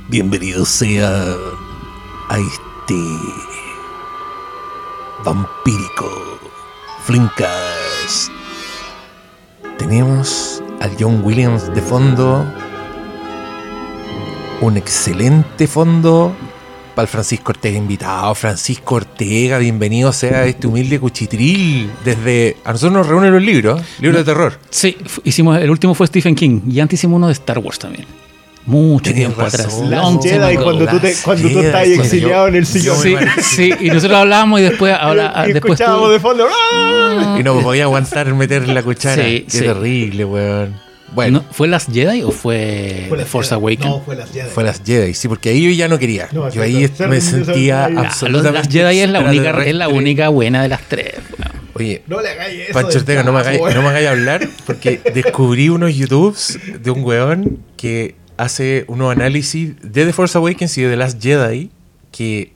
Bienvenido sea a este vampírico Flimcast. Tenemos al John Williams de fondo, un excelente fondo para el Francisco Ortega invitado. Francisco Ortega, bienvenido sea a este humilde cuchitril. A nosotros nos reúnen los libros de terror. Sí, el último fue Stephen King y antes hicimos uno de Star Wars también. Mucho tiempo atrás. Las Jedi, cuando tú estás exiliado en el sillón. Sí, y nosotros hablábamos y después escuchábamos de fondo. Y no podía aguantar meter la cuchara. Sí, Qué terrible, weón. Bueno, ¿fue Last Jedi o fue The Force Awakens? No, fue Last Jedi. Fue Last Jedi, sí, porque ahí yo ya no quería. Yo ahí me sentía absolutamente... Last Jedi es la única buena de las tres. Bueno. Oye, no le hagáis eso. Pancho Ortega, no me hagáis hablar, porque descubrí unos YouTubes de un weón que hace unos análisis de The Force Awakens y de The Last Jedi, que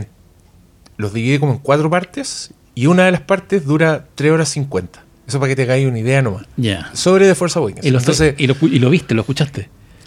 los divide como en 4 partes, y una de las partes dura 3 horas 50. Eso para que te hagáis una idea nomás. Yeah. Sobre The Force Awakens. ¿Y lo viste, lo escuchaste?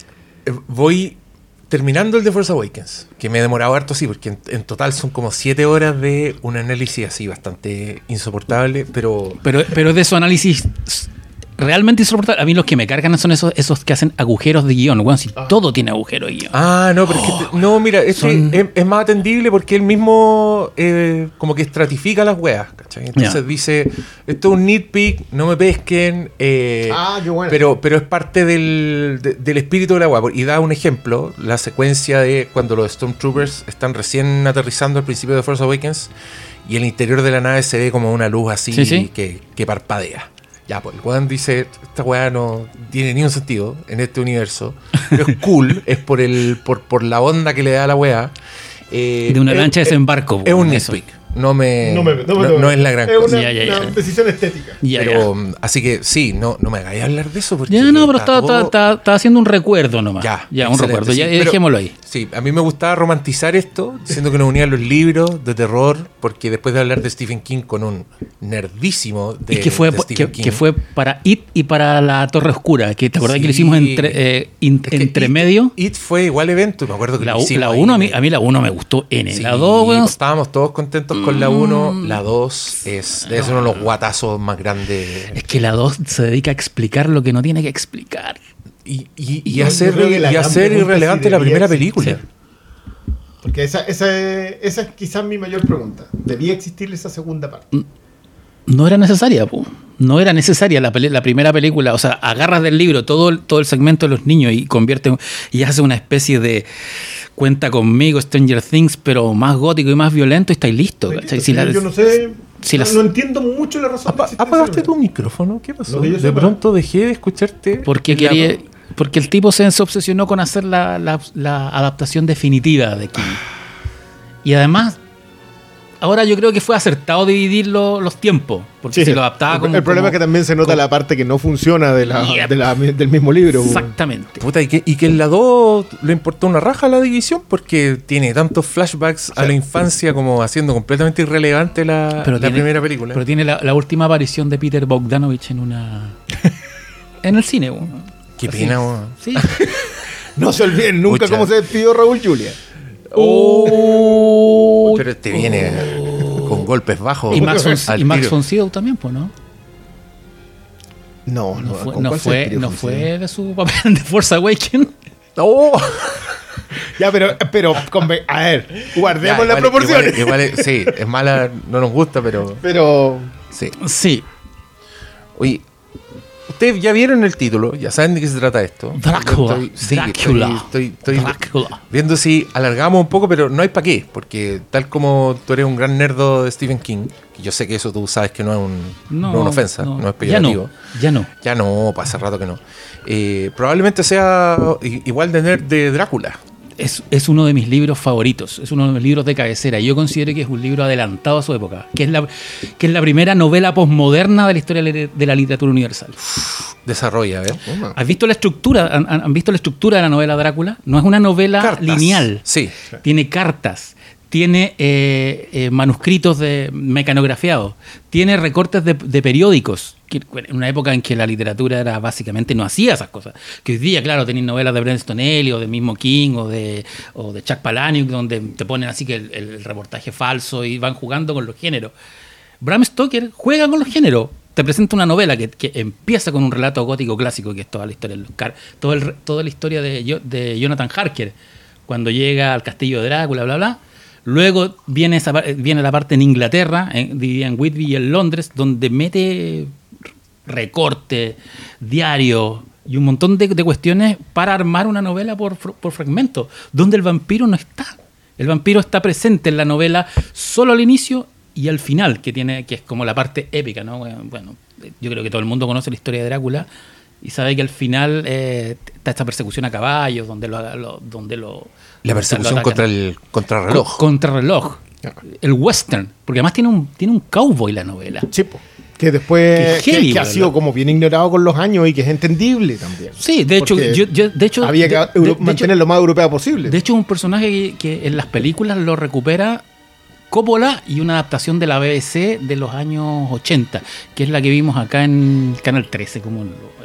Voy terminando el The Force Awakens, que me he demorado harto, sí, porque en total son como 7 horas de un análisis así bastante insoportable, pero de esos análisis realmente insoportable. A mí los que me cargan son esos que hacen agujeros de guión. Bueno, si todo tiene agujeros de guión. No, pero no, mira, es más atendible porque él mismo como que estratifica las weas, ¿cachai? Entonces dice, esto es un nitpick, no me pesquen, qué bueno. pero es parte del espíritu de la wea. Y da un ejemplo, la secuencia de cuando los Stormtroopers están recién aterrizando al principio de Force Awakens y el interior de la nave se ve como una luz así que parpadea. Ya, pues el weón dice, esta weá no tiene ni un sentido en este universo, pero es cool, es por la onda que le da a la weá. De una lancha de desembarco. Es un nitpick. No es la gran cosa. Es una decisión estética. Así que sí, no me hagáis hablar de eso. Porque pero está haciendo un recuerdo nomás. Ya un recuerdo. Sí, Dejémoslo ahí. Sí, a mí me gustaba romantizar esto, siendo que nos unían los libros de terror, porque después de hablar de Stephen King con un nerdísimo de Stephen King. Que fue para It y para La Torre Oscura, que te acordás que lo hicimos entre medio. It fue igual evento, me acuerdo que la 1 a mí la 1 me gustó la 2, bueno, estábamos todos contentos con la 1, la 2 debe ser uno de los guatazos más grandes. Es que la 2 se dedica a explicar lo que no tiene que explicar. Y hacer irrelevante la primera película. Sí. Porque esa es quizás mi mayor pregunta. ¿Debía existir esa segunda parte? No era necesaria, no era necesaria la primera película. O sea, agarras del libro todo el segmento de los niños y hace una especie de Cuenta conmigo, Stranger Things, pero más gótico y más violento, y estáis listos. Yo no sé, no entiendo mucho la razón. ¿Apagaste tu micrófono? ¿Qué pasó? De pronto dejé de escucharte. Porque el tipo se obsesionó con hacer la adaptación definitiva de King. Y además, ahora yo creo que fue acertado dividir los tiempos. Porque si lo adaptaba como... El problema es que también se nota la parte que no funciona del mismo libro. Exactamente. Puta, y que en la 2 le importó una raja la división porque tiene tantos flashbacks a la infancia como haciendo completamente irrelevante la primera película. Pero tiene la última aparición de Peter Bogdanovich en el cine. Qué pena, weón. Sí. No se olviden nunca cómo se despidió Raúl Julia. Pero este viene con golpes bajos. Y Max von Sydow también, pues, ¿no? No fue de su papel de Force Awakens. Ya, pero a ver, guardemos las proporciones. Igual, sí, es mala, no nos gusta, pero sí. Oye, ustedes ya vieron el título, ya saben de qué se trata esto. Drácula. Estoy viendo si alargamos un poco, pero no hay para qué, porque tal como tú eres un gran nerdo de Stephen King, que yo sé que eso tú sabes que no es una ofensa, no es peyorativo. Ya no, para hace rato que no. Probablemente sea igual de nerd de Drácula. Es uno de mis libros favoritos, es uno de mis libros de cabecera. Yo considero que es un libro adelantado a su época, que es la primera novela posmoderna de la historia de la literatura universal. Desarrolla, ¿ves? ¿Has visto la estructura? ¿Han visto la estructura de la novela Drácula? No es una novela lineal. Sí. Tiene cartas, tiene manuscritos mecanografiados, tiene recortes de periódicos, en una época en que la literatura era básicamente no hacía esas cosas. Que hoy día, claro, tenéis novelas de Bret Easton Elliot, o de mismo King, o de Chuck Palahniuk, donde te ponen así que el reportaje falso y van jugando con los géneros. Bram Stoker juega con los géneros. Te presenta una novela que empieza con un relato gótico clásico, que es toda la historia toda la historia de Jonathan Harker, cuando llega al castillo de Drácula, bla, bla. Luego viene la parte en Inglaterra, dividida en Whitby y en Londres, donde mete recorte, diario y un montón de cuestiones para armar una novela por fragmentos, donde el vampiro no está. El vampiro está presente en la novela solo al inicio y al final, que es como la parte épica, ¿no? Bueno, yo creo que todo el mundo conoce la historia de Drácula y sabe que al final está esta persecución a caballos, donde la persecución contra el contrarreloj. Contrarreloj. El western, porque además tiene un cowboy la novela. Sí, que después que ha sido como bien ignorado con los años y que es entendible también. Sí, de hecho, había que mantener lo más europeo posible. De hecho, es un personaje que en las películas lo recupera Coppola y una adaptación de la BBC de los años 80, que es la que vimos acá en Canal 13, como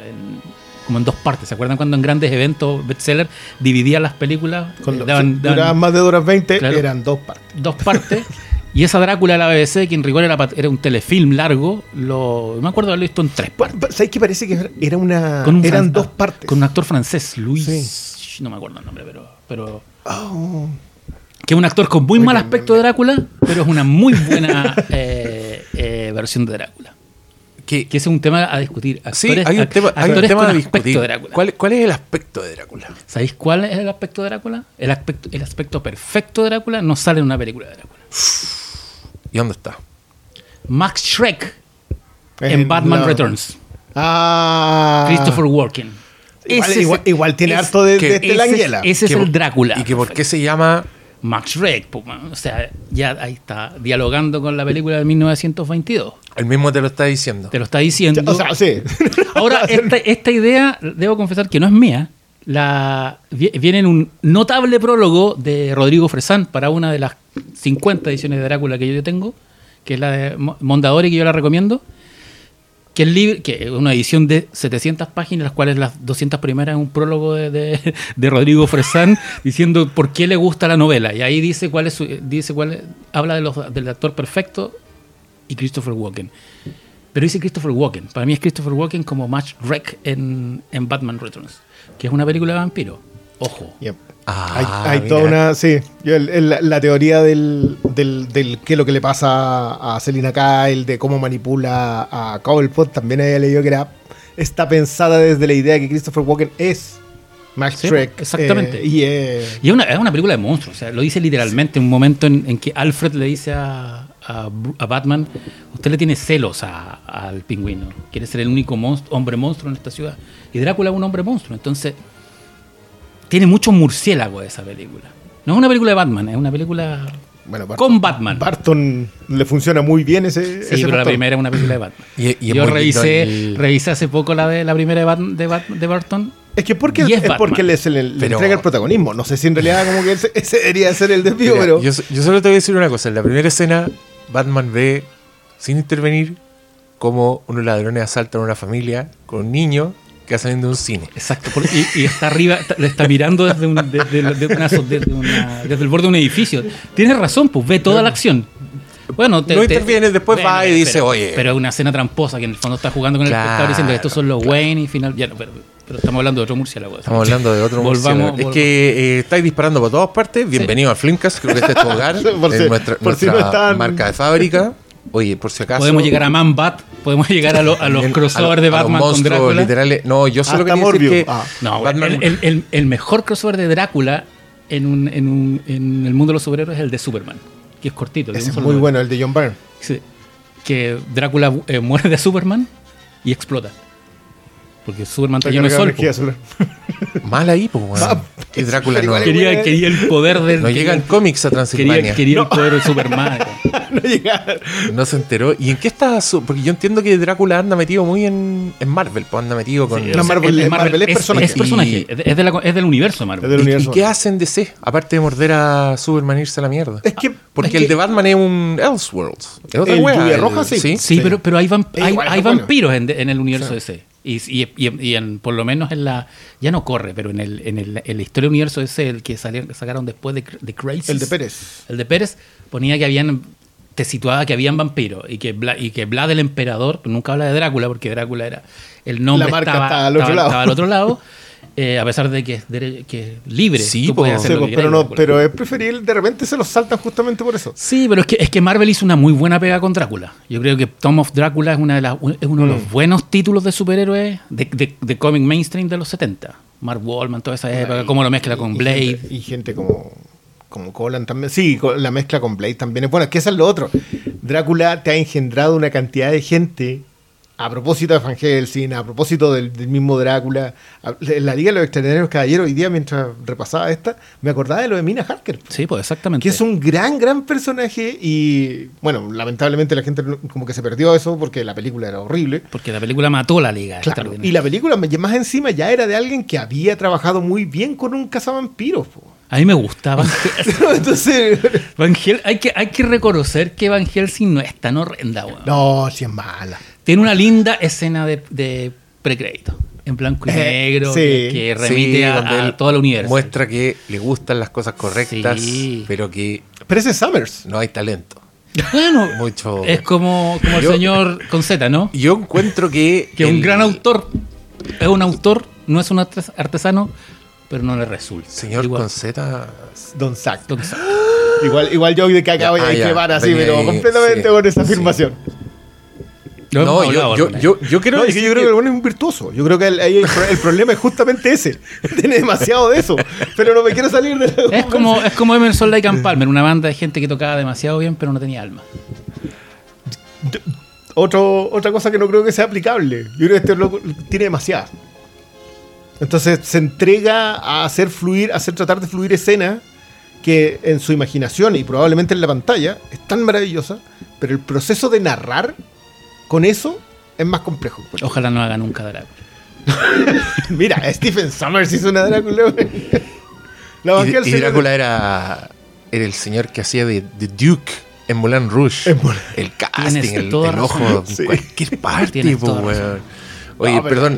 en dos partes. ¿Se acuerdan cuando en grandes eventos bestseller dividían las películas? Duraban más de 2 horas 20, claro, eran 2 partes. 2 partes. Y esa Drácula de la BBC, que en rigor era un telefilm largo, me acuerdo haberlo visto en 3 partes. ¿Sabes que parece que eran 2 partes? Con un actor francés, Luis. Sí. No me acuerdo el nombre, pero que es un actor con muy mal aspecto de Drácula, pero es una muy buena versión de Drácula. Que ese es un tema a discutir. Actores, hay un tema a discutir. De Drácula. ¿Cuál es el aspecto de Drácula? ¿Sabéis cuál es el aspecto de Drácula? El aspecto perfecto de Drácula no sale en una película de Drácula. ¿Y dónde está? Max Schreck en Batman Returns. Christopher Walken. Igual tiene harto de Langella. Ese es el Drácula. ¿Y que por qué se llama Max Schreck? O sea, ya ahí está dialogando con la película de 1922. El mismo te lo está diciendo. Te lo está diciendo. O sea, sí. Ahora, esta idea, debo confesar que no es mía. Viene en un notable prólogo de Rodrigo Fresán para una de las 50 ediciones de Drácula que yo tengo, que es la de Mondadori, que yo la recomiendo, que es una edición de 700 páginas, las cuales las 200 primeras es un prólogo de Rodrigo Fresán diciendo por qué le gusta la novela, y ahí dice habla del actor perfecto y Christopher Walken. Pero dice Christopher Walken. Para mí es Christopher Walken como Max Schreck en Batman Returns, que es una película de vampiro. Ojo. Yep. Hay toda una... Sí, la teoría del qué es lo que le pasa a Selina Kyle, de cómo manipula a Cobblepot, también había leído que está pensada desde la idea de que Christopher Walken es Max Schreck. Exactamente. Y es una película de monstruos. O sea, lo dice literalmente en un momento en que Alfred le dice a Batman: usted le tiene celos al pingüino, quiere ser el único hombre monstruo en esta ciudad, y Drácula es un hombre monstruo. Entonces tiene mucho murciélago esa película. No es una película de Batman, es una película con Batman. Barton le funciona muy bien ese pero factor. La primera es una película de Batman. Yo revisé hace poco la primera de Barton. Es que porque le entrega el protagonismo. No sé si en realidad como que ese debería ser el desvío. Mira, pero yo solo te voy a decir una cosa. En la primera escena, Batman ve, sin intervenir, como unos ladrones asaltan a una familia con un niño que va saliendo de un cine. Exacto. Y está arriba, le está mirando desde el borde de un edificio. Tienes razón, pues ve toda la acción. Bueno, no interviene, después va y dice, oye. Pero es una escena tramposa que en el fondo está jugando con el espectador diciendo que estos son los Wayne y final. Ya no, pero estamos hablando de otro murciélago. Estamos hablando de otro murciélago. Es que estáis disparando por todas partes. Bienvenido a Flimcast, creo que este es tu hogar. nuestra marca de fábrica. Oye, por si acaso. Podemos llegar a Man-Bat, podemos llegar a los crossovers de Batman con Drácula. Literales. No, yo solo quería decir que Batman... el mejor crossover de Drácula en el mundo de los superhéroes es el de Superman, que es cortito. Ese es muy bueno, el de John Byrne. Sí, que Drácula muere de Superman y explota. porque Superman está lleno de sol. Mal ahí, pues, weón. Y Drácula no. Quería el poder del... No llegan cómics a Transilvania. Quería el poder de Superman. No llegaron. No se enteró. ¿Y en qué está? Porque yo entiendo que Drácula anda metido muy en Marvel, pues anda metido con... Sí, Marvel es personaje. Es personaje. Es del universo Marvel. ¿Y qué hacen DC? Aparte de morder a Superman e irse a la mierda. Porque el de Batman es un Elseworlds. Es otra wea. Lluvia Roja, sí. Sí, pero hay vampiros en el universo DC. Y por lo menos en la... Ya no corre, pero en la historia del universo DC, el que sacaron después de Crisis. El de Pérez. El de Pérez ponía que te situaba que habían vampiros y que Vlad el Emperador, nunca habla de Drácula porque Drácula era el nombre, la marca estaba al otro lado. A pesar de que es libre, sí, tú puedes hacer lo que quieras, pero es preferible, de repente se los saltan justamente por eso. Sí, pero es que Marvel hizo una muy buena pega con Drácula. Yo creo que Tomb of Drácula es uno de los buenos títulos de superhéroes de cómic mainstream de los 70. Mark Wallman, toda esa época, cómo lo mezcla con Blade. Y gente como Colan también. Sí, la mezcla con Blade también es buena. Es que eso es lo otro. Drácula te ha engendrado una cantidad de gente. A propósito de Van Helsing, a propósito del mismo Drácula, la Liga de los Extraordinarios Caballeros, hoy día mientras repasaba esta, me acordaba de lo de Mina Harker. Sí, pues exactamente. Que es un gran personaje y, bueno, lamentablemente la gente como que se perdió eso porque la película era horrible. Porque la película mató a la Liga. Claro, y la película más encima ya era de alguien que había trabajado muy bien con un cazavampiros, po. A mí me gustaba. Entonces, hay que reconocer que Van Helsing no es tan horrenda, weón. No, sí es mala. Tiene una linda escena de precrédito, en blanco y negro, sí, que remite a todo el universo. Muestra que le gustan las cosas correctas, sí. pero que... Pero ese es Summers. No hay talento. Bueno, mucho. Es como el señor con Z, ¿no? Yo encuentro que... Que un gran autor, es un autor, no es un artesano, pero no le resulta. Señor igual. Con Z... Don Zack. Igual yo de que acabo de quemar así, pero completamente con esa afirmación. No, yo creo que el bueno es un virtuoso. Yo creo que el problema es justamente ese. Tiene demasiado de eso. Pero no me quiero salir de la... Es como Emerson Lake and Palmer, una banda de gente que tocaba demasiado bien, pero no tenía alma. Otra cosa que no creo que sea aplicable. Yo creo que este loco tiene demasiado. Entonces se entrega a tratar de fluir escenas que en su imaginación y probablemente en la pantalla es tan maravillosa, pero el proceso de narrar con eso es más complejo. Ojalá no haga nunca Drácula. Mira, Stephen Summers hizo una Drácula. Y Drácula era el señor que hacía de Duke en Moulin Rouge. El casting, el ojo, en cualquier parte, weón. Oye, no, perdón.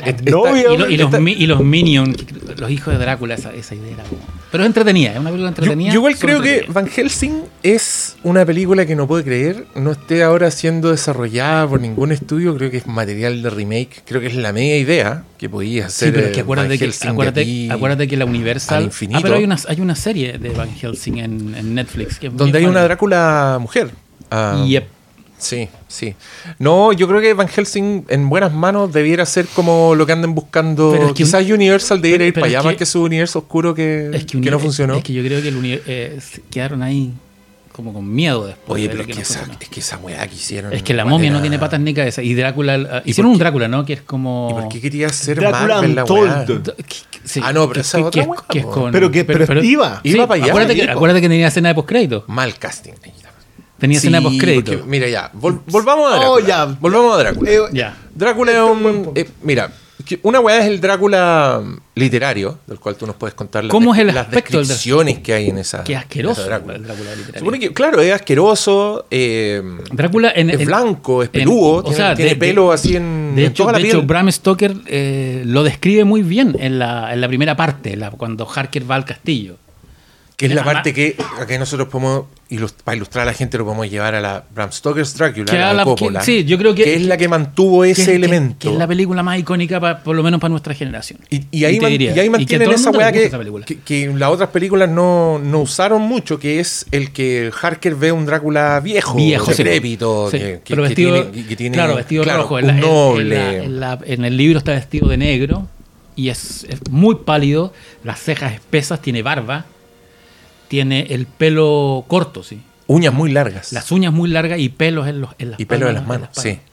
Y los Minions, los hijos de Drácula, esa idea era como... Pero es entretenida, es una película entretenida. Yo igual creo que Van Helsing es una película que no puedo creer no esté ahora siendo desarrollada por ningún estudio. Creo que es material de remake. Creo que es la media idea que podía hacer. Sí, pero es que acuérdate que la Universal... pero hay una serie de Van Helsing en Netflix. Que donde hay una Drácula mujer. Yep. Sí. No, yo creo que Van Helsing en buenas manos debiera ser como lo que anden buscando. Quizás Universal debiera ir para allá más que su universo oscuro que no funcionó. Es que yo creo que quedaron ahí como con miedo después. Oye, pero es que esa weá que hicieron. Es que la momia no tiene patas ni cabeza. Y Drácula. Hicieron un Drácula, ¿no? Que es como. ¿Y por qué quería hacer Drácula Marvel la weá? Sí, no, pero esa otra weá. Pero iba para allá. Acuérdate que tenía escena de postcrédito. Mal casting. Tenía escena postcrédito. Mira ya, volvamos a Drácula. Volvamos a Drácula. Drácula es un... mira, una weá es el Drácula literario, del cual tú nos puedes contar las descripciones que hay en esa... Qué asqueroso Drácula. El Drácula literario. Supone que, claro, es asqueroso, Drácula es blanco, es peludo, tiene pelo así en toda la piel. De hecho, Bram Stoker lo describe muy bien en la primera parte, cuando Harker va al castillo. Que es la parte que nosotros podemos, para ilustrar a la gente, lo podemos llevar a la Bram Stoker's Drácula, la Coppola. Sí, yo creo que es la que mantuvo ese elemento. Que es la película más icónica, por lo menos para nuestra generación. Y ahí mantienen esa weá que las otras películas no usaron mucho, que es el que Harker ve un Drácula viejo decrépito, que tiene vestido rojo. Un noble. En el libro está vestido de negro y es muy pálido, las cejas espesas, tiene barba. Tiene el pelo corto, sí. Uñas muy largas. Las uñas muy largas y pelos en las y pelos en las manos, sí.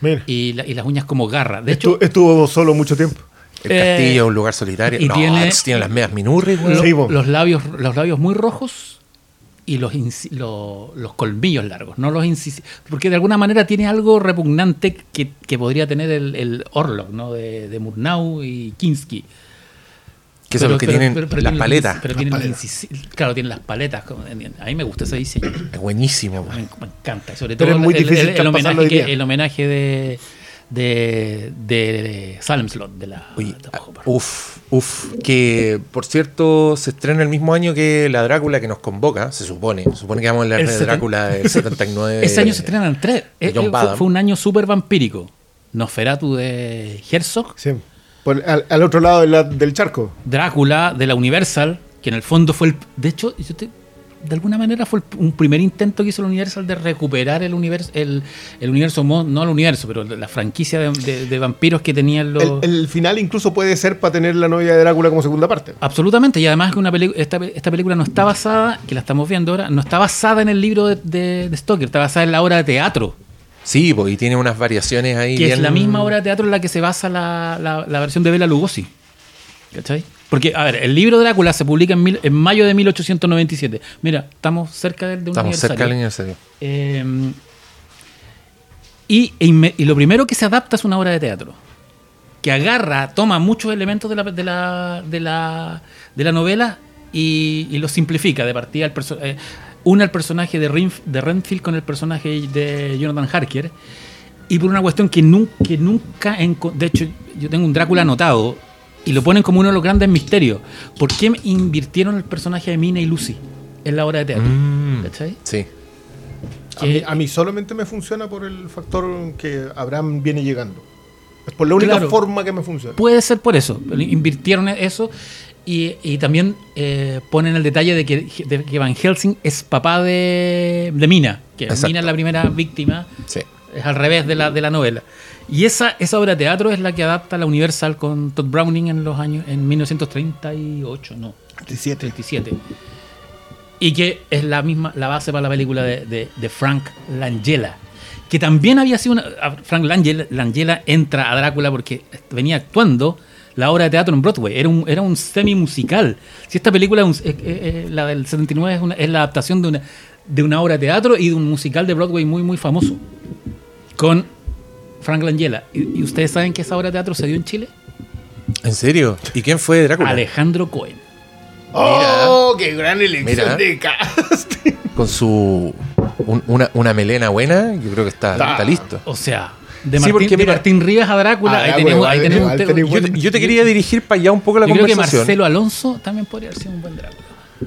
y las uñas como garra. De hecho, estuvo solo mucho tiempo. El castillo es un lugar solitario. Y tiene las medias minurris. Los labios muy rojos y los colmillos largos, no los incisivos. Porque de alguna manera tiene algo repugnante que podría tener el Orlok, ¿no? De Murnau y Kinski. Que son los que tienen las paletas. Claro, tienen las paletas. A mí me gusta ese diseño. Es buenísimo. Me encanta. Sobre todo el homenaje de Salem Slot de la que por cierto se estrena el mismo año que la Drácula que nos convoca, se supone que vamos a hablar de Drácula del 79. Ese año se estrenan 3. Fue un año súper vampírico. Nosferatu de Herzog. Sí. Al otro lado del charco. Drácula de la Universal, que en el fondo fue de hecho, de alguna manera fue un primer intento que hizo la Universal de recuperar el universo, no el universo, pero la franquicia de vampiros que tenían los... El final incluso puede ser para tener la novia de Drácula como segunda parte. Absolutamente, y además que esta película no está basada, que la estamos viendo ahora, no está basada en el libro de Stoker, está basada en la obra de teatro. Sí, y tiene unas variaciones ahí. Que es la misma obra de teatro en la que se basa la versión de Bela Lugosi. ¿Cachai? Porque, a ver, el libro de Drácula se publica en mayo de 1897. Mira, estamos cerca de un aniversario. Estamos cerca del aniversario. Y lo primero que se adapta es una obra de teatro. Que toma muchos elementos de la novela y los simplifica de partida. Une el personaje de Renfield con el personaje de Jonathan Harker. Y por una cuestión que nunca... De hecho, yo tengo un Drácula anotado y lo ponen como uno de los grandes misterios. ¿Por qué invirtieron el personaje de Mina y Lucy en la obra de teatro? ¿Cachai? Sí. A mí solamente me funciona por el factor que Abraham viene llegando. Es por la única forma que me funciona. Puede ser por eso. Invirtieron eso y también ponen el detalle de que Van Helsing es papá de Mina. Que Mina es la primera víctima. Sí. Es al revés de la novela. Y esa obra de teatro es la que adapta la Universal con Todd Browning en 1938, no. 37. Y que es la base para la película de Frank Langella. Que también había sido Frank Langella entra a Drácula porque venía actuando la obra de teatro en Broadway. Era un semi-musical. Si esta película, la del 79, es la adaptación de una obra de teatro y de un musical de Broadway muy, muy famoso. Con Frank Langella. ¿Y ustedes saben que esa obra de teatro se dio en Chile? ¿En serio? ¿Y quién fue Drácula? Alejandro Cohen. ¡Oh! ¡Qué gran elección de cast! Con su... una melena buena, yo creo que está listo. O sea, de Martín Rivas a Drácula, ahí tenemos yo te quería dirigir para allá un poco la conversación. Creo que Marcelo Alonso también podría haber sido un buen Drácula.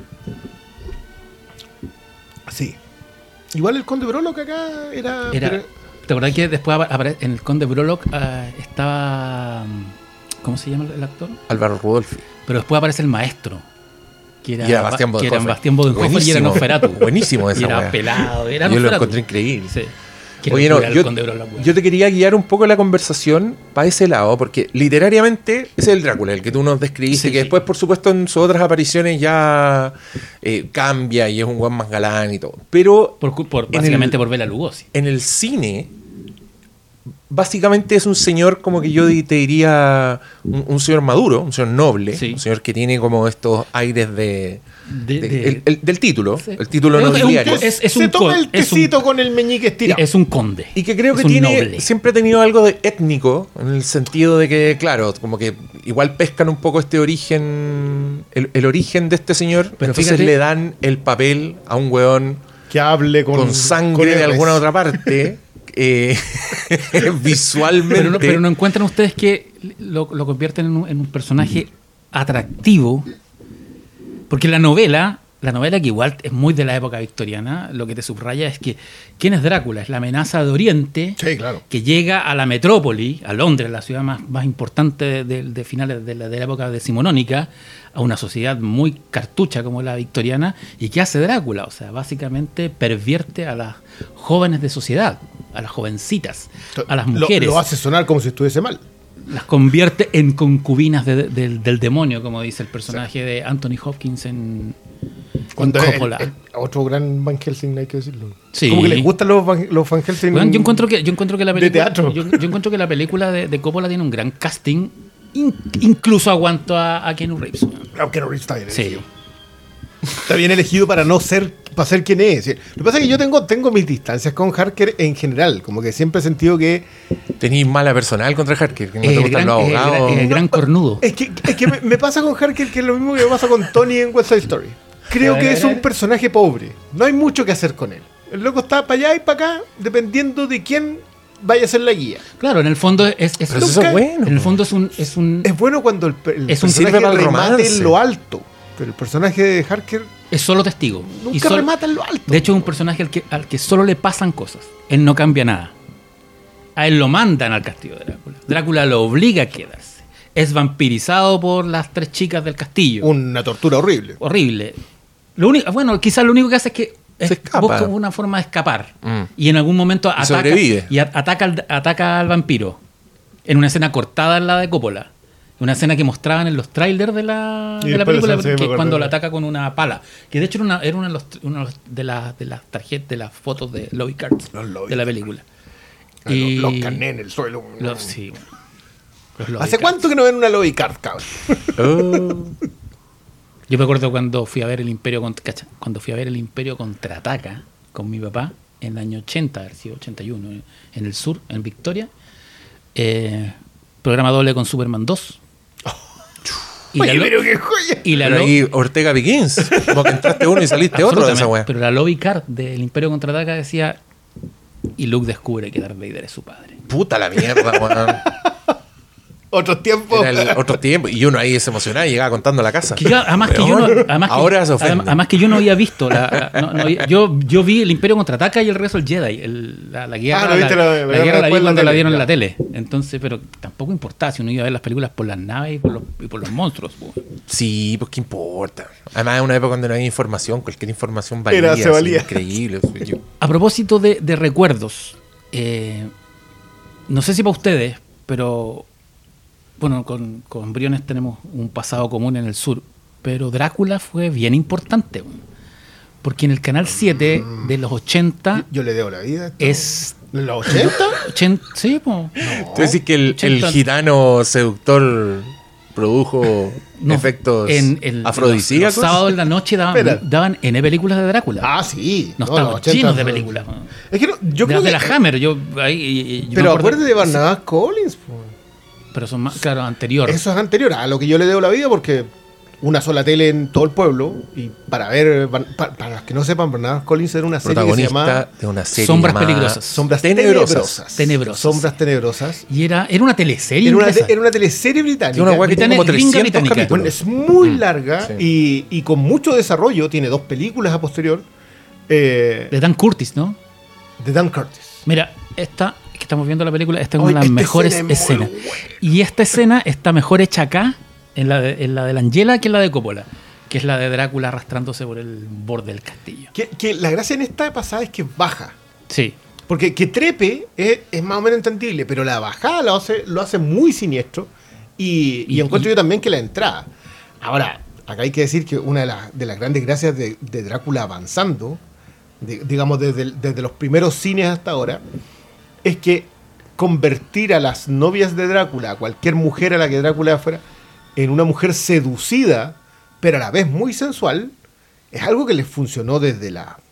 Sí. Igual el Conde Brolock acá era... ¿Te acordás que después en el Conde Brolock estaba... ¿Cómo se llama el actor? Álvaro Rudolphy. Pero después aparece el maestro. Que era Bastián Bodenhofer y era Nosferatu. Buenísimo esa. Y era pelado. Era yo lo encontré increíble. Sí. Oye, yo te quería guiar un poco la conversación para ese lado, porque literariamente ese es el Drácula, el que tú nos describiste, que después, por supuesto, en sus otras apariciones ya cambia y es un guan más galán y todo. Pero básicamente por Bela Lugosi. En el cine, básicamente es un señor como que yo te diría un señor maduro, un señor noble, un señor que tiene como estos aires del título, el título nobiliario. Se toma el tecito con el meñique estirado. Es un conde. Y que creo que siempre ha tenido algo de étnico, en el sentido de que, claro, como que igual pescan un poco este origen, el origen de este señor, pero entonces fíjate, le dan el papel a un weón que hable con sangre de alguna otra parte. Visualmente. Pero no encuentran ustedes que lo convierten en un personaje atractivo. Porque la novela que igual es muy de la época victoriana, lo que te subraya es que ¿quién es Drácula? Es la amenaza de Oriente, sí, claro, que llega a la metrópoli, a Londres, la ciudad más importante de finales de la época decimonónica, a una sociedad muy cartucha como la victoriana. ¿Y qué hace Drácula? O sea, básicamente pervierte a las jóvenes de sociedad, a las jovencitas, a las mujeres. Lo hace sonar como si estuviese mal. Las convierte en concubinas del demonio, como dice el personaje de Anthony Hopkins en Cuando Coppola. Otro gran Van Helsing, hay que decirlo. Sí. Como que les gustan los Van Helsing. Bueno, yo encuentro que la película, de teatro. Yo encuentro que la película de Coppola tiene un gran casting. Incluso aguanto a Keanu Reeves. Aunque no está bien Sí. elegido. Está bien elegido para ser quien es. Lo que pasa es que yo tengo mis distancias con Harker en general. Como que siempre he sentido que... Tenéis mala personal contra Harker, que no te gustan los abogados. El gran cornudo. Es que me pasa con Harker que es lo mismo que me pasa con Tony en West Side Story. Creo que es un personaje pobre. No hay mucho que hacer con él. El loco está para allá y para acá, dependiendo de quién vaya a ser la guía. Claro, en el fondo es Pero eso es bueno. en el fondo es un Es bueno cuando el Es un personaje sirve para el remate romance. en lo alto. Pero el personaje de Harker es solo testigo. nunca remata en lo alto. De hecho, es un personaje al que solo le pasan cosas. Él no cambia nada. A él lo mandan al castillo de Drácula. Drácula lo obliga a quedarse. Es vampirizado por las 3 chicas del castillo. Una tortura horrible. Horrible. Quizás lo único que hace es que Se escapa. busca una forma de escapar. Mm. Y en algún momento sobrevive. ataca al vampiro. En una escena cortada en la de Coppola. Una escena que mostraban en los trailers de la Y película, después, sí, me que acuerdo. cuando la ataca con una pala. Que de hecho era uno de las tarjetas, de las fotos de lobby cards Los lobby de la cards. película. Los carnés en el suelo. Sí, bueno. Los lobby ¿Hace cards. cuánto que no ven una lobby card, cabrón? Oh. Yo me acuerdo cuando fui a ver el Imperio Contraataca con mi papá en el año 80, a ver si 81, en el sur, en Victoria. Programa doble con Superman 2. Y Oye, la lo- pero qué joya. y la Pero lo- ahí Ortega Begins. Como que entraste uno y saliste otro de esa Absolutamente, weá. pero la lobby card del Imperio Contraataca decía: y Luke descubre que Darth Vader es su padre. Puta la mierda, weón. Otros tiempos. Era el otro tiempo. Y uno ahí se emocionaba y llegaba contando la casa. Además que yo no, Ahora se ofende. además que yo no había visto yo vi el Imperio Contraataca y el regreso del Jedi, la guerra. lo viste la después guerra la vi en la cuando la tele, dieron en ya. la tele. Entonces, pero tampoco importaba si uno iba a ver las películas por las naves y por los monstruos. Po. Sí, pues qué importa. Además, en una época cuando no había información, cualquier información valía. Era, se así, valía. Increíble. Yo- A propósito de recuerdos, no sé si para ustedes, pero bueno, con Briones tenemos un pasado común en el sur, pero Drácula fue bien importante, porque en el Canal 7 de los 80 Yo le debo la vida. a esto. es... ¿En los 80? Sí, pues. ¿Tú decís que el 80. gitano seductor produjo efectos afrodisíacos? Los sábados en la noche Espera. daban N películas de Drácula. Ah, sí. No, los estaban 80 llenos de fue- películas. Es que yo creo de que. la Hammer. Yo me Pero acuerdo- acuérdate de Barnabas Collins. po. Pero son más, claro, anteriores. Eso es anterior a lo que yo le debo la vida porque una sola tele en todo el pueblo. Y para ver. Para los que no sepan, Barnabas Collins era una serie que se llamaba Protagonista de una serie Sombras llamada peligrosas. Sombras Tenebrosas. Tenebrosas. Sombras Tenebrosas. Y era una teleserie. Era inglesa. una teleserie británica. Tiene una weá que tiene como Británica, 300 británica. capítulos. Bueno, es muy larga sí. y con mucho desarrollo. Tiene 2 películas a posterior. De Dan Curtis, ¿no? De Dan Curtis. Mira, esta que estamos viendo la película, esta es Oye, una de las esta mejores escena es muy escenas. Y esta escena está mejor hecha acá, en la de la Angela, que en la de Coppola, que es la de Drácula arrastrándose por el borde del castillo. Que la gracia en esta pasada es que baja. Sí. Porque que trepe es más o menos entendible, pero la bajada lo hace muy siniestro. Y encuentro yo también que la entrada. Ahora, acá hay que decir que una de las grandes gracias de Drácula avanzando, digamos desde los primeros cines hasta ahora, es que convertir a las novias de Drácula, a cualquier mujer a la que Drácula fuera, en una mujer seducida, pero a la vez muy sensual, es algo que les funcionó desde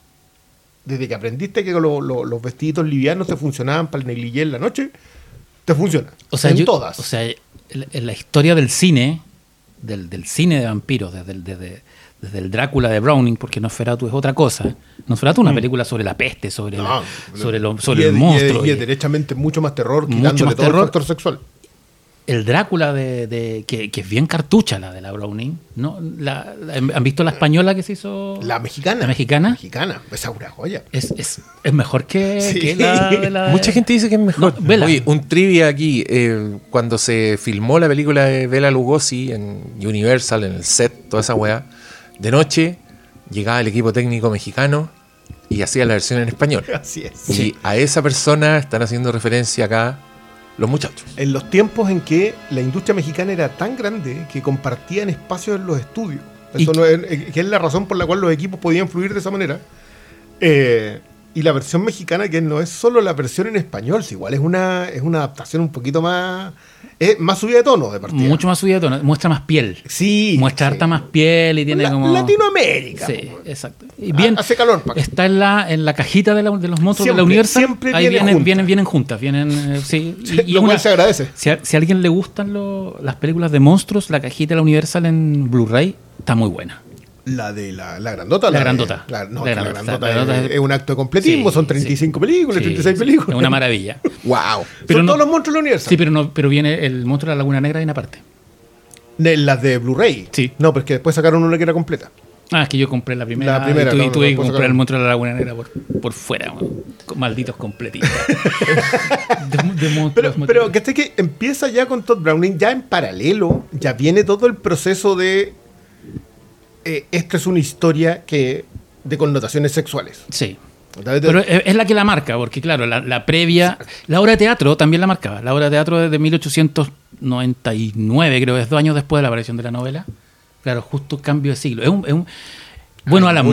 que aprendiste que los vestiditos livianos te funcionaban para el negligé en la noche, te funciona. O sea, en todas. O sea, en la historia del cine, del cine de vampiros, desde el Drácula de Browning, porque Nosferatu es otra cosa. Nosferatu es una película sobre la peste, sobre el monstruo. Y es derechamente mucho más terror, Mucho quitándole más todo terror. el factor sexual. El Drácula que es bien cartucha, la de la Browning, ¿no? ¿Han visto la española que se hizo? La mexicana. ¿La mexicana? Mexicana. Esa es una joya. Es mejor que, Sí. que la de la... Mucha gente dice que es mejor. No, vela. Oye, un trivia aquí. Cuando se filmó la película de Bela Lugosi en Universal, en el set, toda esa weá, de noche llegaba el equipo técnico mexicano y hacía la versión en español. Así es. Y a esa persona están haciendo referencia acá los muchachos. En los tiempos en que la industria mexicana era tan grande que compartían espacios en los estudios. Eso no es, que es la razón por la cual los equipos podían fluir de esa manera. Y la versión mexicana, que no es solo la versión en español, si igual es una adaptación un poquito más subida de tono de partida. Mucho más subida de tono, muestra más piel. Sí. Muestra harta más piel y tiene como... Latinoamérica. Sí, exacto. Y bien, hace calor. Está en la cajita de los monstruos siempre, de la Universal. Siempre ahí vienen juntas. Sí, lo cual se agradece. Si a alguien le gustan las películas de monstruos, la cajita de la Universal en Blu-ray está muy buena. La de la grandota. La grandota. La grandota es un acto de completismo. Son 35 películas, 36 películas. Es una maravilla. ¡Wow! Pero son todos los monstruos de la Universal. Sí, pero viene el monstruo de la Laguna Negra en aparte. Las de Blu-ray. Sí. No, pero es que después sacaron una que era completa. Es que yo compré la primera. Y tuve que comprar el monstruo de la Laguna Negra por fuera. Malditos completistas. pero que empieza ya con Todd Browning, ya en paralelo, ya viene todo el proceso de... esta es una historia de connotaciones sexuales. Sí. Pero es la que la marca, porque claro, la previa... La obra de teatro también la marcaba. La obra de teatro es de 1899, creo que es 2 años después de la aparición de la novela. Claro, justo cambio de siglo. Bueno, Alan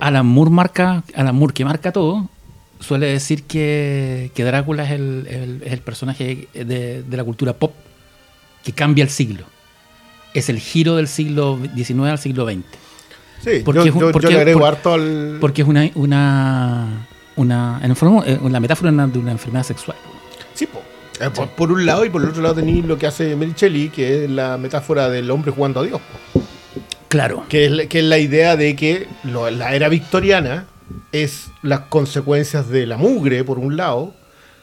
Moore, que marca todo, suele decir que Drácula es el personaje de la cultura pop que cambia el siglo. Es el giro del siglo XIX al siglo XX. Sí, yo le agrego harto al... Porque es una metáfora de una enfermedad sexual. Sí, por un lado, y por el otro lado tenéis lo que hace Mary Shelley, que es la metáfora del hombre jugando a Dios. Claro. Que es la idea de que la era victoriana es las consecuencias de la mugre, por un lado,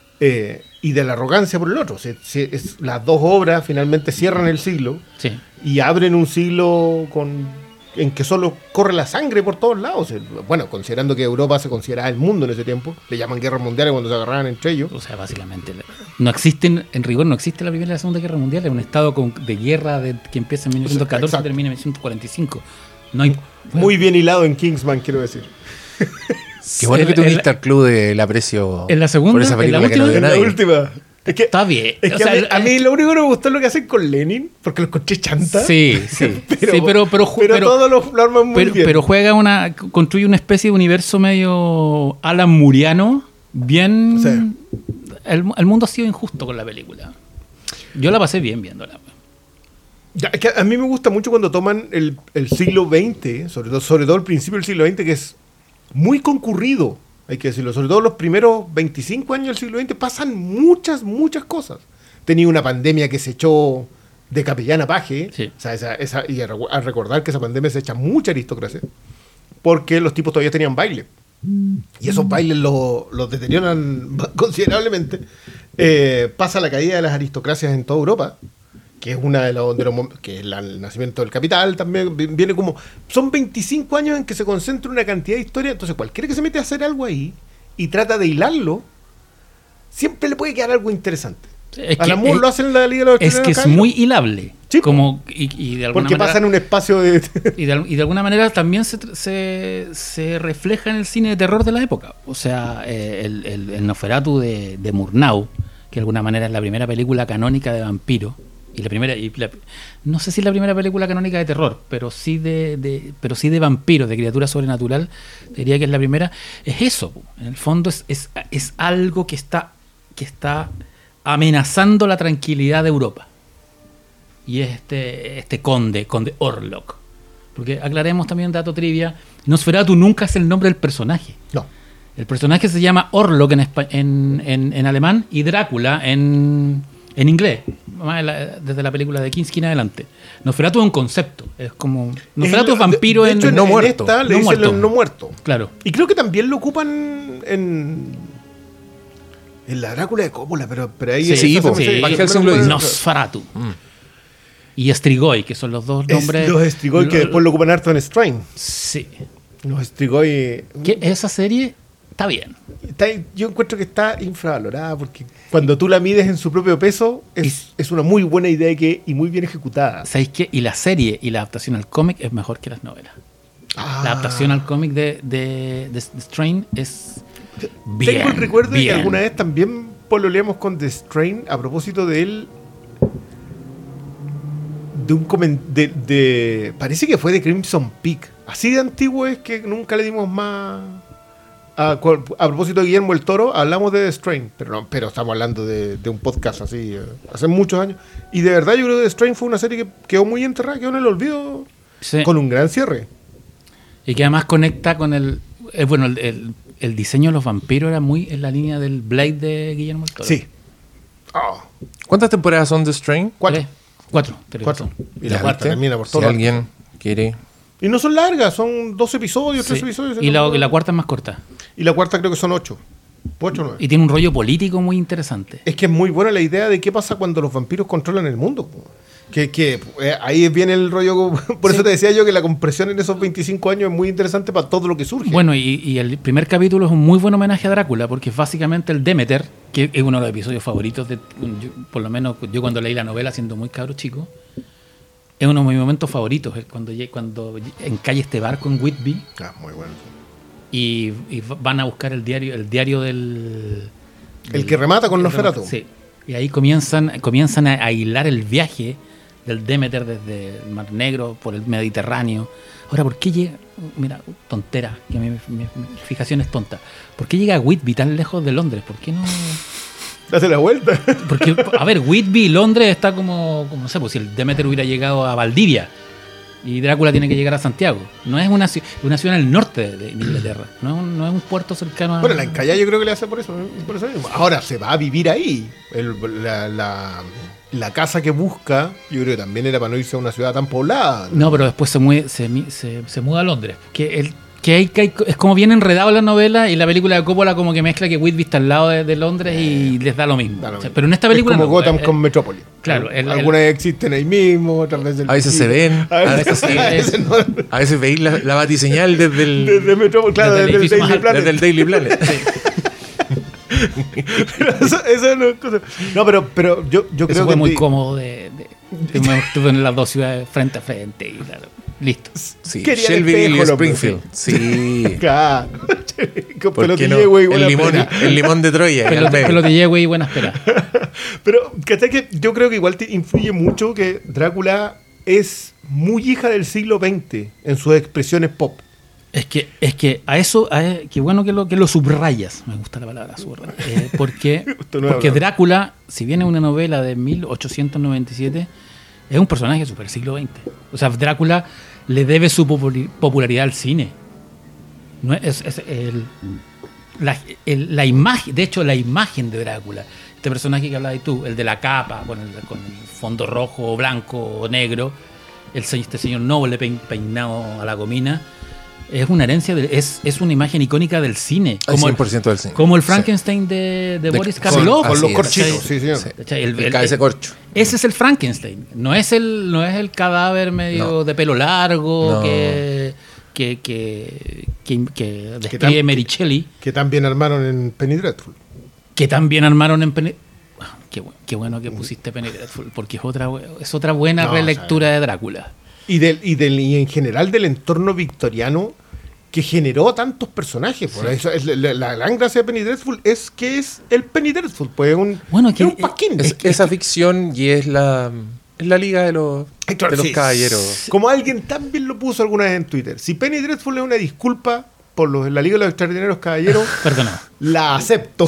y de la arrogancia por el otro. Las dos obras finalmente cierran el siglo, sí, y abren un siglo en que solo corre la sangre por todos lados. Bueno, considerando que Europa se consideraba el mundo en ese tiempo, le llaman guerras mundiales cuando se agarraban entre ellos. O sea, básicamente no existe la Primera y la Segunda Guerra Mundial, es un estado de guerra que empieza en 1914 y termina en 1945. No hay, muy bien hilado en Kingsman, quiero decir. Qué bueno que tuviste al club del aprecio en la segunda, por esa película que no dio nadie. En la última. Es que, está bien. Es que a mí lo único que me gustó es lo que hacen con Lenin, porque lo encontré chanta. Sí. pero todo lo arman muy bien. Pero construye una especie de universo medio Alan Mooriano, bien... Sí. El mundo ha sido injusto con la película. Yo la pasé bien viéndola. Es que a mí me gusta mucho cuando toman el siglo XX, sobre todo el principio del siglo XX, que es muy concurrido. Hay que decirlo, sobre todo los primeros 25 años del siglo XX pasan muchas cosas. Tenía una pandemia que se echó de capellán a paje, sí. O sea, y a recordar que esa pandemia se echa mucha aristocracia, porque los tipos todavía tenían baile. Y esos bailes los deterioran considerablemente. Pasa la caída de las aristocracias en toda Europa, que es una de los que es el nacimiento del capital. También viene como... Son 25 años en que se concentra una cantidad de historia. Entonces cualquiera que se mete a hacer algo ahí y trata de hilarlo, siempre le puede quedar algo interesante. Alan Moore lo hace en la Liga de los Extraordinarios. Es que es muy hilable. Sí, y de alguna porque manera, pasa en un espacio de... y de alguna manera también se refleja en el cine de terror de la época. O sea, el Nosferatu de Murnau, que de alguna manera es la primera película canónica de vampiro. No sé si es la primera película canónica de terror, pero sí de vampiros, de criatura sobrenatural, diría que es la primera. Es eso, en el fondo es algo que está amenazando la tranquilidad de Europa. Y es este conde Orlok. Porque aclaremos también un dato trivia, Nosferatu nunca es el nombre del personaje. No. El personaje se llama Orlok en alemán y Drácula en inglés, desde la película de Kinski en adelante. Nosferatu es un concepto, es como... Nosferatu es vampiro de hecho, no muerto. Esta le dicen el no muerto. Claro. Y creo que también lo ocupan en la Drácula de Coppola, pero ahí... Sí, sí. Nosferatu. Y Strigoi, que son los dos nombres... Los Strigoi que después lo ocupan harto en Strain. Sí. Los Strigoi... Que esa serie... Está bien. Yo encuentro que está infravalorada porque cuando tú la mides en su propio peso es una muy buena idea y muy bien ejecutada. ¿Sabéis qué? Y la serie y la adaptación al cómic es mejor que las novelas. La adaptación al cómic de Strain es bien. Tengo el recuerdo de que alguna vez también pololeamos con The Strain a propósito de parece que fue de Crimson Peak. Así de antiguo es que nunca le dimos más. A propósito de Guillermo el Toro, hablamos de The Strain, pero estamos hablando de un podcast así, hace muchos años. Y de verdad yo creo que The Strain fue una serie que quedó muy enterrada, quedó en el olvido, con un gran cierre. Y que además conecta con el diseño de los vampiros era muy en la línea del Blade de Guillermo el Toro. Sí. ¿Cuántas temporadas son The Strain? 4. Y la cuarta termina por todo. Si alguien quiere... Y no son largas, son 2 episodios, 3 episodios. Y la cuarta es más corta. Y la cuarta creo que son 8. 8 o 9. Y tiene un rollo político muy interesante. Es que es muy buena la idea de qué pasa cuando los vampiros controlan el mundo. Que ahí viene el rollo. Por eso te decía yo que la compresión en esos 25 años es muy interesante para todo lo que surge. Bueno, y el primer capítulo es un muy buen homenaje a Drácula, porque es básicamente el Demeter, que es uno de los episodios favoritos por lo menos yo cuando leí la novela siendo muy cabro chico. Es uno de mis momentos favoritos, cuando encalla este barco en Whitby. Muy bueno. Y van a buscar el diario del el que remata con Nosferatu. Sí. Y ahí comienzan a hilar el viaje del Demeter desde el Mar Negro por el Mediterráneo. Ahora, ¿por qué llega? Mira, tontera, que mi fijación es tonta. ¿Por qué llega a Whitby tan lejos de Londres? ¿Por qué no...? Date la vuelta. Porque, a ver, Whitby y Londres está como no sé, pues si el Demeter hubiera llegado a Valdivia y Drácula tiene que llegar a Santiago. No es una ciudad en el norte de Inglaterra. No es un puerto cercano a... Bueno, la encallada yo creo que le hace por eso mismo. Ahora se va a vivir ahí. La casa que busca, yo creo que también era para no irse a una ciudad tan poblada. No, pero después se muda a Londres. Es como bien enredado en la novela, y la película de Coppola como que mezcla que Whitby está al lado de Londres y les da lo mismo. O sea, pero en esta película es como Gotham con Metrópolis. Claro. Algunas existen ahí mismo, otras veces... A veces se ven, a veces veis la batiseñal desde Metrópolis, claro, desde el Daily Planet. Desde el Daily Planet. Eso no es cosa. No, pero yo creo que... Eso fue muy cómodo estuve en las dos ciudades frente a frente y claro. Listo. Sí. Shelbyville y Springfield. Sí. Claro. ¿Por qué no? El limón de Troya. Pelotilla, güey, buena espera. Pero, ¿cachai? Que yo creo que igual te influye mucho que Drácula es muy hija del siglo XX en sus expresiones pop. Es que a eso, qué bueno que lo subrayas. Me gusta la palabra subrayar. Porque Drácula, si bien es una novela de 1897, es un personaje super siglo XX. O sea, Drácula le debe su popularidad al cine. No es la imagen, de hecho, la imagen de Drácula, este personaje que hablabas tú, el de la capa con el fondo rojo, blanco o negro, este señor noble peinado a la gomina, es una herencia, es una imagen icónica del cine. Como 100% del cine. Como el Frankenstein de Boris Karloff. Con los corchitos, sí, señor. Ese corcho. Ese es el Frankenstein. No es el cadáver medio de pelo largo que describe Mary Shelley. Que también armaron en Penny Dreadful. Qué bueno que pusiste Penny Dreadful, porque es otra buena relectura de Drácula. Y en general del entorno victoriano que generó tantos personajes. Por eso es la gran gracia de Penny Dreadful es que es el Penny Dreadful, pues es un pasquín. Esa ficción y es la liga de los caballeros. Como alguien también lo puso alguna vez en Twitter. Si Penny Dreadful es una disculpa por la liga de los extraordinarios caballeros, la acepto.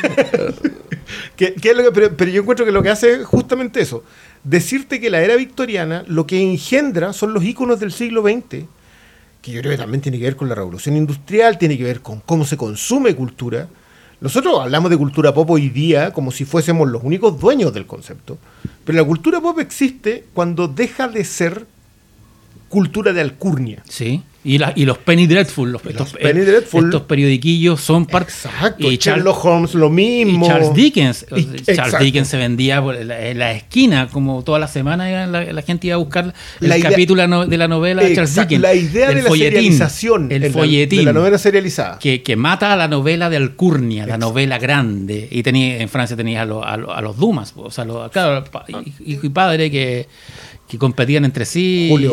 Pero yo encuentro que lo que hace es justamente eso. Decirte que la era victoriana lo que engendra son los íconos del siglo XX, que yo creo que también tiene que ver con la revolución industrial, tiene que ver con cómo se consume cultura. Nosotros hablamos de cultura pop hoy día como si fuésemos los únicos dueños del concepto, pero la cultura pop existe cuando deja de ser cultura de alcurnia. Sí. Y los Penny Dreadful, estos periodiquillos son parte. Exacto. Y Sherlock Holmes lo mismo. Y Charles Dickens. Charles Dickens se vendía en la esquina, como toda la semana la gente iba a buscar el capítulo de la novela de Charles Dickens. La idea de la serialización. El folletín. De la novela serializada. Que mata a la novela de alcurnia, la novela grande. Y en Francia tenías a los Dumas, o sea, hijo y padre que competían entre sí. Julio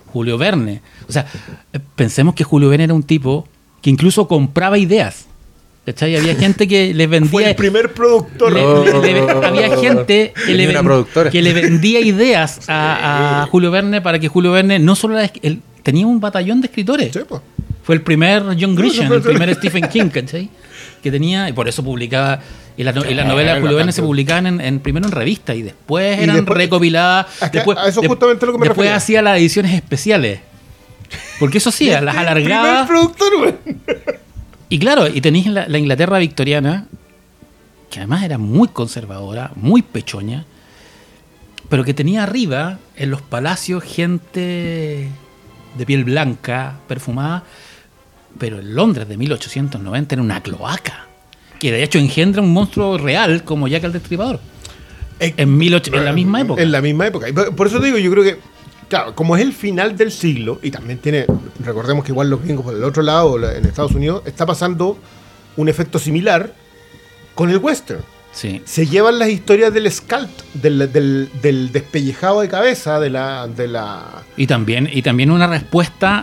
Verne. O sea, pensemos que Julio Verne era un tipo que incluso compraba ideas. ¿Cachai? Había gente que les vendía... Fue el primer productor. Había gente que le vendía ideas a Julio Verne para que Julio Verne no solo tenía un batallón de escritores. Sí, pues. Fue el primer John Grisham, el primer Stephen King, ¿cachai? Que tenía, y por eso publicaba... Y las novelas de Julio Verne se publicaban primero en revistas y después eran recopiladas. A eso justamente lo que me después refería. hacía las ediciones especiales. Porque eso sí, las alargaba. El primer productor, güey. Y claro, y tenéis la Inglaterra victoriana, que además era muy conservadora, muy pechoña, pero que tenía arriba, en los palacios, gente de piel blanca, perfumada, pero en Londres de 1890 era una cloaca, que de hecho engendra un monstruo real como Jack el Destripador. En la misma época. En la misma época. Y por eso digo, yo creo que, claro, como es el final del siglo, y también recordemos que igual los gringos por el otro lado, en Estados Unidos, está pasando un efecto similar con el western. Sí. Se llevan las historias del scalp, del despellejado de cabeza, de la... Y también una respuesta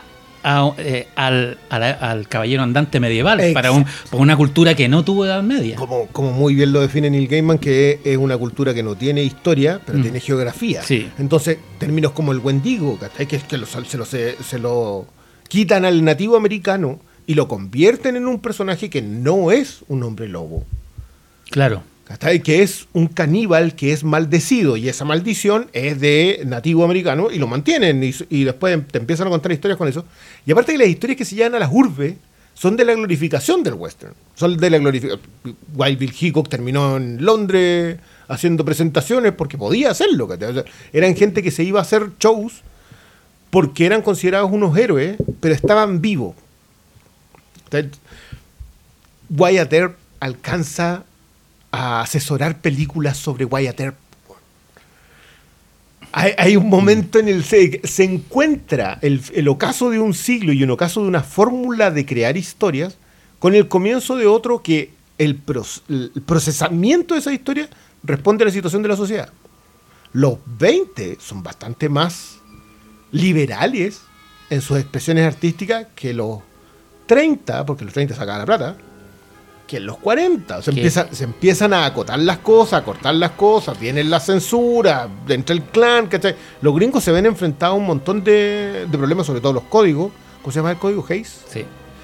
al caballero andante medieval, para una cultura que no tuvo Edad Media. Como muy bien lo define Neil Gaiman, que es una cultura que no tiene historia, pero tiene geografía. Sí. Entonces, términos como el Wendigo, que se lo quitan al nativo americano y lo convierten en un personaje que no es un hombre lobo. Claro. Que es un caníbal que es maldecido, y esa maldición es de nativo americano y lo mantienen, y después te empiezan a contar historias con eso. Y aparte que las historias que se llevan a las urbes son de la glorificación del western, son de la glorificación. Wild Bill Hickok terminó en Londres haciendo presentaciones porque podía hacerlo. O sea, eran gente que se iba a hacer shows porque eran considerados unos héroes, pero estaban vivos. Wyatt Earp alcanza a asesorar películas sobre Wyatt Earp. Hay un momento en el que se encuentra el ocaso de un siglo y un ocaso de una fórmula de crear historias con el comienzo de otro que el procesamiento de esa historia responde a la situación de la sociedad. Los 20 son bastante más liberales en sus expresiones artísticas que los 30, porque los 30 sacaban la plata, que en los 40. Se empiezan a acotar las cosas, a cortar las cosas, viene la censura, entra el clan, ¿cachai? Los gringos se ven enfrentados a un montón de problemas, sobre todo los códigos. ¿Cómo se llama el código Hays? Sí.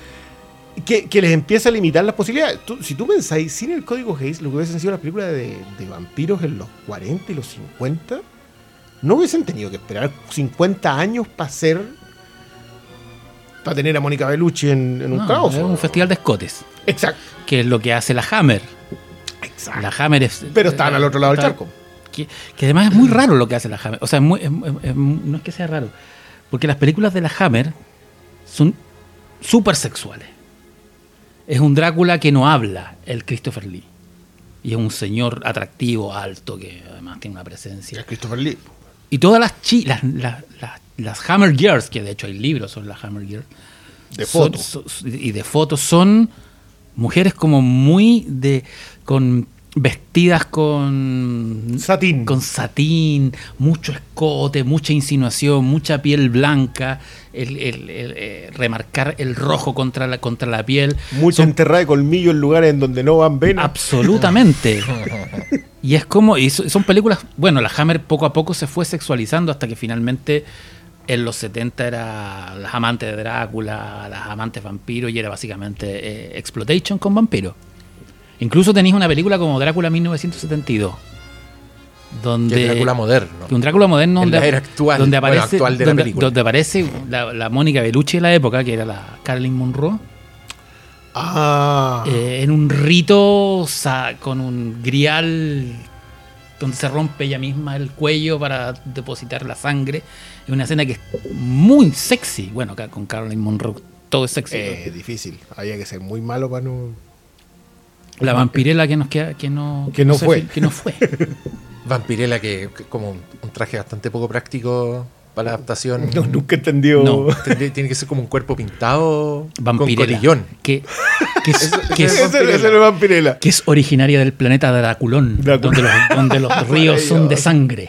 Que les empieza a limitar las posibilidades. Si tú pensáis, sin el código Hays, lo que hubiesen sido las películas de vampiros en los 40 y los 50, no hubiesen tenido que esperar 50 años para tener a Mónica Bellucci en un caos. Es un festival de escotes. Exacto. Que es lo que hace la Hammer. Exacto. La Hammer es... Pero están al otro lado del charco. Que además es muy raro lo que hace la Hammer. O sea, no es que sea raro. Porque las películas de la Hammer son súper sexuales. Es un Drácula que no habla, el Christopher Lee. Y es un señor atractivo, alto, que además tiene una presencia. Es Christopher Lee. Y todas las Hammer Girls, que de hecho hay libros sobre las Hammer Girls. De fotos. Y de fotos son mujeres como muy vestidas con satín, mucho escote, mucha insinuación, mucha piel blanca, remarcar el rojo contra la piel. Mucha enterrada de colmillo en lugares en donde no van venas. Absolutamente. Y es como, y son películas, bueno, la Hammer poco a poco se fue sexualizando hasta que finalmente en los 70 era las amantes de Drácula, las amantes vampiros, y era básicamente exploitation con vampiros. Incluso tenéis una película como Drácula 1972, donde... Que Drácula moderno. Un Drácula moderno en la era actual, donde aparece, actual de la película. Donde aparece la Mónica Bellucci de la época, que era la Caroline Munro. En un rito con un grial donde se rompe ella misma el cuello para depositar la sangre. Es una escena que es muy sexy. Bueno, acá con Caroline Munro todo es sexy. Difícil. Había que ser muy malo para no... La vampirela que no fue. Vampirela que como un traje bastante poco práctico para la adaptación. No, nunca entendió. No, tiene que ser como un cuerpo pintado vampirela, con colillón. Que es originaria del planeta Draculón, donde los ríos son de sangre.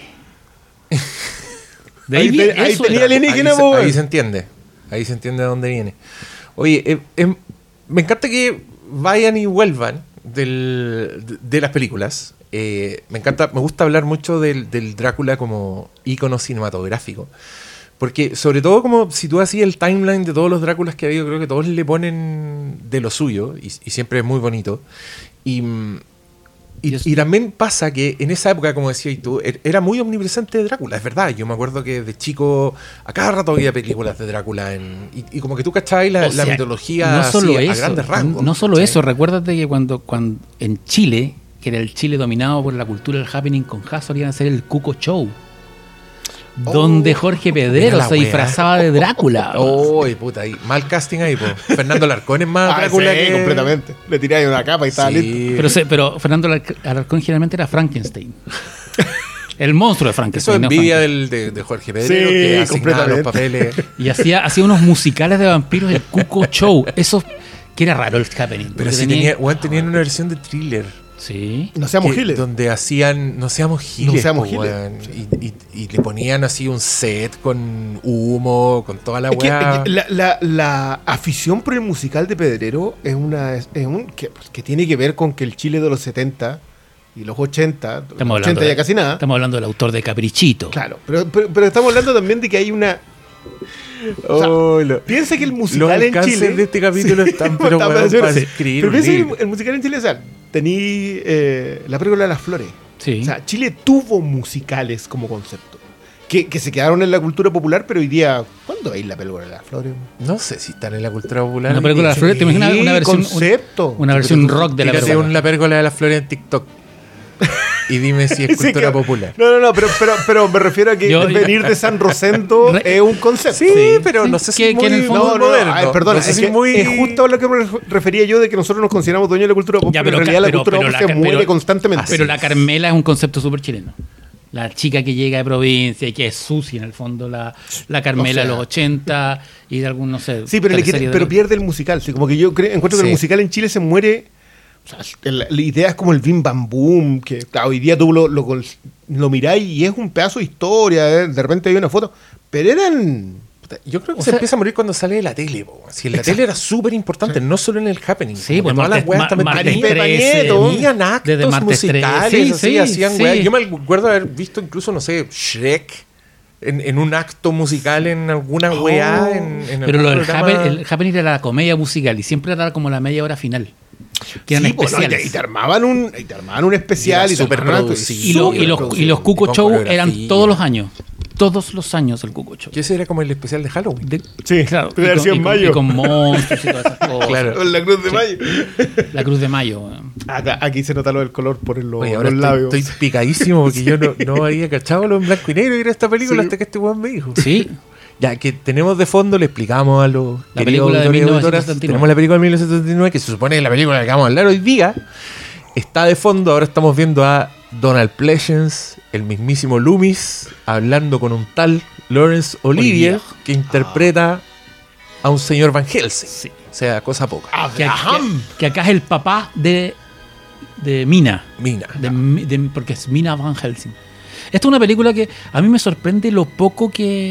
De ahí tenía alienígena. Ahí se entiende de dónde viene. Oye, me encanta que vayan y vuelvan de las películas. Me gusta hablar mucho del Drácula como ícono cinematográfico. Porque, sobre todo, como si tú hacías el timeline de todos los Dráculas que ha habido, creo que todos le ponen de lo suyo, y siempre es muy bonito. Y también pasa que en esa época, como decías tú, era muy omnipresente Drácula, es verdad. Yo me acuerdo que de chico, a cada rato había películas de Drácula, y como que tú cachabas la mitología no solo así, eso, a grandes rasgos. No solo eso, recuérdate que cuando en Chile, que era el Chile dominado por la cultura del happening con jazz, solían hacer el Cuco Show. Donde Jorge Pedrero se disfrazaba de Drácula. Puta, y mal casting ahí, po. Fernando Alarcón es más Drácula sí, que... completamente. Le tiré una capa y estaba listo. Pero Fernando Alarcón generalmente era Frankenstein. El monstruo de Frankenstein. Eso es envidia de Jorge Pedrero, que asignaba los papeles. Y hacía unos musicales de vampiros, el Cuco Show. Eso que era raro el happening. Pero sí tenían una versión de Thriller. Sí. No seamos giles. Donde hacían No seamos giles. Y le ponían así un set con humo, con toda la weá. La afición por el musical de Pedrero que tiene que ver con que el Chile de los 70 y los 80, estamos 80 ya casi nada. Estamos hablando del autor de Caprichito. Claro, pero estamos hablando también de que hay una... piensa que el musical en Chile de este capítulo están para escribir. Pero piensa que el musical en Chile, o sea, tení la película de las flores. Sí. O sea, Chile tuvo musicales como concepto que se quedaron en la cultura popular, pero hoy día, ¿cuándo veis la película de las flores? No sé si están en la cultura popular. Una película de las flores, ¿te imaginas una versión concepto? Una versión rock de la película? La película de las flores en TikTok. Y dime si es cultura popular. No, pero me refiero a que venir de San Rosendo es un concepto. Sí, pero no sé si es muy moderno. Perdón, es justo a lo que me refería yo de que nosotros nos consideramos dueños de la cultura popular. Pero en realidad la cultura popular se mueve constantemente. Pero la Carmela es un concepto súper chileno. La chica que llega de provincia y que es sucia en el fondo, la Carmela de los 80 y de algún, no sé. Sí, pero pierde el musical. Sí, como que yo encuentro que el musical en Chile se muere. O sea, la idea es como el Bim Bam Boom, que claro, hoy día tú lo miráis y es un pedazo de historia, de repente hay una foto, pero eran... Yo creo que se empieza a morir cuando sale de la tele. Si en la tele era súper importante, no solo en el happening. Sí, pues todas las weas también tenían actos musicales, hacían weas. Yo me acuerdo de haber visto incluso, no sé, Shrek en un acto musical en alguna weá. Pero el happening era la comedia musical y siempre era como la media hora final. Que eran especiales. Y te armaban un especial y súper producido. Y los Cuco Show eran todos los años. Todos los años el Cuco Show. Que ese era como el especial de Halloween. Sí, claro. Y con monstruos y todas esas cosas. Claro. La Cruz de Mayo. La Cruz de Mayo. Aquí se nota lo del color por los labios. Estoy picadísimo porque yo no había cachado lo en blanco y negro y era esta película hasta que este weón me dijo. Sí. Ya que tenemos de fondo, le explicamos a los la película de 1979. Tenemos la película de 1979, que se supone que es la película que vamos a hablar hoy día. Está de fondo, ahora estamos viendo a Donald Pleasence, el mismísimo Loomis, hablando con un tal Laurence Olivier, que interpreta a un señor Van Helsing. Sí. O sea, cosa poca. Que acá es el papá de Mina. Porque es Mina Van Helsing. Esta es una película que a mí me sorprende lo poco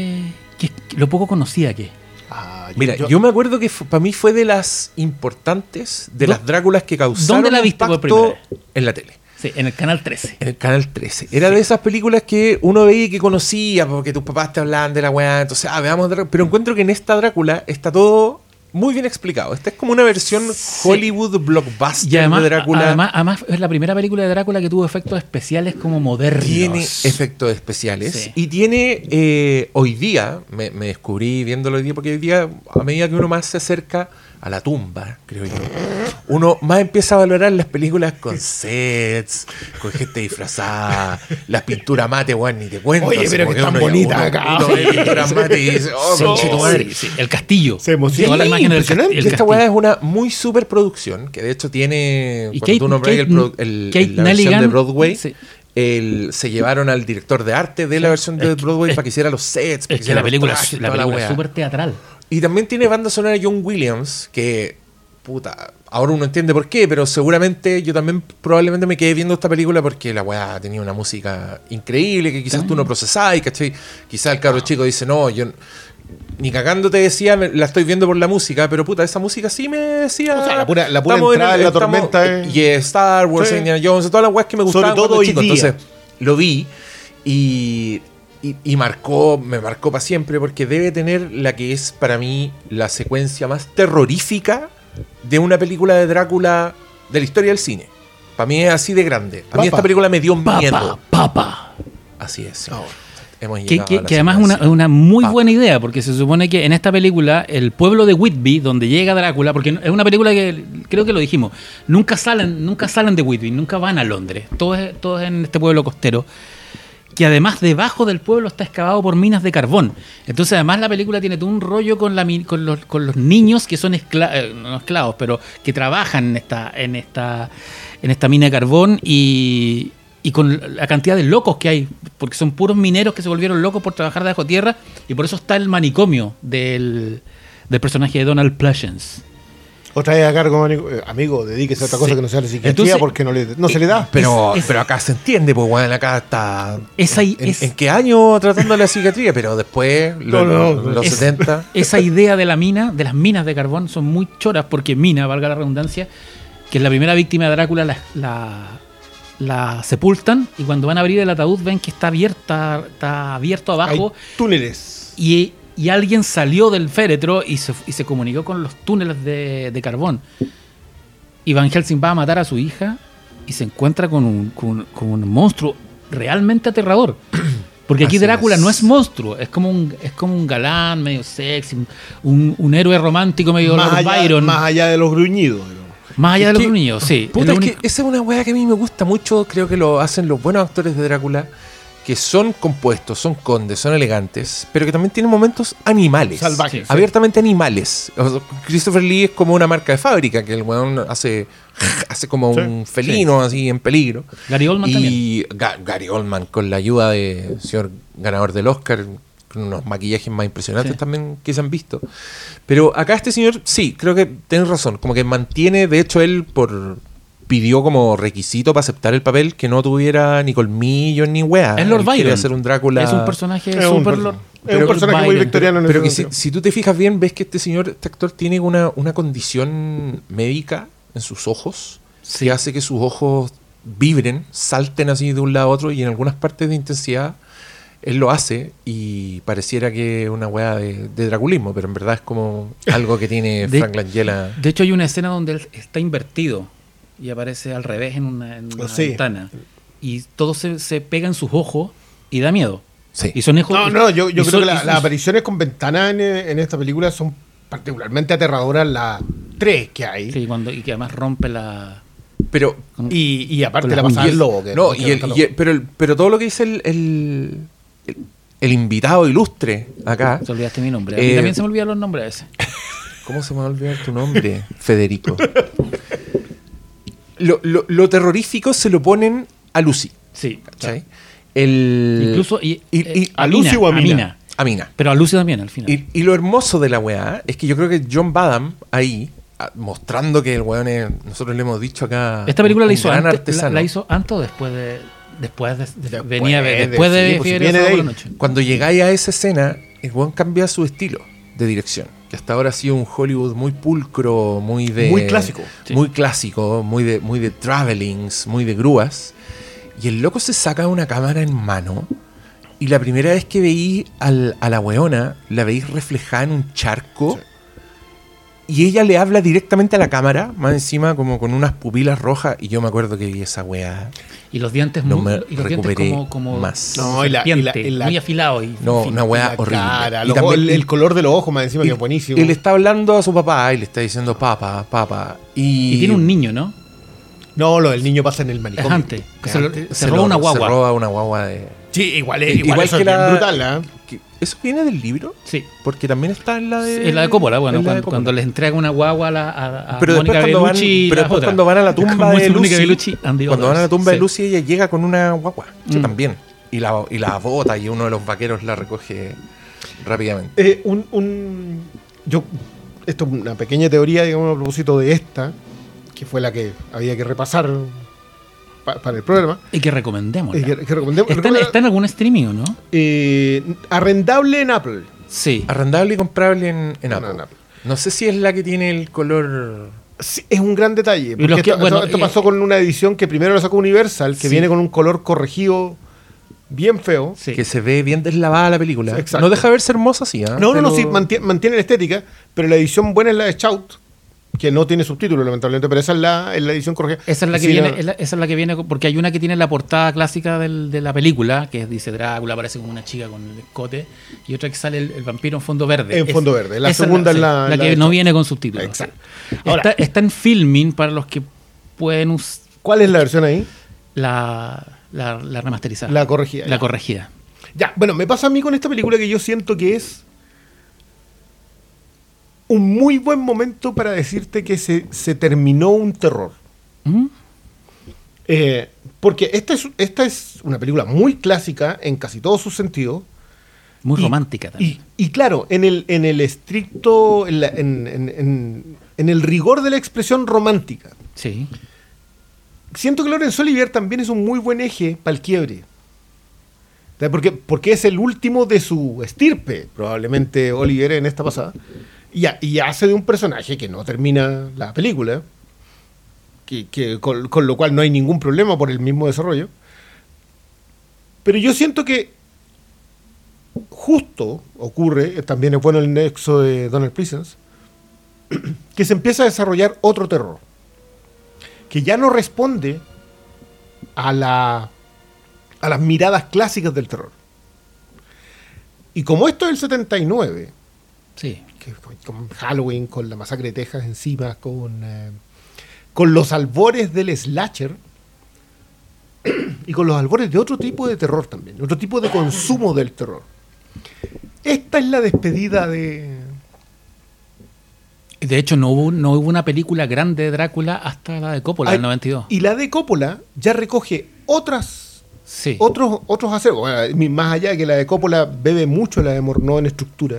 lo poco conocida que es. Mira, yo me acuerdo que para mí fue de las importantes, de las Dráculas que causaron ¿Dónde la viste por primera vez? En la tele. Sí, en el Canal 13. En el Canal 13. Era de esas películas que uno veía y que conocía, porque tus papás te hablaban de la weá, entonces, veamos Drácula. Pero encuentro que en esta Drácula está todo muy bien explicado. Esta es como una versión Hollywood blockbuster y además, de Drácula. Además, es la primera película de Drácula que tuvo efectos especiales como modernos. Tiene efectos especiales. Y tiene, hoy día, me descubrí viéndolo hoy día, porque hoy día, a medida que uno más se acerca a la tumba, creo yo, uno más empieza a valorar las películas con sets, con gente disfrazada, las pinturas mate, weón, ni te cuento. Oye, pero que están bonitas acá. Uno ve pinturas mate y dice, conche tu madre. Sí, el castillo. Se emociona. La imagen del castillo. Esta weá es una muy super producción, que de hecho tiene, y cuando tú nombras la versión de Broadway, se llevaron al director de arte de la versión de Broadway para que hiciera los sets. Es que la película es súper teatral. Y también tiene banda sonora de John Williams, que, ahora uno entiende por qué, pero seguramente yo también probablemente me quedé viendo esta película porque la weá tenía una música increíble que quizás tú no procesabas, ¿cachai? Quizás el cabro chico dice, no, yo ni cagando te decía, la estoy viendo por la música, pero puta, esa música sí me decía. O sea, la pura entrada en la tormenta. Y Star Wars, sí. Indiana Jones, todas las weas que me gustaban sobre todo chico. Entonces, lo vi y me marcó para siempre, porque debe tener la que es para mí la secuencia más terrorífica de una película de Drácula de la historia del cine. Para mí es así de grande. A mí esta película me dio miedo. Así es. Oh. Que además es una muy buena idea, porque se supone que en esta película el pueblo de Whitby, donde llega Drácula, porque es una película que creo que lo dijimos, nunca salen de Whitby, nunca van a Londres, todos en este pueblo costero, que además debajo del pueblo está excavado por minas de carbón. Entonces además la película tiene todo un rollo con los niños que son no esclavos, pero que trabajan en esta mina de carbón y con la cantidad de locos que hay, porque son puros mineros que se volvieron locos por trabajar debajo tierra, y por eso está el manicomio del personaje de Donald Pleasence. Otra vez a cargo, amigo, dedíquese a otra cosa que no sea la psiquiatría. Entonces, porque no se le da. Pero acá se entiende, pues bueno, acá está ¿en qué año tratando la psiquiatría? Pero después, los 70. Esa idea de la mina, de las minas de carbón, son muy choras, porque Mina, valga la redundancia, que es la primera víctima de Drácula, la sepultan, y cuando van a abrir el ataúd ven que está abierto abajo. Hay túneles. Y alguien salió del féretro y se comunicó con los túneles de carbón. Y Van Helsing va a matar a su hija y se encuentra con un monstruo realmente aterrador. Porque aquí Drácula no es monstruo, es como un galán medio sexy, un héroe romántico medio Lord Byron. Más allá de los gruñidos. Más allá de los niños, sí. Puta, que esa es una weá que a mí me gusta mucho. Creo que lo hacen los buenos actores de Drácula, que son compuestos, son condes, son elegantes, pero que también tienen momentos animales. Salvajes. Sí. Abiertamente animales. Christopher Lee es como una marca de fábrica, que el weón hace como un felino así en peligro. Gary Oldman también. Y Gary Oldman, con la ayuda de señor ganador del Oscar, con unos maquillajes más impresionantes también que se han visto. Pero acá este señor, sí, creo que tienes razón, como que mantiene, de hecho él pidió como requisito para aceptar el papel que no tuviera ni colmillos ni weá. Es Lord Byron. Quiere hacer un Drácula. Es un personaje súper Lord. Es un personaje muy victoriano en pero que si tú te fijas bien, ves que este actor tiene una condición médica en sus ojos, que hace que sus ojos vibren, salten así de un lado a otro, y en algunas partes de intensidad él lo hace y pareciera que es una weá de draculismo, pero en verdad es como algo que tiene Frank Langella. De hecho hay una escena donde él está invertido y aparece al revés en una ventana, y todo se pega en sus ojos y da miedo. Sí. Y son yo creo que las apariciones con ventanas en esta película son particularmente aterradoras, las 3 que hay. Sí, y que además rompe la... Pero y aparte la pasada del lobo. Pero todo lo que dice el invitado ilustre acá. Te olvidaste mi nombre. A mí también se me olvidan los nombres a veces. ¿Cómo se me va a olvidar tu nombre, Federico? Lo terrorífico se lo ponen a Lucy. Sí. ¿Cachai? Incluso a Lucy o a Mina. A Mina. Pero a Lucy también al final. Y lo hermoso de la weá es que yo creo que John Badham ahí, mostrando que el weón es, nosotros le hemos dicho acá, esta película la hizo antes o después de Fiebre de la Noche. Cuando llegáis a esa escena, el weón cambia su estilo de dirección, que hasta ahora ha sido un Hollywood muy pulcro, muy clásico, muy clásico, muy de travelings, muy de grúas, y el loco se saca una cámara en mano, y la primera vez que veí a la weona, la veis reflejada en un charco. Sí. Y ella le habla directamente a la cámara, más encima como con unas pupilas rojas, y yo me acuerdo que vi esa weá. Y los dientes como más. No, muy afilados. Una weá horrible. Cara, y también el color de los ojos, más encima, que es buenísimo. Y le está hablando a su papá y le está diciendo papá. Y tiene un niño, ¿no? No, el niño pasa en el manicomio. Es antes. Se roba una guagua. Se roba una guagua de... Sí, igual eso que es brutal, ¿eh? ¿Eso viene del libro? Sí. Porque también está en la de... En la de Coppola, bueno, cuando les entrega una guagua a pero Mónica Bellucci. Pero después cuando van a la tumba de Lucy, cuando van a la tumba de Lucy, ella llega con una guagua, que también. Y la bota, y uno de los vaqueros la recoge rápidamente. Esto es una pequeña teoría, digamos, a propósito de esta, que fue la que había que repasar para el programa. Y que recomendemos. Que recomendemos. ¿Está en algún streaming o no? Arrendable en Apple. Sí. Arrendable y comprable en Apple. No sé si es la que tiene el color... Sí, es un gran detalle. Porque esto pasó con una edición que primero lo sacó Universal, que viene con un color corregido bien feo. Sí. Que se ve bien deslavada la película. Exacto. No deja de verse hermosa así, ¿eh? No, sí, mantiene la estética, pero la edición buena es la de Shout, que no tiene subtítulos, lamentablemente, pero esa es la edición corregida. Esa es la que viene, porque hay una que tiene la portada clásica de la película, que dice Drácula, aparece como una chica con el escote, y otra que sale el vampiro en fondo verde. En fondo verde. La segunda es la que no viene con subtítulos. Exacto. Ahora, está en Filmin para los que pueden usar. ¿Cuál es la versión ahí? La remasterizada. La corregida. La corregida. Ya, bueno, me pasa a mí con esta película que yo siento que es un muy buen momento para decirte que se terminó un terror. ¿Mm? Porque esta es una película muy clásica en casi todos sus sentidos. Muy romántica también. Y claro, en el estricto, en el rigor de la expresión romántica. Sí. Siento que Laurence Olivier también es un muy buen eje para el quiebre. Porque es el último de su estirpe, probablemente Olivier en esta pasada. Y hace de un personaje que no termina la película, con lo cual no hay ningún problema por el mismo desarrollo. Pero yo siento que justo ocurre, también es bueno el nexo de Donald Pleasence, que se empieza a desarrollar otro terror, que ya no responde a las miradas clásicas del terror. Y como esto es el 79... Sí. Con Halloween, con la masacre de Texas encima, con los albores del slasher y con los albores de otro tipo de terror también, otro tipo de consumo del terror. Esta es la despedida de... De hecho, no hubo una película grande de Drácula hasta la de Coppola, del 92. Y la de Coppola ya recoge otros acervos. Bueno, más allá de que la de Coppola bebe mucho la de Murnau en estructura.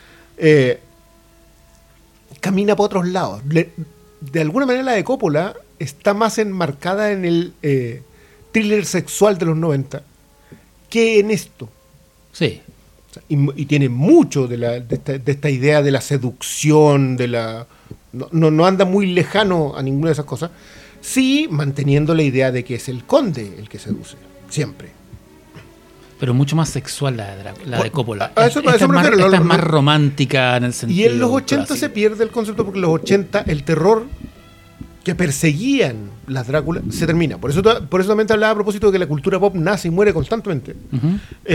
Camina por otros lados. De alguna manera la de Coppola está más enmarcada en el thriller sexual de los 90 que en esto. Sí. O sea, y tiene mucho de esta idea de la seducción, no anda muy lejano a ninguna de esas cosas. Sí, manteniendo la idea de que es el conde el que seduce, siempre. Pero mucho más sexual la de Coppola. Esta es más romántica en el sentido. Y en los 80 clásico. Se pierde el concepto porque en los 80 el terror que perseguían las Dráculas se termina. Por eso también te hablaba a propósito de que la cultura pop nace y muere constantemente. Uh-huh.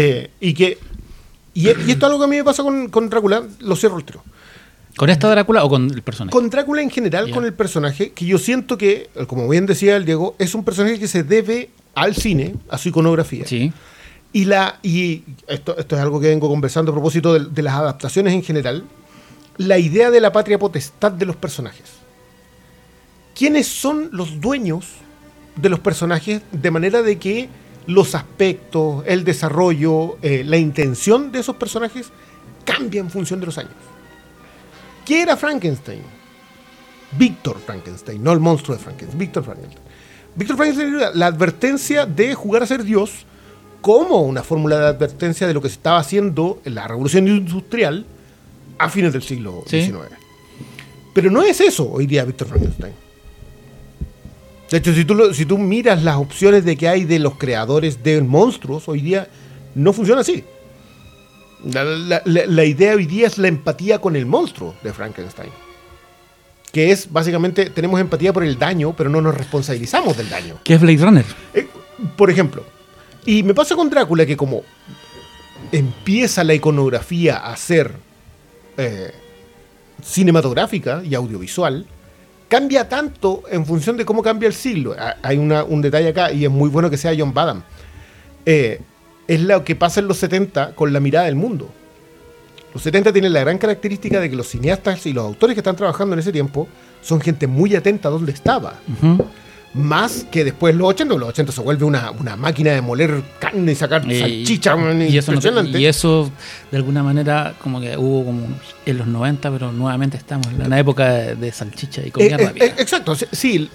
Y esto es algo que a mí me pasa con Drácula, lo cierro el tiro. ¿Con esta Drácula o con el personaje? Con Drácula en general, con el personaje, que yo siento que, como bien decía el Diego, es un personaje que se debe al cine, a su iconografía. Sí. Y esto es algo que vengo conversando a propósito de las adaptaciones en general, la idea de la patria potestad de los personajes. ¿Quiénes son los dueños de los personajes? De manera de que los aspectos, el desarrollo, la intención de esos personajes cambia en función de los años. ¿Qué era Frankenstein? Víctor Frankenstein, no el monstruo de Frankenstein, Víctor Frankenstein. Víctor Frankenstein era la advertencia de jugar a ser Dios como una fórmula de advertencia de lo que se estaba haciendo en la revolución industrial a fines del siglo XIX. Pero no es eso hoy día Víctor Frankenstein. De hecho, si tú miras las opciones de que hay de los creadores de monstruos, hoy día no funciona así. La idea hoy día es la empatía con el monstruo de Frankenstein. Que es, básicamente, tenemos empatía por el daño, pero no nos responsabilizamos del daño. ¿Qué es Blade Runner? Por ejemplo. Y me pasa con Drácula que como empieza la iconografía a ser cinematográfica y audiovisual, cambia tanto en función de cómo cambia el siglo. Hay un detalle acá, y es muy bueno que sea John Badham. Es lo que pasa en los 70 con la mirada del mundo. Los 70 tienen la gran característica de que los cineastas y los autores que están trabajando en ese tiempo son gente muy atenta a dónde estaba. Uh-huh. Más que después los 80 se vuelve una máquina de moler carne y sacar salchicha. Y eso, de alguna manera, como que hubo como en los 90, pero nuevamente estamos en una época de salchicha y comida rápida. Exacto, sí.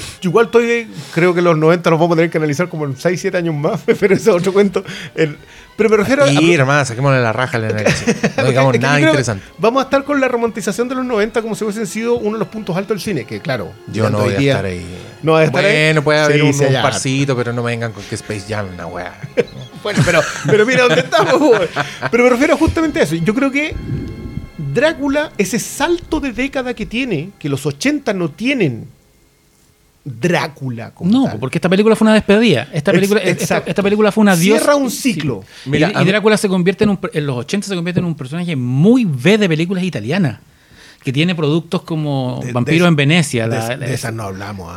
Igual creo que los 90 los vamos a tener que analizar como en 6-7 años más, pero ese es otro cuento. Pero me refiero y hermano, saquémosle la raja al análisis. No digamos es que nada yo creo interesante. Vamos a estar con la romantización de los 90 como si hubiesen sido uno de los puntos altos del cine, que claro. Yo no voy a estar ahí. No voy a estar ahí. Bueno, puede haber Sí, un parcito, pero no me vengan con que Space Jam es una weá. Bueno, pero mira dónde estamos. Pero me refiero justamente a eso. Yo creo que Drácula, ese salto de década que tiene, que los 80 no tienen Drácula como No, tal. porque esta película fue una despedida. Esta película fue un adiós. Cierra un ciclo. Sí. Mira, y Drácula se convierte en los 80 se convierte en un personaje muy B de películas italianas. Que tiene productos como Vampiro en Venecia. De esas no hablamos.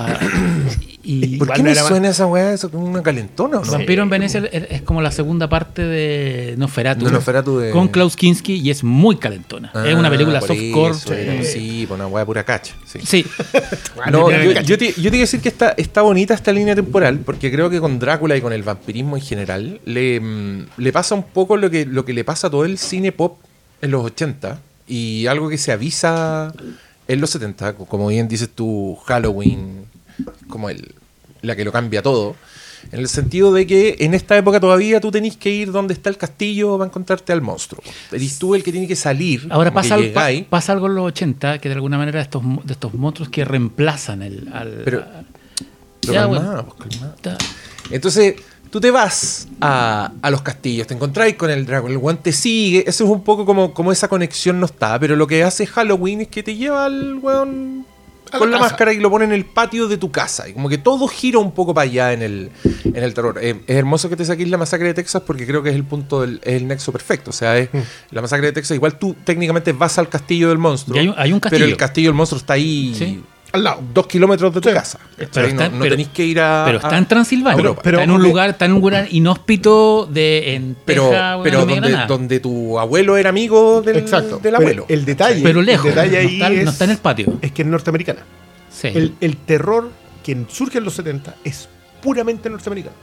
Y ¿Por qué me suena esa weá? ¿Eso como una calentona o no? Vampiro en Venecia es como la segunda parte de Nosferatu. Con Klaus Kinski y es muy calentona. Es una película softcore. Sí, por una weá pura cacha. Sí. No, yo te iba a decir que está bonita esta línea temporal, porque creo que con Drácula y con el vampirismo en general le pasa un poco lo que le pasa a todo el cine pop en los 80 y algo que se avisa en los 70, como bien dices tú, Halloween, como la que lo cambia todo, en el sentido de que en esta época todavía tú tenés que ir donde está el castillo para encontrarte al monstruo. Eres tú el que tiene que salir. Ahora pasa algo en los 80 que de alguna manera de estos monstruos que reemplazan Pero calmado, pues calmado. Entonces tú te vas a los castillos, te encontráis con el Drácula, el weón te sigue, eso es un poco como esa conexión no está, pero lo que hace Halloween es que te lleva al weón con la máscara y lo pone en el patio de tu casa, y como que todo gira un poco para allá en el terror. Es hermoso que te saquéis la masacre de Texas porque creo que es el punto, es el nexo perfecto, o sea, es la masacre de Texas, igual tú técnicamente vas al castillo del monstruo, hay un castillo. pero el castillo del monstruo está ahí... ¿Sí? Al lado. 2 kilómetros de tu casa. Pero no tenéis que ir a... Pero está en Transilvania. Pero está en un lugar inhóspito en Texas, pero donde tu abuelo era amigo del abuelo. El detalle, pero lejos. El detalle ahí no está en el patio. Es que es norteamericana. Sí. El terror que surge en los 70 es puramente norteamericano.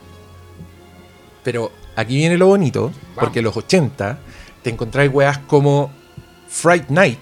Pero aquí viene lo bonito, porque en los 80 te encontráis weas como Fright Night,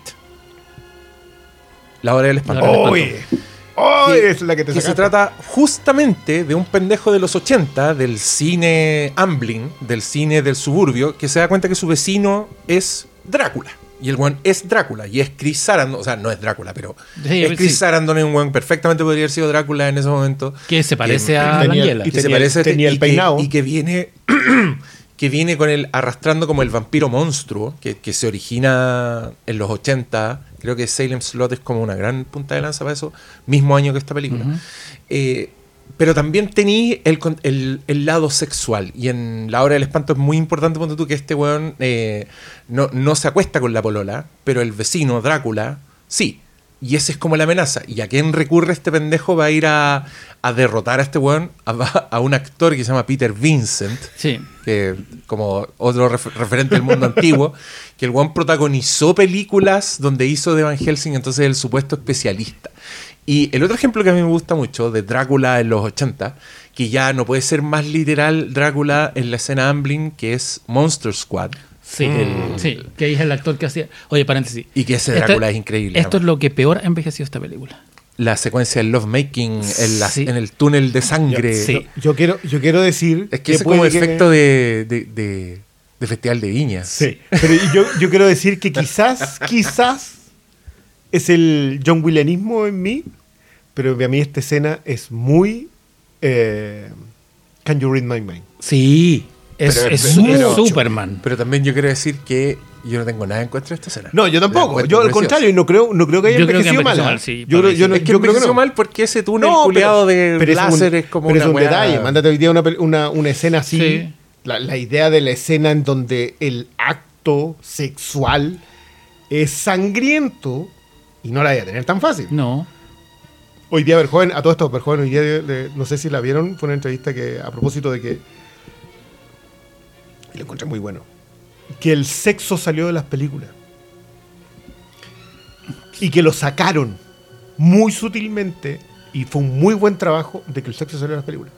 La Hora del Espanto. Oye, es la que te que se sacaste. trata justamente de un pendejo de los 80, del cine Amblin, del cine del suburbio, que se da cuenta que su vecino es Drácula. Y el weón es Drácula. Y es Chris Sarandon. O sea, no es Drácula, pero es Chris Sarandon, es un weón perfectamente podría haber sido Drácula en ese momento. Que se parece a Langella. Y tenía el peinado. Y que viene... que viene con él arrastrando como el vampiro monstruo, que se origina en los 80. Creo que Salem Slot es como una gran punta de lanza para eso. Mismo año que esta película. Pero también tenía el lado sexual. Y en La Hora del Espanto es muy importante, ponte tú, que este weón no se acuesta con la polola, pero el vecino, Drácula, sí. Y esa es como la amenaza. ¿Y a quién recurre este pendejo? Va a ir a derrotar a este weón, a un actor que se llama Peter Vincent, Sí. que como otro referente del mundo antiguo, que el weón protagonizó películas donde hizo de Van Helsing, entonces el supuesto especialista. Y el otro ejemplo que a mí me gusta mucho de Drácula en los 80, que ya no puede ser más literal Drácula en la escena Amblin, que es Monster Squad. Sí, que es el actor que hacía... Oye, paréntesis. Y que ese Drácula es increíble. Esto es lo que peor ha envejecido esta película. La secuencia del lovemaking Sí. en el túnel de sangre. Sí. Yo quiero decir... Es que es como efecto de Festival de Viña. Sí, pero yo quiero decir que quizás es el John Willianismo en mí, pero a mí esta escena es muy... Can You Read My Mind? Sí, es Superman. Pero también yo quiero decir que yo no tengo nada en contra de esta escena. No, yo tampoco. Yo al contrario, no creo que haya envejecido mal. Sí, yo creo que envejeció mal porque ese túnel culeado de láser es como pero una es un weá. detalle. Mándate hoy día una escena así. Sí. La idea de la escena en donde el acto sexual es sangriento y no la voy a tener tan fácil. No. Hoy día Verjoven, a todo esto, Verjoven hoy día, no sé si la vieron, fue una entrevista que a propósito de que, y lo encontré muy bueno, que el sexo salió de las películas y que lo sacaron muy sutilmente y fue un muy buen trabajo de que el sexo salió de las películas.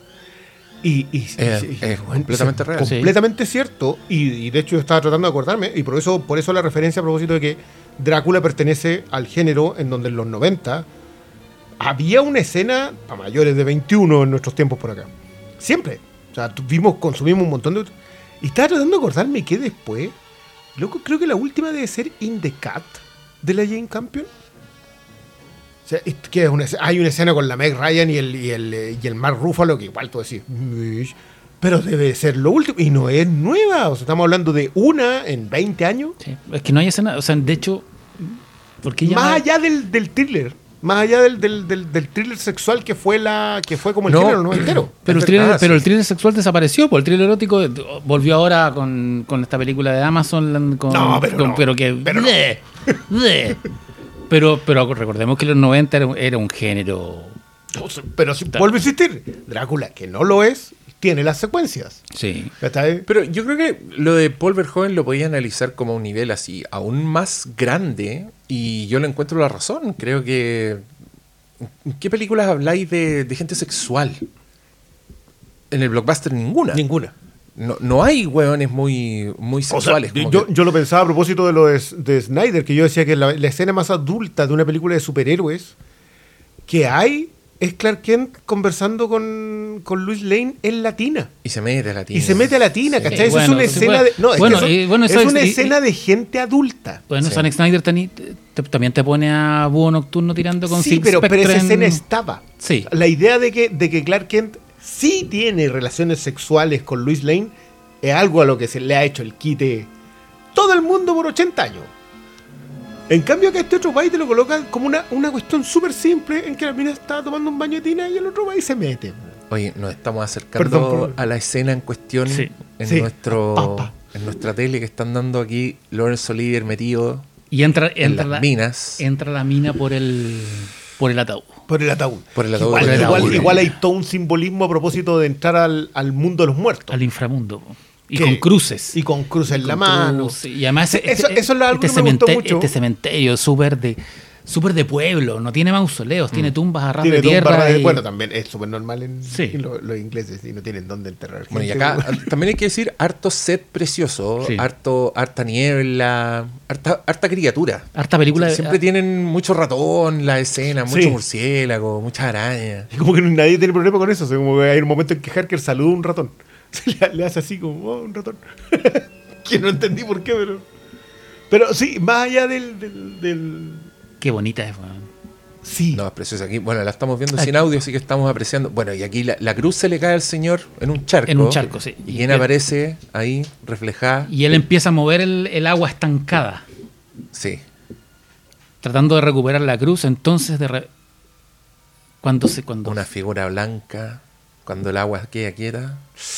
Es completamente real. Completamente cierto. Y de hecho yo estaba tratando de acordarme. Y por eso la referencia a propósito de que Drácula pertenece al género en donde en los 90 había una escena a mayores de 21 en nuestros tiempos por acá. Siempre. O sea, consumimos un montón de... Y estaba tratando de acordarme que después, loco, creo que la última debe ser In the Cat de la Jane Campion. O sea, que hay una escena con la Meg Ryan y el Mark Ruffalo que igual tú decís, pero debe ser lo último. Y no es nueva. O sea, estamos hablando de una en 20 años. Sí, es que no hay escena. O sea, de hecho, más allá del thriller. Más allá del thriller sexual que fue como el thriller noventero. Pero el thriller sexual desapareció, porque el thriller erótico volvió ahora con esta película de Amazon. Pero recordemos que en los 90 era un género. Pero si vuelvo a insistir, Drácula, que no lo es, tiene las secuencias. Sí. Pero yo creo que lo de Paul Verhoeven lo podía analizar como a un nivel así, aún más grande, y yo le encuentro la razón. Creo que... ¿En qué películas habláis de gente sexual? En el blockbuster ninguna. No hay hueones muy sexuales. O sea, yo lo pensaba a propósito de lo de Snyder, que yo decía que la escena más adulta de una película de superhéroes que hay es Clark Kent conversando con Lois Lane en latina. Y se mete a latina. Sí. ¿Cachai? Eso es una escena de... No, es una escena de gente adulta. Bueno, sí. Zack Snyder también te pone a Búho Nocturno tirando con Silk Spectre. Pero esa escena estaba. Sí. La idea de que Clark Kent sí tiene relaciones sexuales con Lois Lane es algo a lo que se le ha hecho el quite todo el mundo por 80 años. En cambio que este otro país te lo coloca como una cuestión súper simple en que la mina está tomando un baño de tina y el otro país se mete. Oye, nos estamos acercando a la escena en cuestión en nuestra tele que están dando aquí Laurence Olivier metido y entra las minas. Entra la mina por el ataúd. Por el ataúd. Igual hay todo un simbolismo a propósito de entrar al mundo de los muertos. Al inframundo. Y con cruces. Y con cruces en la mano. Y además eso es algo que me gustó mucho. Este cementerio súper de pueblo. No tiene mausoleos, tiene tumbas a ras de tierra. Bueno, también es súper normal en los ingleses y no tienen dónde enterrar gente. Bueno, y acá también hay que decir harto set precioso, harta niebla, harta criatura. Harta película. Siempre tienen mucho ratón la escena, mucho murciélago, muchas arañas. Y como que nadie tiene problema con eso. O sea, como que hay un momento en que Harker saluda a un ratón. Le hace así como un ratón. Que no entendí por qué, pero sí, más allá del... Qué bonita es, weón. Sí. No, es preciosa. Aquí, bueno, la estamos viendo sin audio, así que estamos apreciando. Bueno, y aquí la cruz se le cae al señor en un charco. En un charco, sí. Y quien aparece ahí, reflejada. Y él empieza a mover el agua estancada. Sí. Tratando de recuperar la cruz, entonces cuando una figura blanca, cuando el agua queda quieta.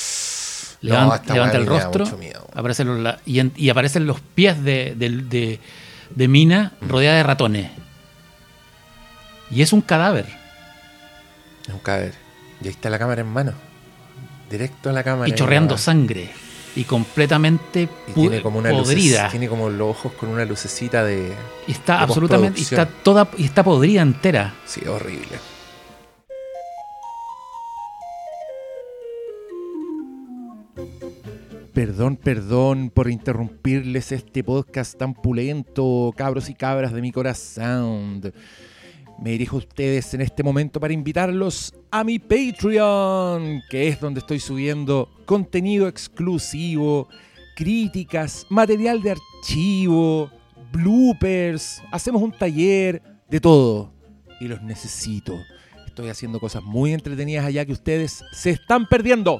Levanta el rostro, y aparecen los pies de Mina rodeada de ratones. Y es un cadáver. Es un cadáver. Y ahí está la cámara en mano. Directo a la cámara. Y chorreando sangre. Y completamente tiene como podrida. Tiene como los ojos con una lucecita de... Y está absolutamente... Y está podrida entera. Sí, horrible. Perdón por interrumpirles este podcast tan pulento, cabros y cabras de mi corazón. Me dirijo a ustedes en este momento para invitarlos a mi Patreon, que es donde estoy subiendo contenido exclusivo, críticas, material de archivo, bloopers, hacemos un taller, de todo. Y los necesito. Estoy haciendo cosas muy entretenidas allá que ustedes se están perdiendo.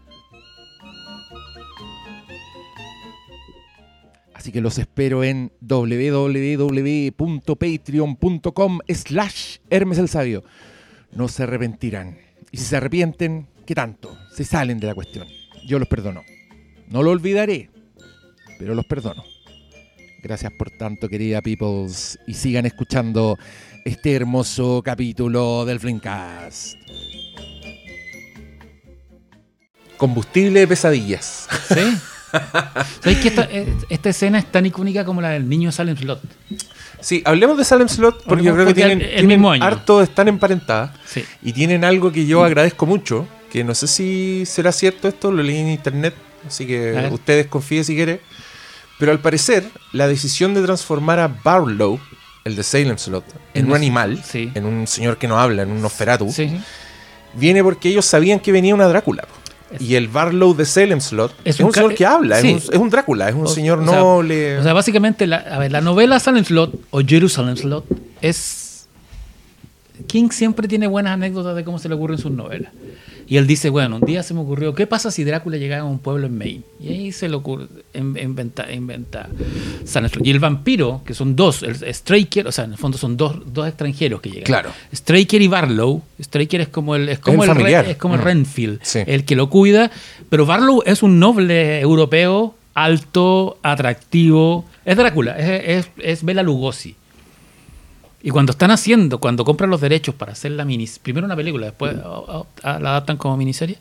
Así que los espero en www.patreon.com/Hermes el Sabio. No se arrepentirán. Y si se arrepienten, ¿qué tanto? Se salen de la cuestión. Yo los perdono. No lo olvidaré, pero los perdono. Gracias por tanto, querida peoples. Y sigan escuchando este hermoso capítulo del Flimcast. Combustible de pesadillas. ¿Sí? ¿Sabéis que esta escena es tan icónica como la del niño Salem Slot? Sí, hablemos de Salem Slot porque yo creo que tienen mismo año. harto, están emparentadas. Sí. Y tienen algo que yo agradezco mucho, que no sé si será cierto esto, lo leí en internet, así que ustedes confíen si quieren. Pero al parecer, la decisión de transformar a Barlow, el de Salem Slot, en un animal, en un señor que no habla, en un Nosferatu, viene porque ellos sabían que venía una Drácula. Y el Barlow de Salem Slot es un señor que habla, sí. es un Drácula, es un señor sea, noble. O sea, básicamente, la novela Salem Slot o Jerusalem Slot es... King siempre tiene buenas anécdotas de cómo se le ocurren sus novelas. Y él dice, bueno, un día se me ocurrió, ¿qué pasa si Drácula llegara a un pueblo en Maine? Y ahí se le ocurre, inventa Salem Slot. Y el vampiro, que son dos, el Straker, o sea, en el fondo son dos extranjeros que llegan. Claro. Straker y Barlow. Straker es como el familiar. Es como el Renfield, Sí. el que lo cuida. Pero Barlow es un noble europeo, alto, atractivo. Es Drácula, es Bela Lugosi. Y cuando compran los derechos para hacer la primero una película, después la adaptan como miniserie.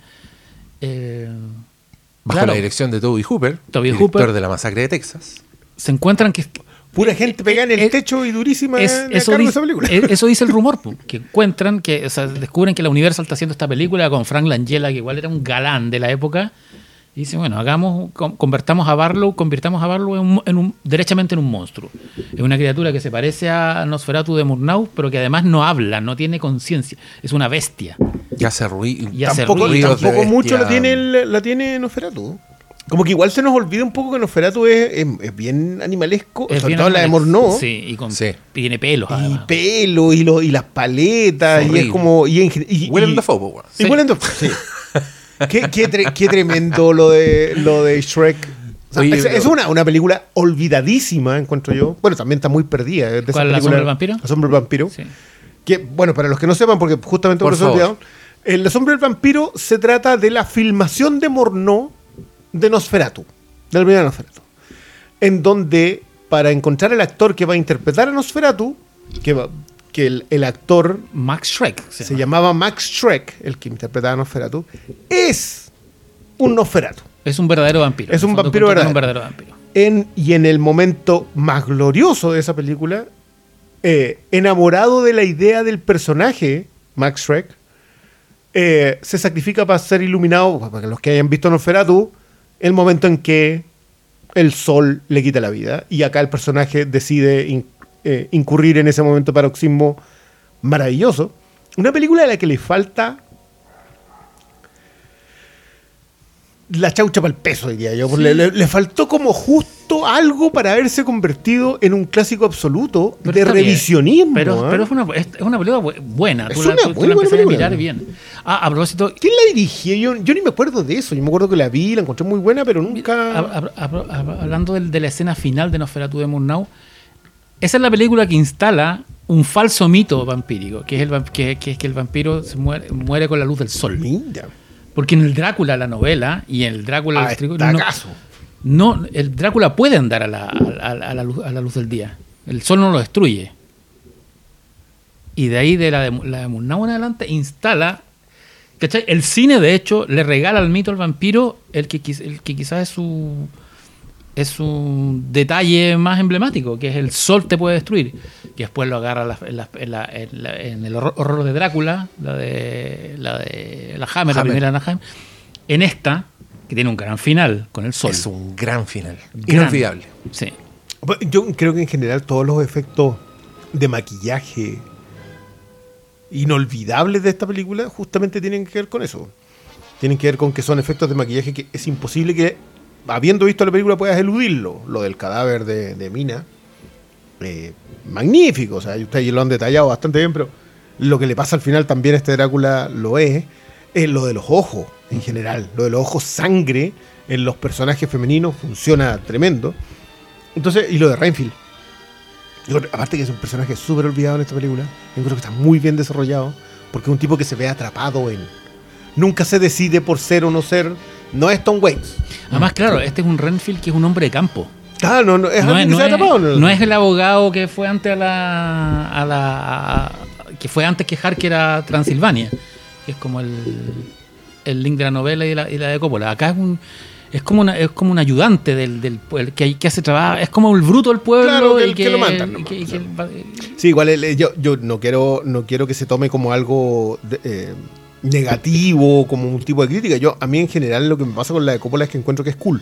Bajo la dirección de Toby Hooper, director de La Masacre de Texas. Se encuentran que... Pura gente pegada en el techo y durísima en esa película. Eso dice el rumor, que encuentran, o sea, descubren que la Universal está haciendo esta película con Frank Langella, que igual era un galán de la época. Y dice, bueno, convirtamos a Barlow derechamente en un monstruo. Es una criatura que se parece a Nosferatu de Murnau, pero que además no habla, no tiene conciencia. Es una bestia. Y hace ruido. Tampoco mucho la tiene Nosferatu. Como que igual se nos olvida un poco que Nosferatu es bien animalesco, sobre todo la de Murnau. Sí, tiene pelos. Y pelo, y las paletas, y es como... Willem Dafoe, bueno. Y Willem Dafoe, sí. Qué tremendo lo de Shrek. O sea, es una película olvidadísima, encuentro yo. Bueno, también está muy perdida. ¿Cuál, La Sombra del Vampiro? La Sombra del Vampiro. Sí. Que, bueno, para los que no sepan, porque justamente por eso olvidaron, La Sombra del Vampiro se trata de la filmación de Murnau de Nosferatu, de la primera Nosferatu. En donde, para encontrar el actor que va a interpretar a Nosferatu, que el actor Max Schreck se llamaba Max Schreck, el que interpretaba a Nosferatu, es un Nosferatu. Es un verdadero vampiro. Es un vampiro verdadero. Y en el momento más glorioso de esa película, enamorado de la idea del personaje, Max Schreck, se sacrifica para ser iluminado, para los que hayan visto Nosferatu, el momento en que el sol le quita la vida. Y acá el personaje decide incurrir en ese momento paroxismo maravilloso. Una película a la que le falta la chaucha para el peso, diría yo. Sí. Le faltó como justo algo para haberse convertido en un clásico absoluto de revisionismo. Pero es una película buena. Es una buena película. A mirar bien. A propósito... ¿Quién la dirigió? Yo ni me acuerdo de eso. Yo me acuerdo que la vi, la encontré muy buena, pero nunca... Hablando de la escena final de Nosferatu de Murnau, esa es la película que instala un falso mito vampírico, que es que el vampiro se muere con la luz del sol. Mira. Porque en el Drácula, la novela, y en el Drácula... el Drácula puede andar a la luz del día. El sol no lo destruye. Y de ahí, de la de Murnau en adelante, instala... ¿Cachai? El cine, de hecho, le regala al mito al vampiro el que quizás es un detalle más emblemático, que es el sol te puede destruir, que después lo agarra en el horror de Drácula, la de la Hammer, la primera de la Hammer. En esta, que tiene un gran final con el sol. Es un gran final, inolvidable. Sí. Yo creo que en general todos los efectos de maquillaje inolvidables de esta película justamente tienen que ver con eso. Tienen que ver con que son efectos de maquillaje que es imposible que, habiendo visto la película, puedas eludirlo. Lo del cadáver de Mina, magnífico, o sea, ustedes lo han detallado bastante bien, pero lo que le pasa al final también a este Drácula lo es lo de los ojos en general. Lo de los ojos sangre en los personajes femeninos funciona tremendo. Entonces, y lo de Renfield, aparte que es un personaje súper olvidado en esta película, yo creo que está muy bien desarrollado, porque es un tipo que se ve atrapado nunca se decide por ser o no ser. No es Tom Waits. Además, claro, este es un Renfield que es un hombre de campo. Claro, no es el abogado que fue antes que fue antes que Harker a Transilvania, que es como el link de la novela y la de Coppola. Acá es como un ayudante del pueblo que hace trabajo, es como el bruto del pueblo. Claro, el que lo mandan. Sí, igual yo no quiero que se tome como algo negativo, como un tipo de crítica. A mí en general lo que me pasa con la de Coppola es que encuentro que es cool.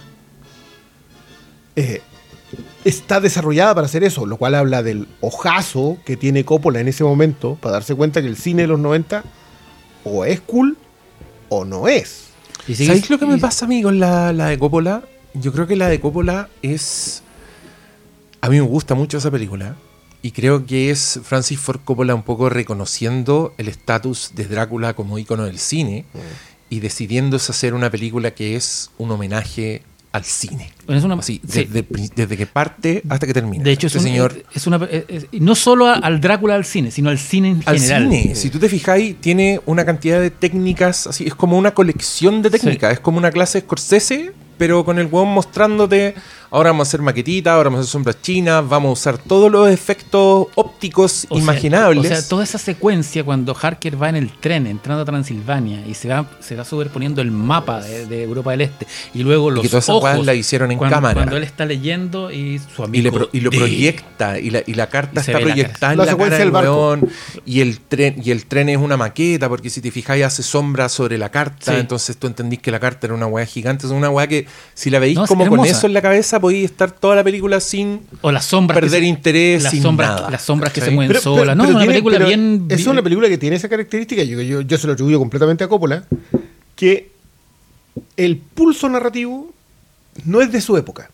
Está desarrollada para hacer eso, lo cual habla del ojazo que tiene Coppola en ese momento para darse cuenta que el cine de los 90 o es cool o no es. ¿Sabéis lo que me pasa a mí con la de Coppola? Yo creo que la de Coppola es... A mí me gusta mucho esa película. Y creo que es Francis Ford Coppola un poco reconociendo el estatus de Drácula como ícono del cine y decidiéndose hacer una película que es un homenaje al cine. Bueno, así, desde que parte hasta que termina. De hecho, no solo al Drácula del cine, sino al cine en general. Al cine, si tú te fijáis, tiene una cantidad de técnicas, así es como una colección de técnicas, es como una clase de Scorsese, pero con el huevón mostrándote, ahora vamos a hacer maquetitas, ahora vamos a hacer sombras chinas, vamos a usar todos los efectos ópticos imaginables. O sea, toda esa secuencia cuando Harker va en el tren entrando a Transilvania y se va superponiendo el mapa de Europa del Este y luego los ojos la hicieron en cámara. Cuando él está leyendo y su amigo y lo proyecta y la carta está proyectada en la cara del huevón y el tren es una maqueta porque si te fijáis hace sombra sobre la carta, entonces tú entendís que la carta era una hueá gigante, es una hueá que si la veis como con eso en la cabeza podéis estar toda la película sin perder interés, sin nada. Las sombras que se mueven solas. No, una película bien... Es una película que tiene esa característica, yo se lo atribuyo completamente a Coppola, que el pulso narrativo no es de su época.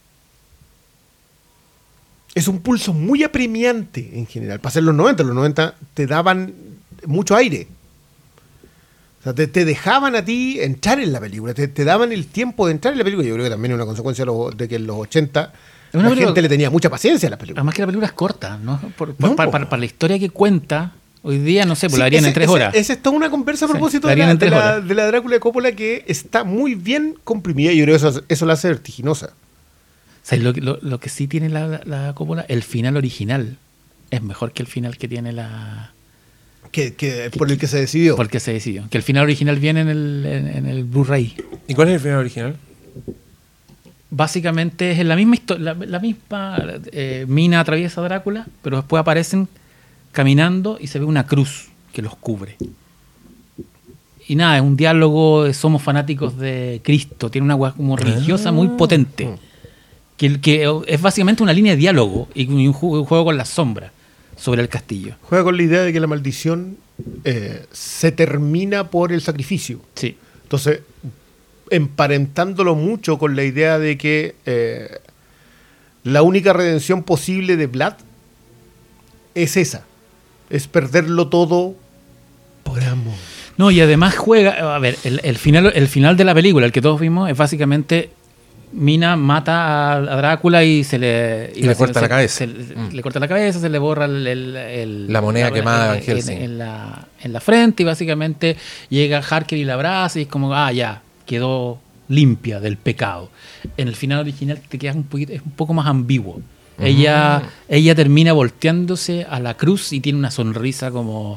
Es un pulso muy apremiante en general. Para ser los 90 te daban mucho aire. O sea, te dejaban a ti entrar en la película, te daban el tiempo de entrar en la película. Yo creo que también es una consecuencia de que en los 80 la gente le tenía mucha paciencia a la película. Además que la película es corta, ¿no? Para la historia que cuenta, hoy día, no sé, pues la harían en 3 horas. Esa es toda una conversa a propósito de la Drácula de Coppola que está muy bien comprimida y yo creo que eso la hace vertiginosa. O sea, lo que sí tiene la Coppola, el final original es mejor que el final que tiene la... por el que se decidió. Porque se decidió. Que el final original viene en el Blu-ray. ¿Y cuál es el final original? Básicamente es la misma historia. La misma mina atraviesa a Drácula, pero después aparecen caminando y se ve una cruz que los cubre. Y nada, es un diálogo, somos fanáticos de Cristo, tiene una hueá como religiosa muy potente. Que es básicamente una línea de diálogo y un juego con las sombras sobre el castillo. Juega con la idea de que la maldición se termina por el sacrificio. Sí. Entonces, emparentándolo mucho con la idea de que la única redención posible de Vlad es esa. Es perderlo todo por amor. No, y además juega... A ver, el final de la película, el que todos vimos, es básicamente... Mina mata a Drácula y le corta la cabeza. Le corta la cabeza, se le borra la moneda quemada en la frente y básicamente llega Harker y la abraza y es como, ya, quedó limpia del pecado. En el final original te quedas es un poco más ambiguo. Ella termina volteándose a la cruz y tiene una sonrisa como...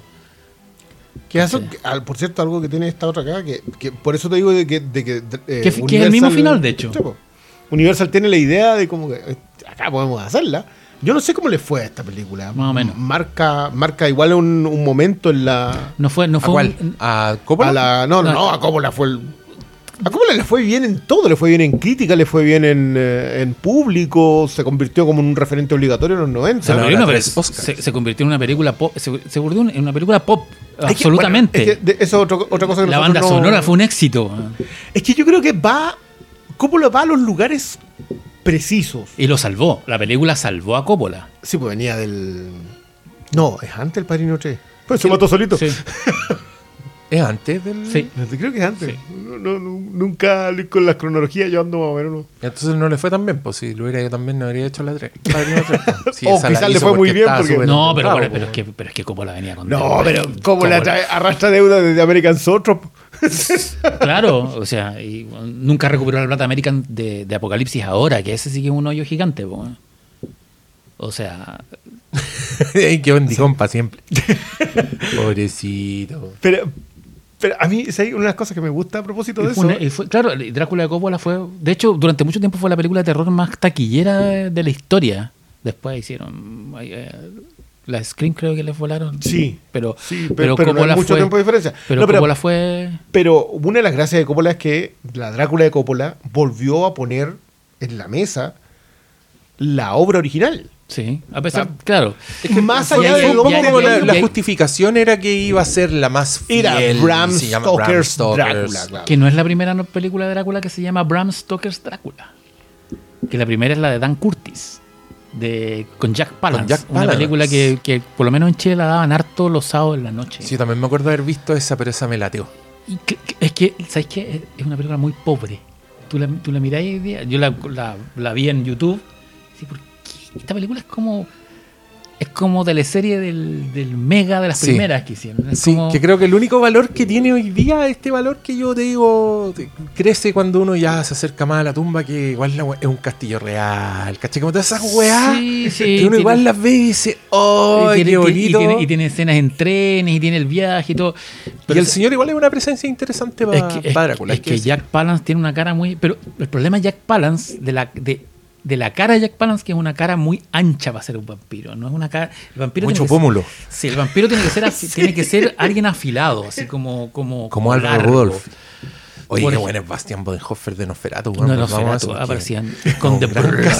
por cierto, algo que tiene esta otra acá, que por eso te digo de que es el mismo final, de hecho. Universal tiene la idea de como que acá podemos hacerla. Yo no sé cómo le fue a esta película. Más o menos. Marca igual un momento en la... No fue ¿A cuál? ¿A Coppola? A Coppola fue a Coppola le fue bien en todo, le fue bien en crítica, le fue bien en público, se convirtió como un referente obligatorio en los 90. Se convirtió en una película pop, se convirtió en una película pop, absolutamente. Eso es otra cosa que la banda sonora fue un éxito. Es que yo creo que Coppola va a los lugares precisos. Y lo salvó, la película salvó a Coppola. Sí, pues venía del... No, es antes el Padrino 3. Pues se mató solito. Sí. ¿Es antes del...? Sí. Creo que es antes. Sí. No, nunca con las cronologías yo ando más o menos. Entonces no le fue tan bien, pues si lo hubiera yo también no habría hecho la 3. Sí, quizás le fue muy bien porque... No, pero es que Coppola venía con... No, pero Coppola arrastra deuda desde American Zoetrope. Claro, o sea, y nunca recuperó la plata American de Apocalipsis ahora, que ese sí que es un hoyo gigante, po. O sea... Qué bendicón para siempre. Pobrecito. Pero a mí hay unas cosas que me gusta a propósito de eso. Claro, Drácula de Coppola fue... De hecho, durante mucho tiempo fue la película de terror más taquillera de la historia. Después hicieron... La Scream creo que les volaron. Sí. Pero Coppola no hay mucho tiempo de diferencia. Pero Coppola fue... Pero una de las gracias de Coppola es que la Drácula de Coppola volvió a poner en la mesa la obra original. Sí, a pesar, claro. Es que más allá de la justificación era que iba a ser la más fiel. Era Bram Stoker's Drácula, claro. Que no es la primera película de Drácula que se llama Bram Stoker's Drácula. Que la primera es la de Dan Curtis, con Jack Palance. Una película que por lo menos en Chile la daban harto los sábados en la noche. Sí, también me acuerdo de haber visto esa, pero esa me lateó. Y es que, ¿sabes qué? Es una película muy pobre. Tú la miráis hoy día, yo la vi en YouTube. Sí, ¿por qué? Esta película es como teleserie del Mega de las primeras que hicieron. Que creo que el único valor que tiene hoy día, este valor que yo te digo, crece cuando uno ya se acerca más a la tumba, que igual es un castillo real, ¿cachai? Como todas esas weas, que uno igual las ve y dice, ¡oh, qué bonito! Y tiene escenas en trenes, y tiene el viaje y todo. Pero el señor igual es una presencia interesante para Drácula. Es que Jack Palance tiene una cara muy... Pero el problema de Jack Palance, de la cara de Jack Palance, que es una cara muy ancha para ser un vampiro, no es una cara... El vampiro mucho pómulo. Sí, el vampiro tiene que ser alguien afilado, así como Álvaro Rudolph. Oye, qué bueno es Bastian Bodenhofer de Nosferatu. Bueno, Nosferatu aparecían con The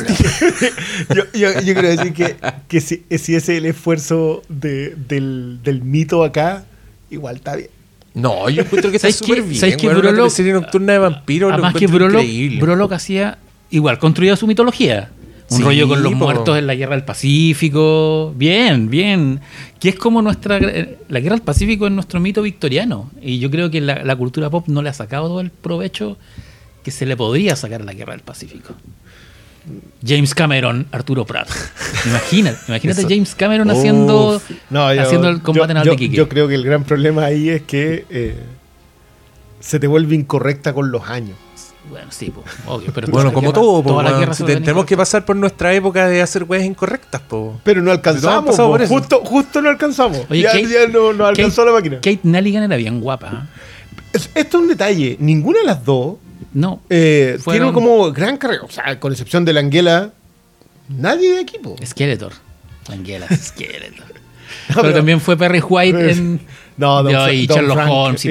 yo quiero decir que si ese es el esfuerzo del mito acá, igual está bien. No, yo encuentro que está súper bien. ¿Sabes que una serie nocturna de vampiros? Además que Brolock hacía... Igual, construía su mitología. Un rollo con los muertos en la Guerra del Pacífico. Bien. Que es como la Guerra del Pacífico es nuestro mito victoriano. Y yo creo que la cultura pop no le ha sacado todo el provecho que se le podría sacar a la Guerra del Pacífico. James Cameron, Arturo Prat. Imagínate James Cameron haciendo el combate naval de Quique. Yo creo que el gran problema ahí es que se te vuelve incorrecta con los años. Bueno, sí, obvio. Pero bueno, como todo, tenemos que pasar por nuestra época de hacer weas incorrectas. Pero no alcanzamos. Justo no alcanzamos. Oye, ya no alcanzó la máquina. Kate Nelligan era bien guapa. Esto es un detalle. Ninguna de las dos tiene como gran carrera. O sea, con excepción de la Anguela, nadie de equipo. Skeletor. Anguela, Skeletor. Pero también fue Perry White en... y Sherlock Holmes y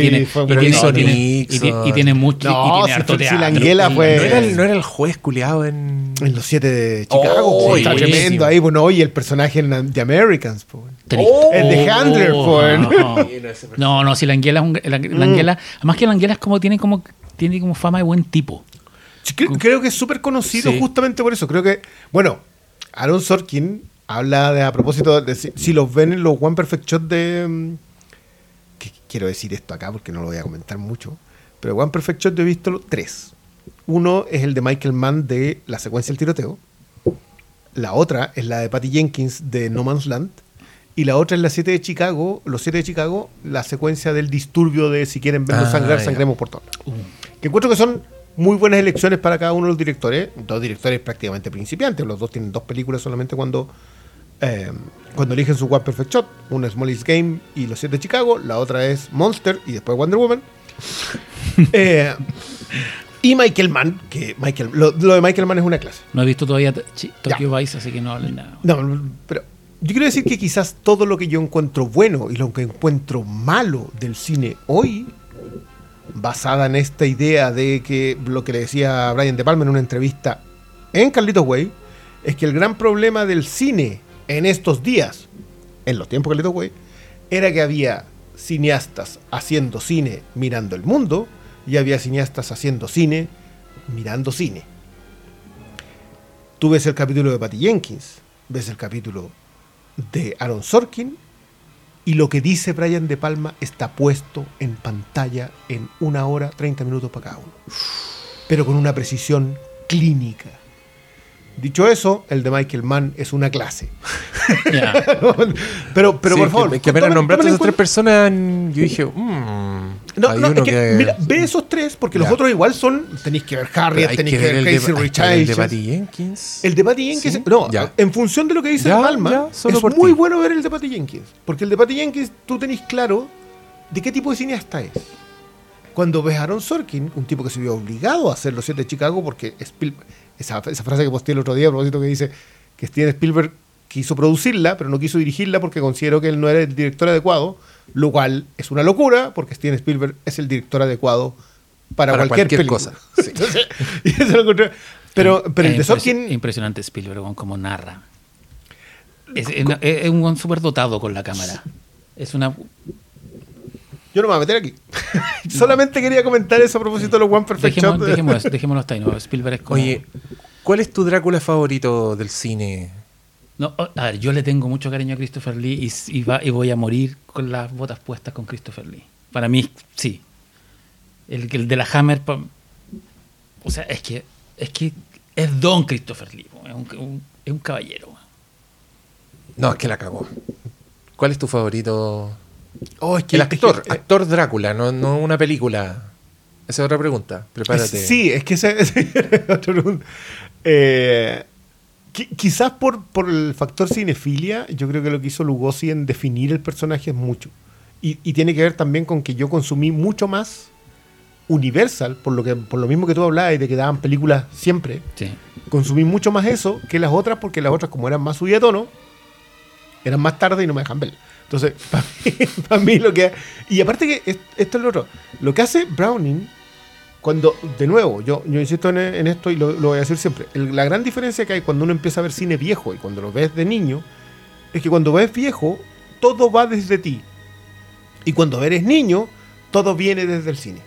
tiene mucho y tiene harto teatro. Si la Anguela fue... ¿No era el juez culiado en Los 7 de Chicago? Está tremendo ahí. Bueno, y el personaje en The Americans. El de Handler. No, si la Anguela además que la Anguela es tiene como fama de buen tipo. Creo que es súper conocido justamente por eso. Creo que, bueno, Aaron Sorkin habla a propósito de si los ven en los One Perfect Shot de... quiero decir esto acá porque no lo voy a comentar mucho, pero One Perfect Shot yo he visto 3. Uno es el de Michael Mann de la secuencia del tiroteo. La otra es la de Patty Jenkins de No Man's Land. Y la otra es los 7 de Chicago, la secuencia del disturbio de si quieren verlo sangrar, sangremos por todos. Que encuentro que son muy buenas elecciones para cada uno de los directores. 2 directores prácticamente principiantes. Los dos tienen 2 películas solamente cuando eligen su One Perfect Shot. Una es Molly's Game y Los 7 de Chicago. La otra es Monster y después Wonder Woman. Y Michael Mann, que lo de Michael Mann es una clase. No he visto todavía Tokyo Vice, así que no hablen nada. No, pero yo quiero decir que quizás todo lo que yo encuentro bueno y lo que encuentro malo del cine hoy, basada en esta idea de que lo que le decía Brian De Palma en una entrevista en Carlitos Way, es que el gran problema del cine en estos días, en los tiempos de Carlitos Way, era que había cineastas haciendo cine mirando el mundo y había cineastas haciendo cine mirando cine. Tú ves el capítulo de Patty Jenkins, ves el capítulo de Aaron Sorkin y lo que dice Brian De Palma está puesto en pantalla en 1 hora 30 minutos para cada uno, pero con una precisión clínica. Dicho eso, el de Michael Mann es una clase. Yeah. pero por favor. Que apenas nombraste a esas 3 personas, yo dije, mira, ve esos 3, porque los otros igual son. Tenéis que ver Harriet, tenéis que ver Casey Richards. El de Patty Jenkins. El de Patty Jenkins. ¿Sí? En función de lo que dice De Palma, es muy bueno ver el de Patty Jenkins. Porque el de Patty Jenkins, tú tenés claro de qué tipo de cineasta es. Cuando ves a Aaron Sorkin, un tipo que se vio obligado a hacer Los 7 de Chicago, porque esa frase que posteé el otro día a propósito que dice que Steven Spielberg quiso producirla, pero no quiso dirigirla porque consideró que él no era el director adecuado, lo cual es una locura, porque Steven Spielberg es el director adecuado para cualquier película. Cosa. Sí. Entonces, pero el de Sorkin... Impresionante Spielberg, como narra. Es un buen súper dotado con la cámara. Es una... Yo no me voy a meter aquí. Solamente quería comentar eso a propósito de los One Perfect Shot. Dejémoslo hasta ahí. No, Spielberg es como... Oye, ¿cuál es tu Drácula favorito del cine? No, a ver, yo le tengo mucho cariño a Christopher Lee y voy a morir con las botas puestas con Christopher Lee. Para mí, sí. El de la Hammer... O sea, es que es Don Christopher Lee. Es un caballero. No, es que la cagó. ¿Cuál es tu favorito? Es que, el actor, actor Drácula, no una película. Esa es otra pregunta. Prepárate. Sí, es que esa es otra pregunta. Quizás por el factor cinefilia, yo creo que lo que hizo Lugosi en definir el personaje es mucho. Y tiene que ver también con que yo consumí mucho más Universal, por lo mismo que tú hablabas y de que daban películas siempre. Sí. Consumí mucho más eso que las otras, porque las otras, como eran más subidas de tono, eran más tarde y no me dejan ver. Entonces, para mí lo que... Y aparte que esto es lo otro. Lo que hace Browning, cuando, de nuevo, yo insisto en esto y lo voy a decir siempre, la gran diferencia que hay cuando uno empieza a ver cine viejo y cuando lo ves de niño, es que cuando ves viejo, todo va desde ti. Y cuando eres niño, todo viene desde el cine.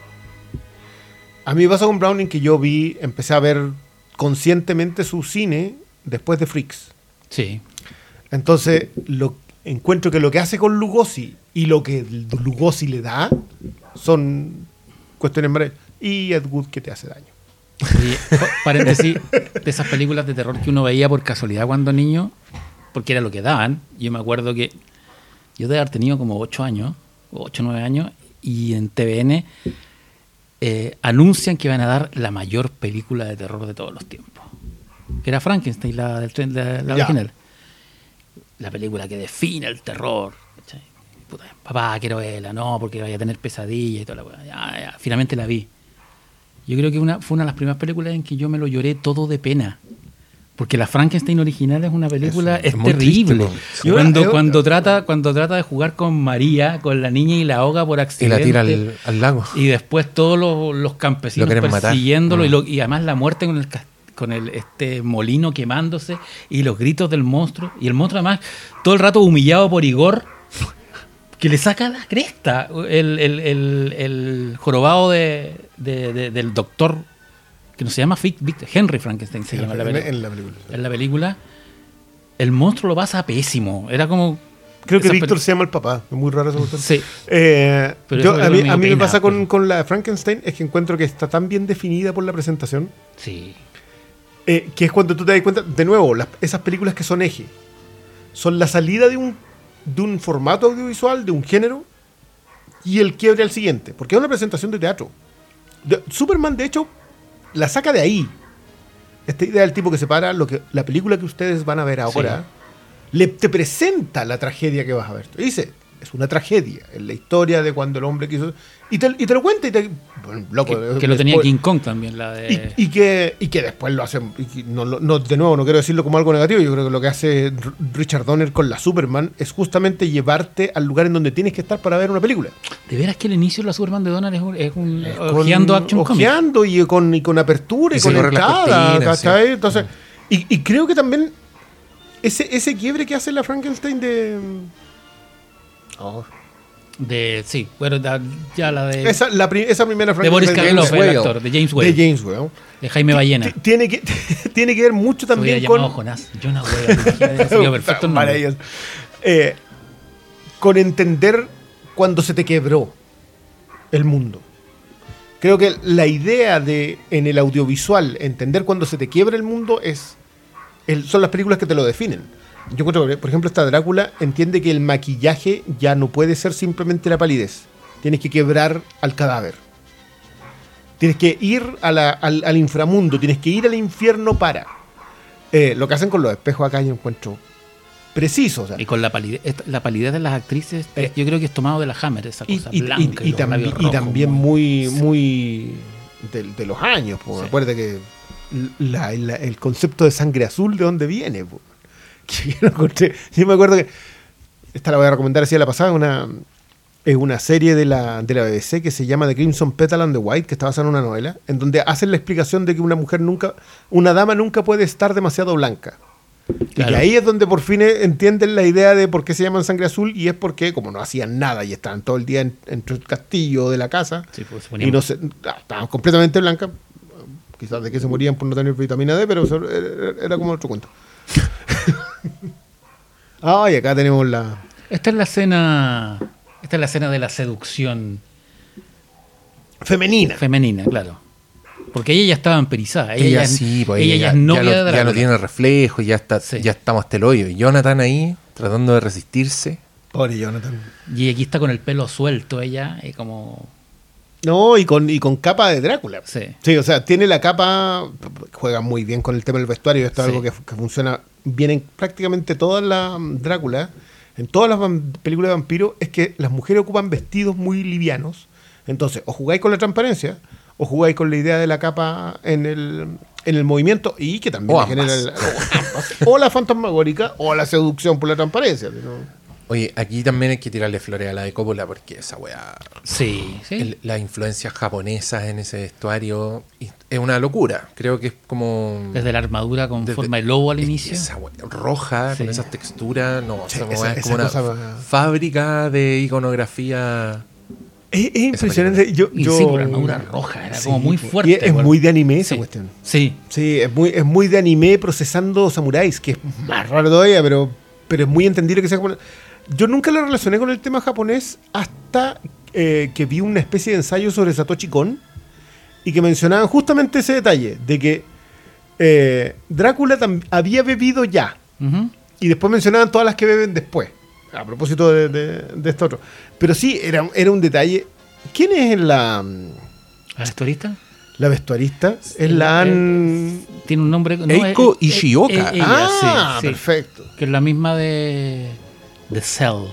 A mí me pasa con Browning que yo empecé a ver conscientemente su cine después de Freaks. Sí. Entonces, encuentro que lo que hace con Lugosi y lo que Lugosi le da son cuestiones maravillosas. Y Ed Wood que te hace daño. Y, paréntesis, de esas películas de terror que uno veía por casualidad cuando niño, porque era lo que daban. Yo me acuerdo que yo debe haber tenido como 8 o 9 años, y en TVN anuncian que van a dar la mayor película de terror de todos los tiempos. Que era Frankenstein, la original. La película que define el terror. Puta, papá, quiero verla, no, porque vaya a tener pesadillas y toda la weá. Ya, finalmente la vi. Yo creo que fue una de las primeras películas en que yo me lo lloré todo de pena. Porque la Frankenstein original es una película, es terrible. Triste, cuando trata de jugar con María, con la niña, y la ahoga por accidente. Y la tira al lago. Y después todos los campesinos persiguiéndolo. Y además la muerte con el molino quemándose y los gritos del monstruo. Y el monstruo además todo el rato humillado por Igor, que le saca la cresta. El jorobado del doctor, que no se llama Henry Frankenstein, se llama en la película. El monstruo lo pasa pésimo. Era como... Creo que Víctor se llama el papá. Es muy raro eso. Sí. A mí me pasa con la Frankenstein, es que encuentro que está tan bien definida por la presentación. Sí. Que es cuando tú te das cuenta, de nuevo, esas películas que son eje, son la salida de un formato audiovisual, de un género, y el quiebre al siguiente. Porque es una presentación de teatro. Superman, de hecho, la saca de ahí. Esta idea del tipo que separa la película que ustedes van a ver ahora, te presenta la tragedia que vas a ver. Te dice, es una tragedia, es la historia de cuando el hombre quiso... Y te lo cuenta bueno, loco, que lo tenía King Kong también, la de... Y que después lo hacen... de nuevo, no quiero decirlo como algo negativo. Yo creo que lo que hace Richard Donner con la Superman es justamente llevarte al lugar en donde tienes que estar para ver una película. De veras que el inicio de la Superman de Donner es un ojeando action comic. Ojeando y con apertura y con entrada, ¿cachai? Entonces, y creo que también ese quiebre que hace la Frankenstein de... Sí, bueno, ya la de... Esa primera Frankenstein de Boris Karloff, el actor, de James Whale. De Jaime Ballena. Tiene que ver mucho también con... Jonás Whale, perfecto. Con entender cuando se te quebró el mundo. Creo que la idea de, en el audiovisual, entender cuando se te quiebra el mundo son las películas que te lo definen. Yo encuentro que, por ejemplo, esta Drácula entiende que el maquillaje ya no puede ser simplemente la palidez. Tienes que quebrar al cadáver. Tienes que ir al inframundo, tienes que ir al infierno para. Lo que hacen con los espejos acá yo encuentro preciso. O sea. Y con la palidez de las actrices, yo creo que es tomado de la Hammer, esa cosa blanca. Y también muy de los años. Sí. Recuerda que el concepto de sangre azul, ¿de dónde viene? Yo me acuerdo que esta la voy a recomendar así a la pasada, es una serie de la BBC que se llama The Crimson Petal and the White, que está basada en una novela, en donde hacen la explicación de que una dama nunca puede estar demasiado blanca. Claro. Y ahí es donde por fin entienden la idea de por qué se llaman sangre azul, y es porque, como no hacían nada y estaban todo el día entre el castillo de la casa, Sí, pues, se y ponían- no se, estaban completamente blancas, quizás de que se morían por no tener vitamina D, pero eso era como otro cuento. Y acá tenemos la... Esta es la escena de la seducción femenina. femenina, claro. Porque ella ya estaba vampirizada. Ella ya, sí, pues ella ya es ya novia de ya Drácula. no tiene reflejo, ya está, Sí. ya estamos hasta el hoyo. Y Jonathan ahí, tratando de resistirse. Pobre Jonathan. Y aquí está con el pelo suelto ella, y como... No, y con capa de Drácula. Sí. Sí, o sea, tiene la capa, juega muy bien con el tema del vestuario, esto es Sí. algo que funciona bien en prácticamente todas las Drácula, en todas las películas de vampiros, es que las mujeres ocupan vestidos muy livianos, entonces o jugáis con la transparencia, o jugáis con la idea de la capa en el movimiento, y que también O le genera ambas. o la fantasmagórica, o la seducción por la transparencia. ¿No? Oye, aquí también hay que tirarle flores a la de Coppola porque esa weá... Sí, sí. Las influencias japonesas en ese vestuario es una locura. Creo que es como... Desde la armadura con desde- forma de lobo al es que inicio. Esa weá roja, Sí. con esas texturas. No, Sí, esa esa- weá es como esa una cosa- fábrica de iconografía. Es impresionante. Yo, Y sí, por la armadura roja, era como muy pues, fuerte. y es bueno. muy de anime esa Sí. cuestión. Sí, Sí, es muy de anime procesando samuráis, que es más raro todavía, pero es muy entendible que sea japonés. Yo nunca lo relacioné con el tema japonés hasta que vi una especie de ensayo sobre Satoshi Kon y que mencionaban justamente ese detalle, de que Drácula había bebido ya, ujú. y después mencionaban todas las que beben después, a propósito de esto otro. Pero sí, era un detalle. ¿Quién es ¿La vestuarista? la vestuarista? Es la Ann... Tiene un nombre... Eiko Ishioka. ella, sí, sí. Perfecto. Que es la misma de Cell.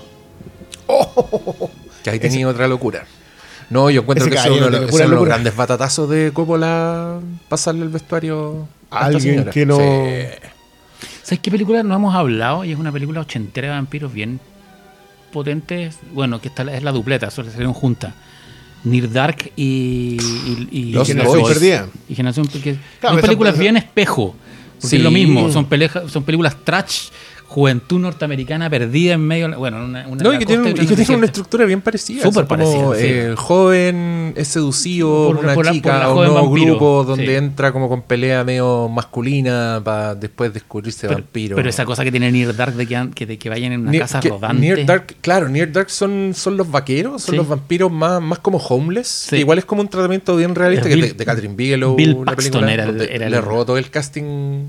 Que ahí tenía otra locura. No, yo encuentro Ese que caballero tiene son pura los locura. grandes batatazos de Coppola pasarle el vestuario a esta Alguien señora. que no... Sí. ¿Sabes qué película no hemos hablado? Y es una película ochentera de vampiros bien potente. Bueno, que es la dupleta, solo salieron juntas. Near Dark y Los Generación Boys. Perdida. Y Generación, porque Claro, son esa- películas esa- bien espejo. Porque Sí. es lo mismo, son películas trash, juventud norteamericana perdida en medio. Bueno, una No, y que tiene una estructura estructura bien parecida. Súper Son como, parecida, sí. el joven es seducido Por por una la chica o un joven nuevo vampiro, grupo donde sí. entra como con pelea medio masculina para después descubrirse vampiro. Pero esa cosa que tiene Near Dark de que vayan en una casa rodante. Near Dark, claro, Near Dark son los vaqueros, son Sí. los vampiros más como homeless. Sí. Que igual es como un tratamiento bien realista Es que Bill- de Catherine Bigelow. Bill la Paxton película, era el- donde era el- le robó todo el casting.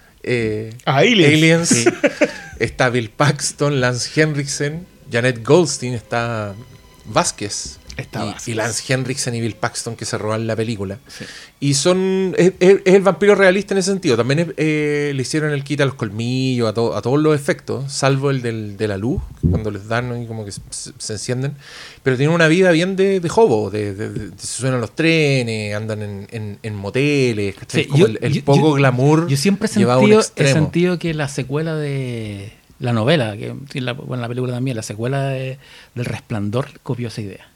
Aliens. Sí. Está Bill Paxton, Lance Henriksen, Janet Goldstein, está Vázquez. Está Y Vázquez. Lance Henriksen y Bill Paxton que se roban la película. Sí. Y es el vampiro realista en ese sentido. También le hicieron el kit a los colmillos, a todos los efectos, salvo el de la luz, cuando les dan y como que se encienden. Pero tienen una vida bien de hobo, se suenan los trenes, andan en moteles, ¿cachai? Sí, Como el poco glamour Yo siempre llevado a un he extremo. sentido que la secuela de la novela, la película también, la secuela del Resplandor copió esa idea.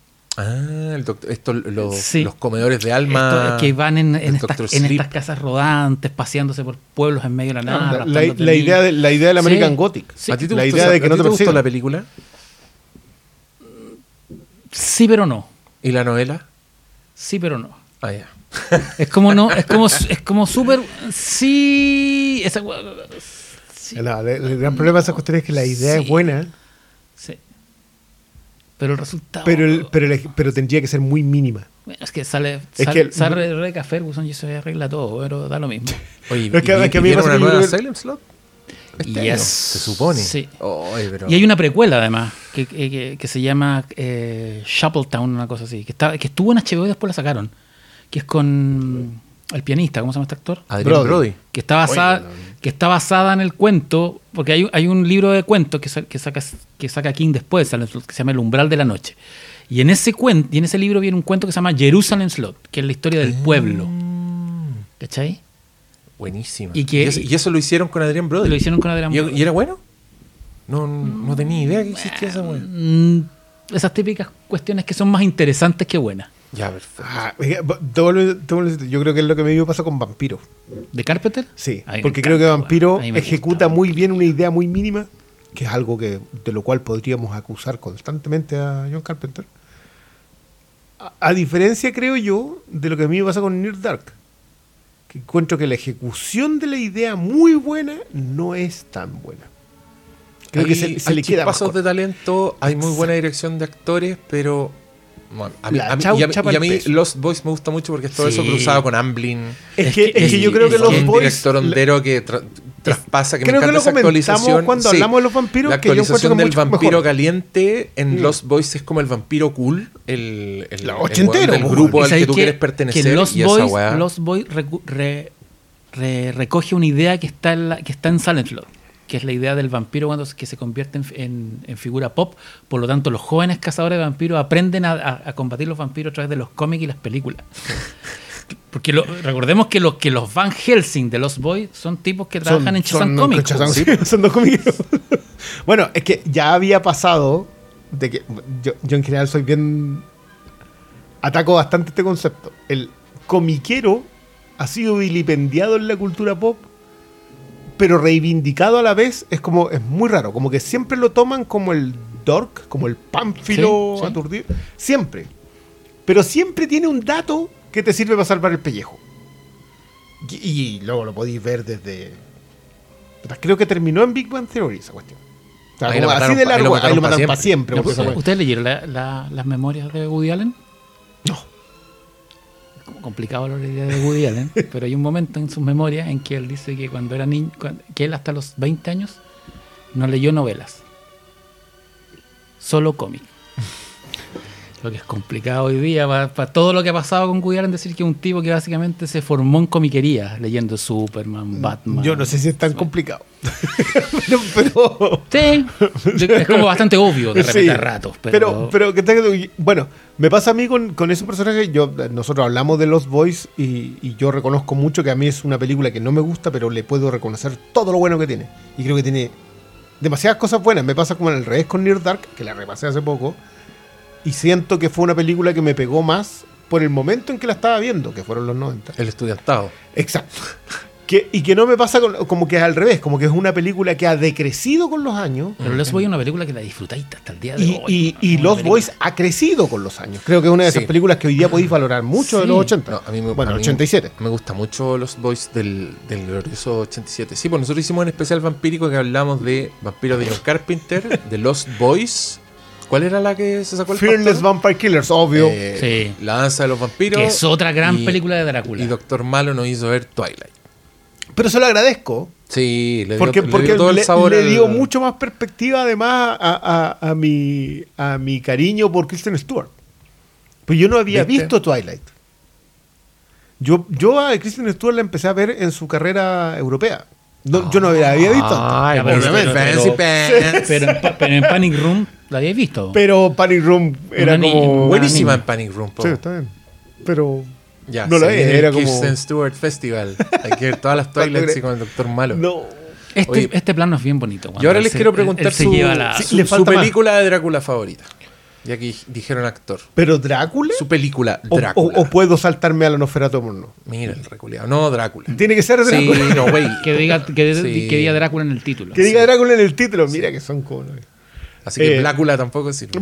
Sí. Los comedores de alma. Esto, que van en del estas, Dr. en Sleep. estas casas rodantes, paseándose por pueblos en medio de la nada. La raptándote idea niños. del American Sí. Gothic. Sí. ¿A ti te La gustó idea de que no te gustó persigan. la película? Sí, pero no. ¿Y la novela? Sí, pero no. Ah, ya. Es como no, es como súper. Sí. Sí. El gran problema de esas cuestiones es que la idea Sí. es buena, Sí. Pero el resultado. pero tendría que ser muy mínima. Es que sale que- Rebecca Ferguson y eso arregla todo, pero da lo mismo. Oye, Es que- es que a mí me ¿vieron pasa una que yo nueva creo que- Silent Slot? Este Yes. año, se supone. Sí. Oye, pero... Y hay una precuela además que se llama Shuffletown, una cosa así, que estuvo en HBO y después la sacaron, que es con el pianista, ¿cómo se llama este actor? Adrian Brody. Que está basada en el cuento, porque hay un libro de cuentos que saca King después, que se llama El umbral de la noche. Y en ese libro viene un cuento que se llama Jerusalem Slot, que es la historia del pueblo. ¿Cachai? Buenísima. Y que- y eso lo hicieron con Adrian Brody. Lo hicieron con Adrian Brody. ¿Y era bueno? No tenía idea que existía esa weá. Esas típicas cuestiones que son más interesantes que buenas. Ya, perfecto. Yo creo que es lo que me pasa con Vampiro. ¿De Carpenter? Sí, A mí me porque encanta, creo que Vampiro weón. A mí me ejecuta gusta, muy bien una idea muy mínima, que es algo de lo cual podríamos acusar constantemente a John Carpenter. A diferencia, creo yo, de lo que a mí me pasa con Near Dark, que encuentro que la ejecución de la idea muy buena no es tan buena. Creo que se le queda más pasos corto. de talento, hay muy buena dirección de actores, pero bueno, a mí, La a mí- chaucha y a mí pa'l peso. Lost Boys me gusta mucho porque es todo Sí. eso cruzado con Amblin. Es que yo creo que es los que un boys... director hondero que traspasa, que me creo que encanta lo esa comentamos actualización. cuando hablamos de los vampiros, la que yo encuentro actualización que del es mucho vampiro mejor. caliente en Lost Boys es como el vampiro cool, el ochentero, weón del po, grupo Y al que sabéis tú quieres pertenecer. que Lost y esa Boys, weá. Lost Boys recoge una idea que está en Silent Flood, que es la idea del vampiro que se convierte en figura pop. Por lo tanto, los jóvenes cazadores de vampiros aprenden a combatir los vampiros a través de los cómics y las películas. Porque recordemos que los Van Helsing de Lost Boys son tipos que trabajan en Shazam Comics. Son dos cómics. Bueno, es que ya había pasado de que yo en general soy bien... Ataco bastante este concepto. El comiquero ha sido vilipendiado en la cultura pop, pero reivindicado a la vez. Es muy raro, como que siempre lo toman como el dork, como el pánfilo Sí. aturdido, siempre, pero siempre tiene un dato que te sirve para salvar el pellejo, y luego lo podéis ver desde... Creo que terminó en Big Bang Theory esa cuestión. O sea, Ahí como lo así mataron de pa- ahí lo largo, mataron ahí lo pa' matan para siempre. siempre. porque esa ¿Ustedes leyeron las memorias de Woody Allen? No. Como complicado la idea de Woody Allen, pero hay un momento en sus memorias en que él dice que cuando era niño, que él hasta los 20 años no leyó novelas, solo cómic. Lo que es complicado hoy día para todo lo que ha pasado con Woody Allen, decir que es un tipo que básicamente se formó en comiquería leyendo Superman, Batman. Yo no sé si es tan complicado. pero Sí, es como bastante obvio de repente sí, a ratos. Pero bueno, me pasa a mí con ese personaje. Nosotros hablamos de Lost Boys y yo reconozco mucho que a mí es una película que no me gusta, pero le puedo reconocer todo lo bueno que tiene. Y creo que tiene demasiadas cosas buenas. Me pasa como al revés con Near Dark, que la repasé hace poco, y siento que fue una película que me pegó más por el momento en que la estaba viendo, que fueron los 90. El estudiantado. Exacto. Y que no me pasa como que es al revés, como que es una película que ha decrecido con los años. Pero Lost Boys es una película que la disfrutáis hasta el día de hoy. Y Lost Boys ha crecido con los años. Creo que es una de esas Sí. películas que hoy día podéis valorar mucho de Sí. los 80. No, a mí bueno, a mí 87. Me gusta mucho Lost Boys del glorioso 87. Sí, pues nosotros hicimos un especial vampírico que hablamos de vampiros de John Carpenter, de Lost Boys. ¿Cuál era la que se sacó el Fearless pastor? Vampire Killers, obvio. Sí. La danza de los vampiros. Que es otra gran y- película de Drácula. Y Doctor Malo nos hizo ver Twilight. Pero se lo agradezco. Sí, Porque le dio todo el sabor le al- dio mucho más perspectiva además a mi cariño por Kristen Stewart. Pues yo no había ¿Viste? visto Twilight. Yo a Kristen Stewart la empecé a ver en su carrera europea. Yo no la había visto antes. Ay, Ya, pero- obviamente. pero- Fancy pants. Pero en Panic Room la habíais visto. Pero Panic Room era Una como... Buenísima anime. en Panic Room. po. Sí, está bien. Pero... Ya, no la se vi, viene era el como... Kristen Stewart Festival. Hay que ver todas las Twilights y con el Doctor Malo. No. Oye, Este plano es bien bonito. cuando Yo ahora él les se- quiero él preguntar se su, lleva la- Sí, su- le su falta más. película de Drácula favorita. Ya que dijeron actor. ¿Pero Drácula? Su película, ¿O, Drácula. o puedo saltarme a la Nosferatu no? Mira el reculeado. No, Drácula. Tiene que ser Sí, Drácula. no, güey. que diga Sí. que diga Drácula en el título. Que diga Drácula en el título. Mira que son como... Así que Blácula tampoco sirve.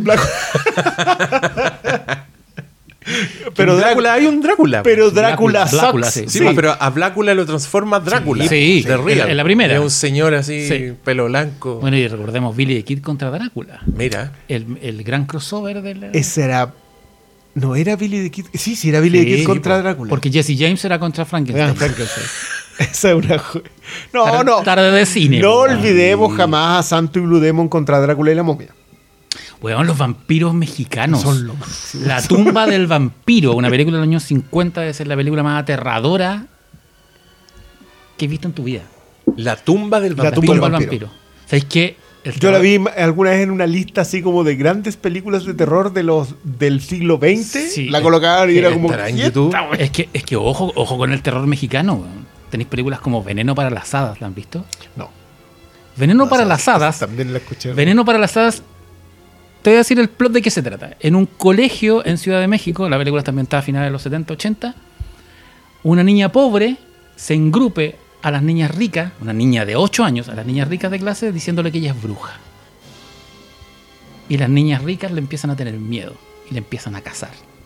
Pero En Drácula hay un Drácula. Pero Drácula Drácula, sucks. sí. Sí, pero a Blácula lo transforma Drácula. Sí, de real. en la primera. Es un señor así, Sí. pelo blanco. Bueno, y recordemos Billy the Kid contra Drácula. Mira. El gran crossover de la... Ese era... ¿No era Billy the Kid? Sí, era Billy the Sí, Kid contra po. Drácula. Porque Jesse James era contra Frankenstein. Ah, Frankenstein. Esa es una... No. Tarde de cine. No po. olvidemos jamás a Santo y Blue Demon contra Drácula y la momia. Weón, los vampiros mexicanos. Son lo máximo. La tumba del vampiro, una película de los años 50, debe ser la película más aterradora que has visto en tu vida. La tumba del La vampiro. tumba Tumba del vampiro. vampiro. ¿Sabéis qué? Yo la vi alguna vez en una lista así como de grandes películas de terror del siglo XX. Sí. La colocaban y era como... estará en ¿qué YouTube? esta wea? Es que ojo con el terror mexicano, weón. Tenéis películas como Veneno para las hadas, ¿la han visto? No. Veneno No, para esa- las hadas. También la escuché. Veneno para las hadas Te voy a decir el plot de qué se trata. En un colegio en Ciudad de México, la película está ambientada a finales de los 70, 80, una niña pobre se engrupe a las niñas ricas, una niña de 8 años, a las niñas ricas de clase, diciéndole que ella es bruja. Y las niñas ricas le empiezan a tener miedo y le empiezan a cazar.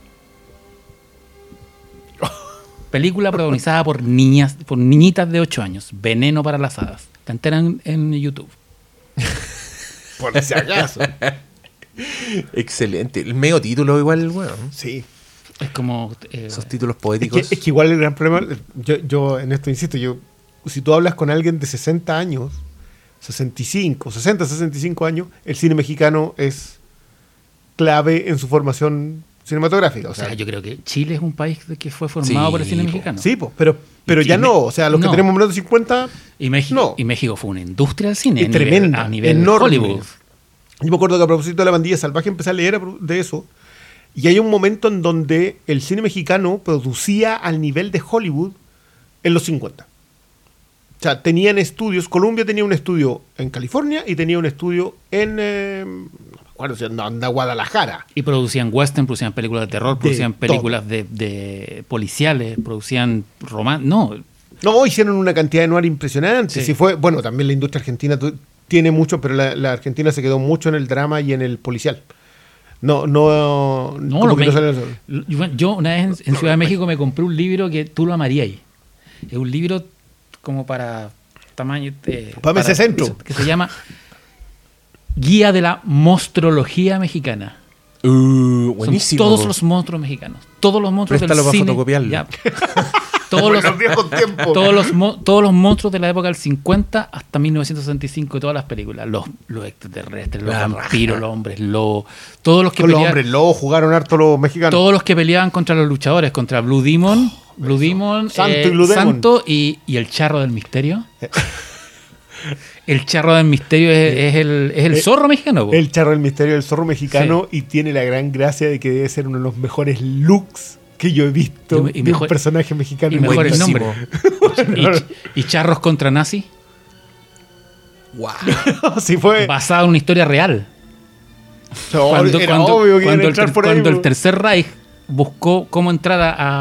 Película protagonizada por niñitas de 8 años. Veneno para las hadas. La entera en YouTube. Por si acaso. Excelente. El medio título igual, bueno. Sí. Es como... esos títulos poéticos. Es que igual el gran problema, yo en esto insisto, si tú hablas con alguien de 60 años, 65 años, el cine mexicano es clave en su formación cinematográfica. O sea, yo creo que Chile es un país que fue formado por el cine mexicano. Sí, pero ya no. O sea, los que tenemos menos de 50... Y México fue una industria del cine. Tremenda, a nivel enorme. Hollywood. Yo me acuerdo que a propósito de La Bandilla Salvaje empecé a leer de eso. Y hay un momento en donde el cine mexicano producía al nivel de Hollywood en los 50. O sea, tenían estudios. Columbia tenía un estudio en California y tenía un estudio en... anda Guadalajara. Y producían western, producían películas de terror, producían películas de policiales, producían No, hicieron una cantidad de noir impresionante. Sí. Sí fue, bueno, también la industria argentina tiene mucho, pero la Argentina se quedó mucho en el drama y en el policial. Yo una vez en Ciudad de México me compré un libro que tú lo amarías. Es un libro como para tamaño... para ese centro. Que se llama Guía de la Monstrología Mexicana. Buenísimo. Son todos los monstruos mexicanos. Todos los monstruos del cine. Fotocopiarlo. Ya. Todos los monstruos de la época del 50 hasta 1965 de todas las películas. Los extraterrestres, los vampiros, los hombres lobos. Todos los que los hombres lobos jugaron harto los mexicanos. Todos los que peleaban contra los luchadores, contra Blue Demon, Santo y el Charro del Misterio. El Charro del Misterio es el zorro mexicano. El Charro del Misterio es el zorro mexicano, sí. Y tiene la gran gracia de que debe ser uno de los mejores looks que yo he visto de un personaje mexicano. Y mejores nombres. y Charros contra Nazi. Wow. Sí fue. Basado en una historia real. Cuando el Tercer Reich buscó cómo entrar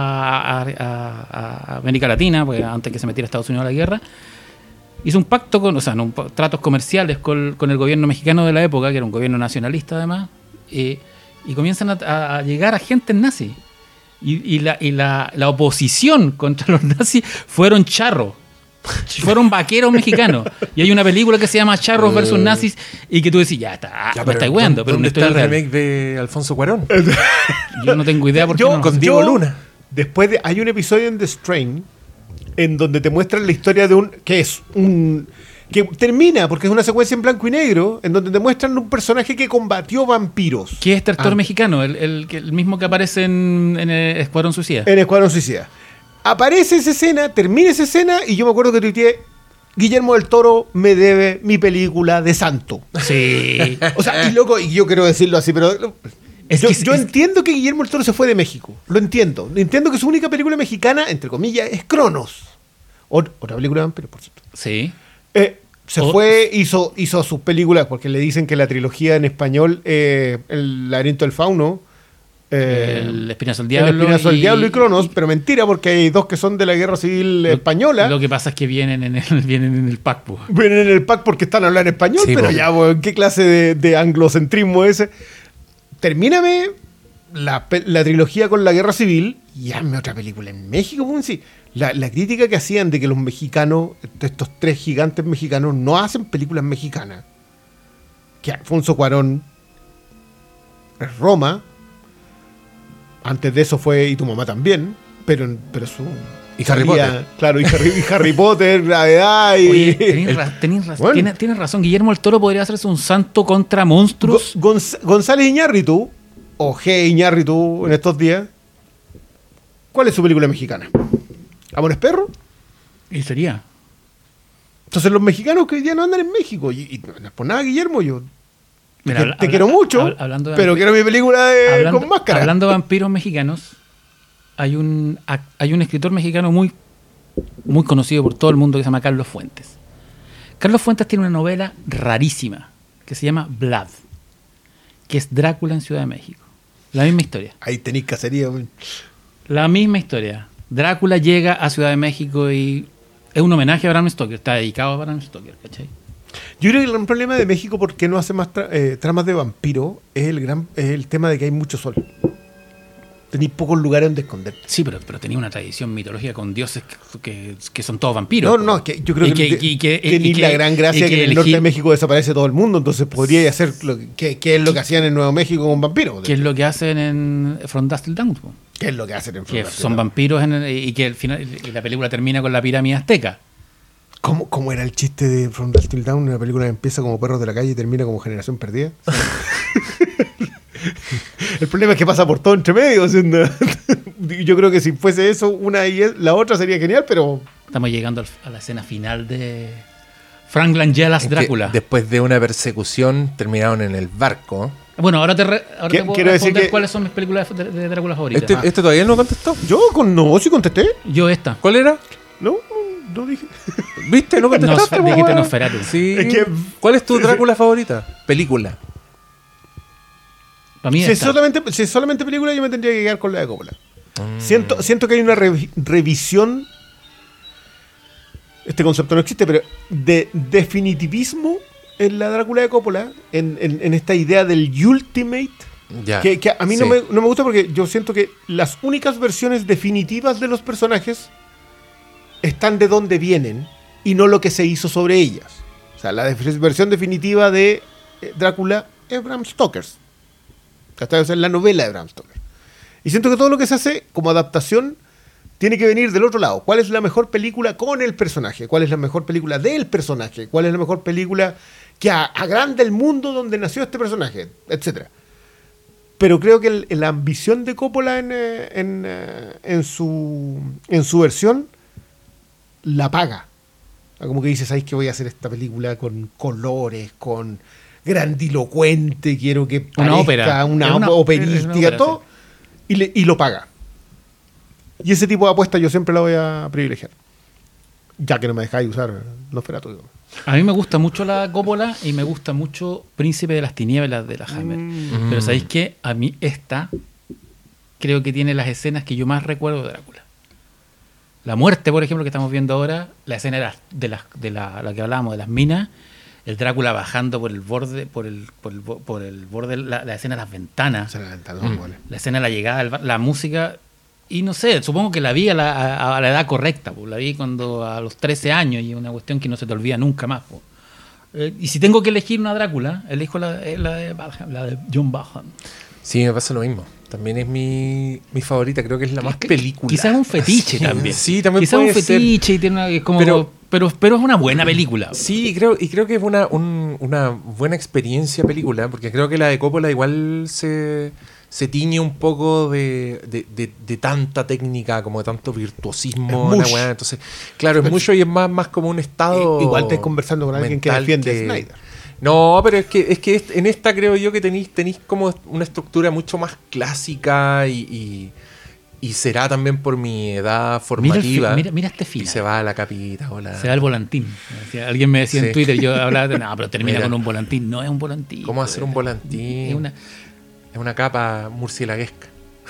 a América Latina, pues antes que se metiera Estados Unidos a la guerra, hizo un pacto tratos comerciales con el gobierno mexicano de la época, que era un gobierno nacionalista además, y comienzan a llegar agentes nazis. Y la oposición contra los nazis fueron charros. Fueron vaqueros mexicanos. Y hay una película que se llama Charros versus Nazis y que tú decís, ya me estáis weando, pero una historia real. ¿Dónde está el remake de Alfonso Cuarón? Yo no tengo idea por qué no. Con Diego Luna. Hay un episodio en The Strain en donde te muestran la historia de que termina, porque es una secuencia en blanco y negro, en donde te muestran un personaje que combatió vampiros. ¿Qué es este actor mexicano? El mismo que aparece en Escuadrón Suicida. En Escuadrón Suicida. Aparece esa escena, termina esa escena, y yo me acuerdo que tuiteé: Guillermo del Toro me debe mi película de Santo. Sí. O sea, y yo quiero decirlo así, pero... Yo entiendo que Guillermo del Toro se fue de México. Lo entiendo. Entiendo que su única película mexicana, entre comillas, es Cronos. Otra película de vampiros, por cierto. Sí. Fue, hizo sus películas, porque le dicen que la trilogía en español, El laberinto del fauno, El Espinazo del Diablo y Cronos, pero mentira, porque hay dos que son de la Guerra Civil Española. Lo que pasa es que vienen en el pack. Po. Vienen en el pack porque están hablando español, sí, pero ya, ¿qué clase de anglocentrismo es ese? Termíname la trilogía con la Guerra Civil y hazme otra película en México. Sí. La crítica que hacían de que los mexicanos, estos tres gigantes mexicanos, no hacen películas mexicanas. Que Alfonso Cuarón es Roma. Antes de eso fue Y tu mamá también. Pero su... Y Harry Potter. Claro, y Harry Potter, Gravedad y... Oye, tienes razón. Guillermo del Toro podría hacerse un santo contra monstruos. González Iñárritu, o G. Iñárritu en estos días, ¿cuál es su película mexicana? ¿Amores Perro? Y sería. Entonces los mexicanos que hoy día no andan en México, y no es por nada, Guillermo, yo te quiero mucho, pero quiero mi película con máscara. Hablando de vampiros mexicanos, hay un escritor mexicano muy, muy conocido por todo el mundo que se llama Carlos Fuentes. Carlos Fuentes tiene una novela rarísima que se llama Blood. que es Drácula en Ciudad de México. La misma historia. Ahí tenéis cacería. La misma historia. Drácula llega a Ciudad de México y es un homenaje a Bram Stoker. Está dedicado a Bram Stoker, ¿cachai? Yo creo que el gran problema de México, ¿por qué no hace más tramas de vampiro? Es el tema de que hay mucho sol. Tenéis pocos lugares donde esconderte. Sí, pero tenía una tradición mitológica con dioses que son todos vampiros. No, que yo creo que tenéis la gran gracia que en el norte de México desaparece todo el mundo, entonces podría hacer qué es lo que hacían en Nuevo México con vampiros. ¿Qué es lo que hacen en From Dusk Till Dawn? ¿Qué es lo que hacen en From Que Dusk Till son Dawn? vampiros y que al final y la película termina con la pirámide azteca. ¿Cómo era el chiste de From Dusk Till Dawn? Una película que empieza como Perros de la Calle y termina como Generación Perdida. El problema es que pasa por todo entre medio. Yo creo que si fuese eso, una y la otra sería genial, pero... Estamos llegando a la escena final de Frank Langella's Drácula. Después de una persecución terminaron en el barco. Bueno, ahora te puedo quiero decir responder que- cuáles son mis películas de Drácula favoritas. ¿Este todavía no contestó? Yo no, sí contesté. Yo esta. ¿Cuál era? No dije. ¿Viste? ¿No contestaste? Dijiste weón. Nosferatu. Sí. Es que- ¿Cuál es tu Drácula favorita? Película. Para mí Si es esta. solamente película, yo me tendría que quedar con la de Coppola. Siento que hay una revisión. Este concepto no existe, pero de definitivismo en la Drácula de Coppola, en esta idea del ultimate, Ya. que a mí Sí. no me gusta porque yo siento que las únicas versiones definitivas de los personajes están de donde vienen y no lo que se hizo sobre ellas. O sea, la versión definitiva de Drácula es Bram Stoker's. Esta es la novela de Bram Stoker. Y siento que todo lo que se hace como adaptación tiene que venir del otro lado. ¿Cuál es la mejor película con el personaje? ¿Cuál es la mejor película del personaje? ¿Cuál es la mejor película que agranda el mundo donde nació este personaje? Etcétera. Pero creo que la ambición de Coppola en su versión la paga. Como que dices, ¿sabes que voy a hacer esta película con colores, con grandilocuente? Quiero que Una parezca ópera. Es una una operística, ópera, todo. Y lo paga. Y ese tipo de apuesta yo siempre la voy a privilegiar. Ya que no me dejáis usar Nosferatu. Digo. A mí me gusta mucho la Coppola y me gusta mucho Príncipe de las Tinieblas de la Hammer. Pero ¿sabéis qué? A mí esta creo que tiene las escenas que yo más recuerdo de Drácula. La muerte, por ejemplo, que estamos viendo ahora, la escena de la que hablábamos, de las minas, el Drácula bajando por el borde, por el borde, la escena de las ventanas, Se la ventana, no, vale. la escena de la llegada, la música, y no sé, supongo que la vi a la edad correcta, pues, la vi cuando a los 13 años y es una cuestión que no se te olvida nunca más. Pues. Y si tengo que elegir una Drácula, elijo la de John Barham. Sí, me pasa lo mismo. También es mi favorita. Creo que es la más película. Quizás es un fetiche Sí, también. Sí, también Quizás puede un fetiche ser. y tiene una, es como, Pero- pero es una buena película. Sí, creo que es una buena experiencia película, porque creo que la de Coppola igual se tiñe un poco de tanta técnica, como de tanto virtuosismo. Es la mush. weá. Entonces, claro, es mucho y es más como un estado. Igual estáis conversando con alguien que mental defiende a Snyder. No, pero es que en esta creo yo que tenéis como una estructura mucho más clásica y será también por mi edad formativa. Mira este Y final. se va a la capita. Hola. Se da el volantín. Alguien me decía Sí. en Twitter, yo hablaba de, no, pero termina Mira. con un volantín. No es un volantín. ¿Cómo hacer un volantín? Es una- Es una capa murcielaguesca.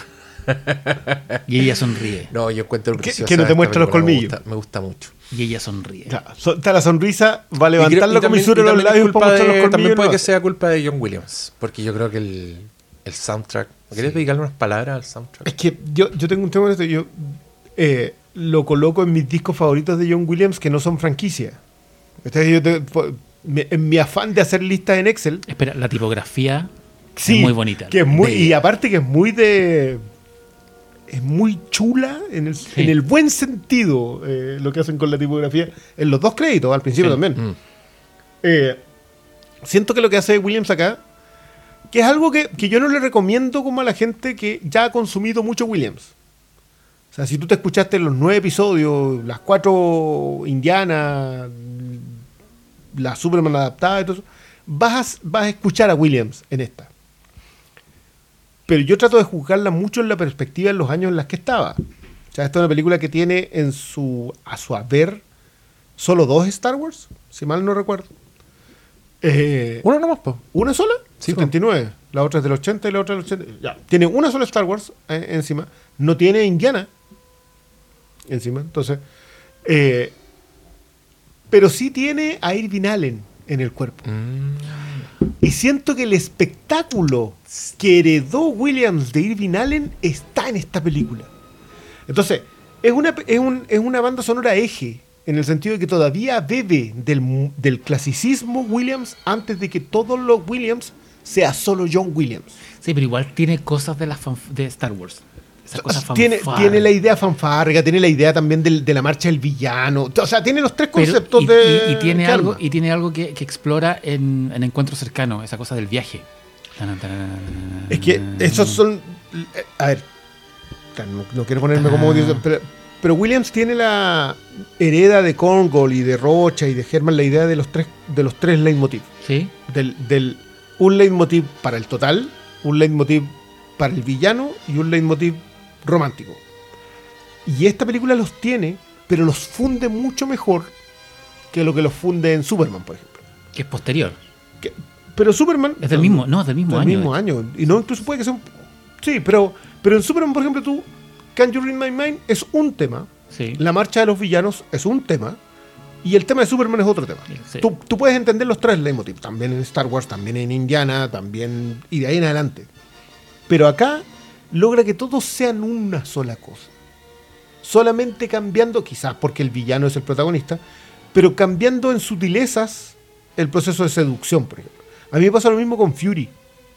Y ella sonríe. No, yo encuentro Que preciosa no te esta muestra los película, colmillos. Me gusta mucho. Y ella sonríe. Claro, está la sonrisa, va a Y levantar creo- la y también- comisura y de los también es labios culpa para mostrar los de- colmillos. También puede no que hace. sea culpa de John Williams. Porque yo creo que el soundtrack. ¿Querés dedicarle unas palabras al soundtrack? Es que yo tengo un tema de esto. Yo lo coloco en mis discos favoritos de John Williams que no son franquicia. Entonces en mi afán de hacer listas en Excel, Espera, la tipografía sí, es muy bonita. que es muy, De- y aparte que es muy chula en el buen sentido lo que hacen con la tipografía en los dos créditos al principio Sí. también. Siento que lo que hace Williams acá, que es algo que yo no le recomiendo como a la gente que ya ha consumido mucho Williams. O sea, si tú te escuchaste los 9 episodios, las 4 Indiana, la Superman adaptada y todo eso, vas a escuchar a Williams en esta. Pero yo trato de juzgarla mucho en la perspectiva en los años en los que estaba. O sea, esta es una película que tiene a su haber solo 2 Star Wars, si mal no recuerdo. Uno nomás, po. ¿Una sola? Sí, 79. La otra es del 80 y la otra del 80. Ya. Tiene una sola Star Wars encima. No tiene Indiana encima. Entonces, pero sí tiene a Irving Allen en el cuerpo. Y siento que el espectáculo que heredó Williams de Irving Allen está en esta película. Entonces, es una banda sonora eje, en el sentido de que todavía bebe del clasicismo Williams antes de que todos los Williams sea solo John Williams. Sí, pero igual tiene cosas de Star Wars. Esas cosas tiene la idea fanfárrica, tiene la idea también de la marcha del villano. O sea, tiene los tres conceptos y tiene algo que explora en Encuentro Cercano, esa cosa del viaje. Es que esos son... A ver, no quiero ponerme como... Pero Williams tiene la hereda de Korngold y de Rocha y de Herman la idea de los tres leitmotiv. Sí. Un leitmotiv para el total, un leitmotiv para el villano y un leitmotiv romántico. Y esta película los tiene, pero los funde mucho mejor que lo que los funde en Superman, por ejemplo. Que es posterior. Pero Superman... Es del mismo año. Del mismo año. Y no, incluso puede que sea un... Sí, pero en Superman, por ejemplo, tú... Can You Read My Mind es un tema. Sí. La marcha de los villanos es un tema. Y el tema de Superman es otro tema. Sí. Tú puedes entender los tres leitmotiv. También en Star Wars, también en Indiana, también... Y de ahí en adelante. Pero acá logra que todos sean una sola cosa. Solamente cambiando, quizás porque el villano es el protagonista, pero cambiando en sutilezas el proceso de seducción, por ejemplo. A mí me pasa lo mismo con Fury.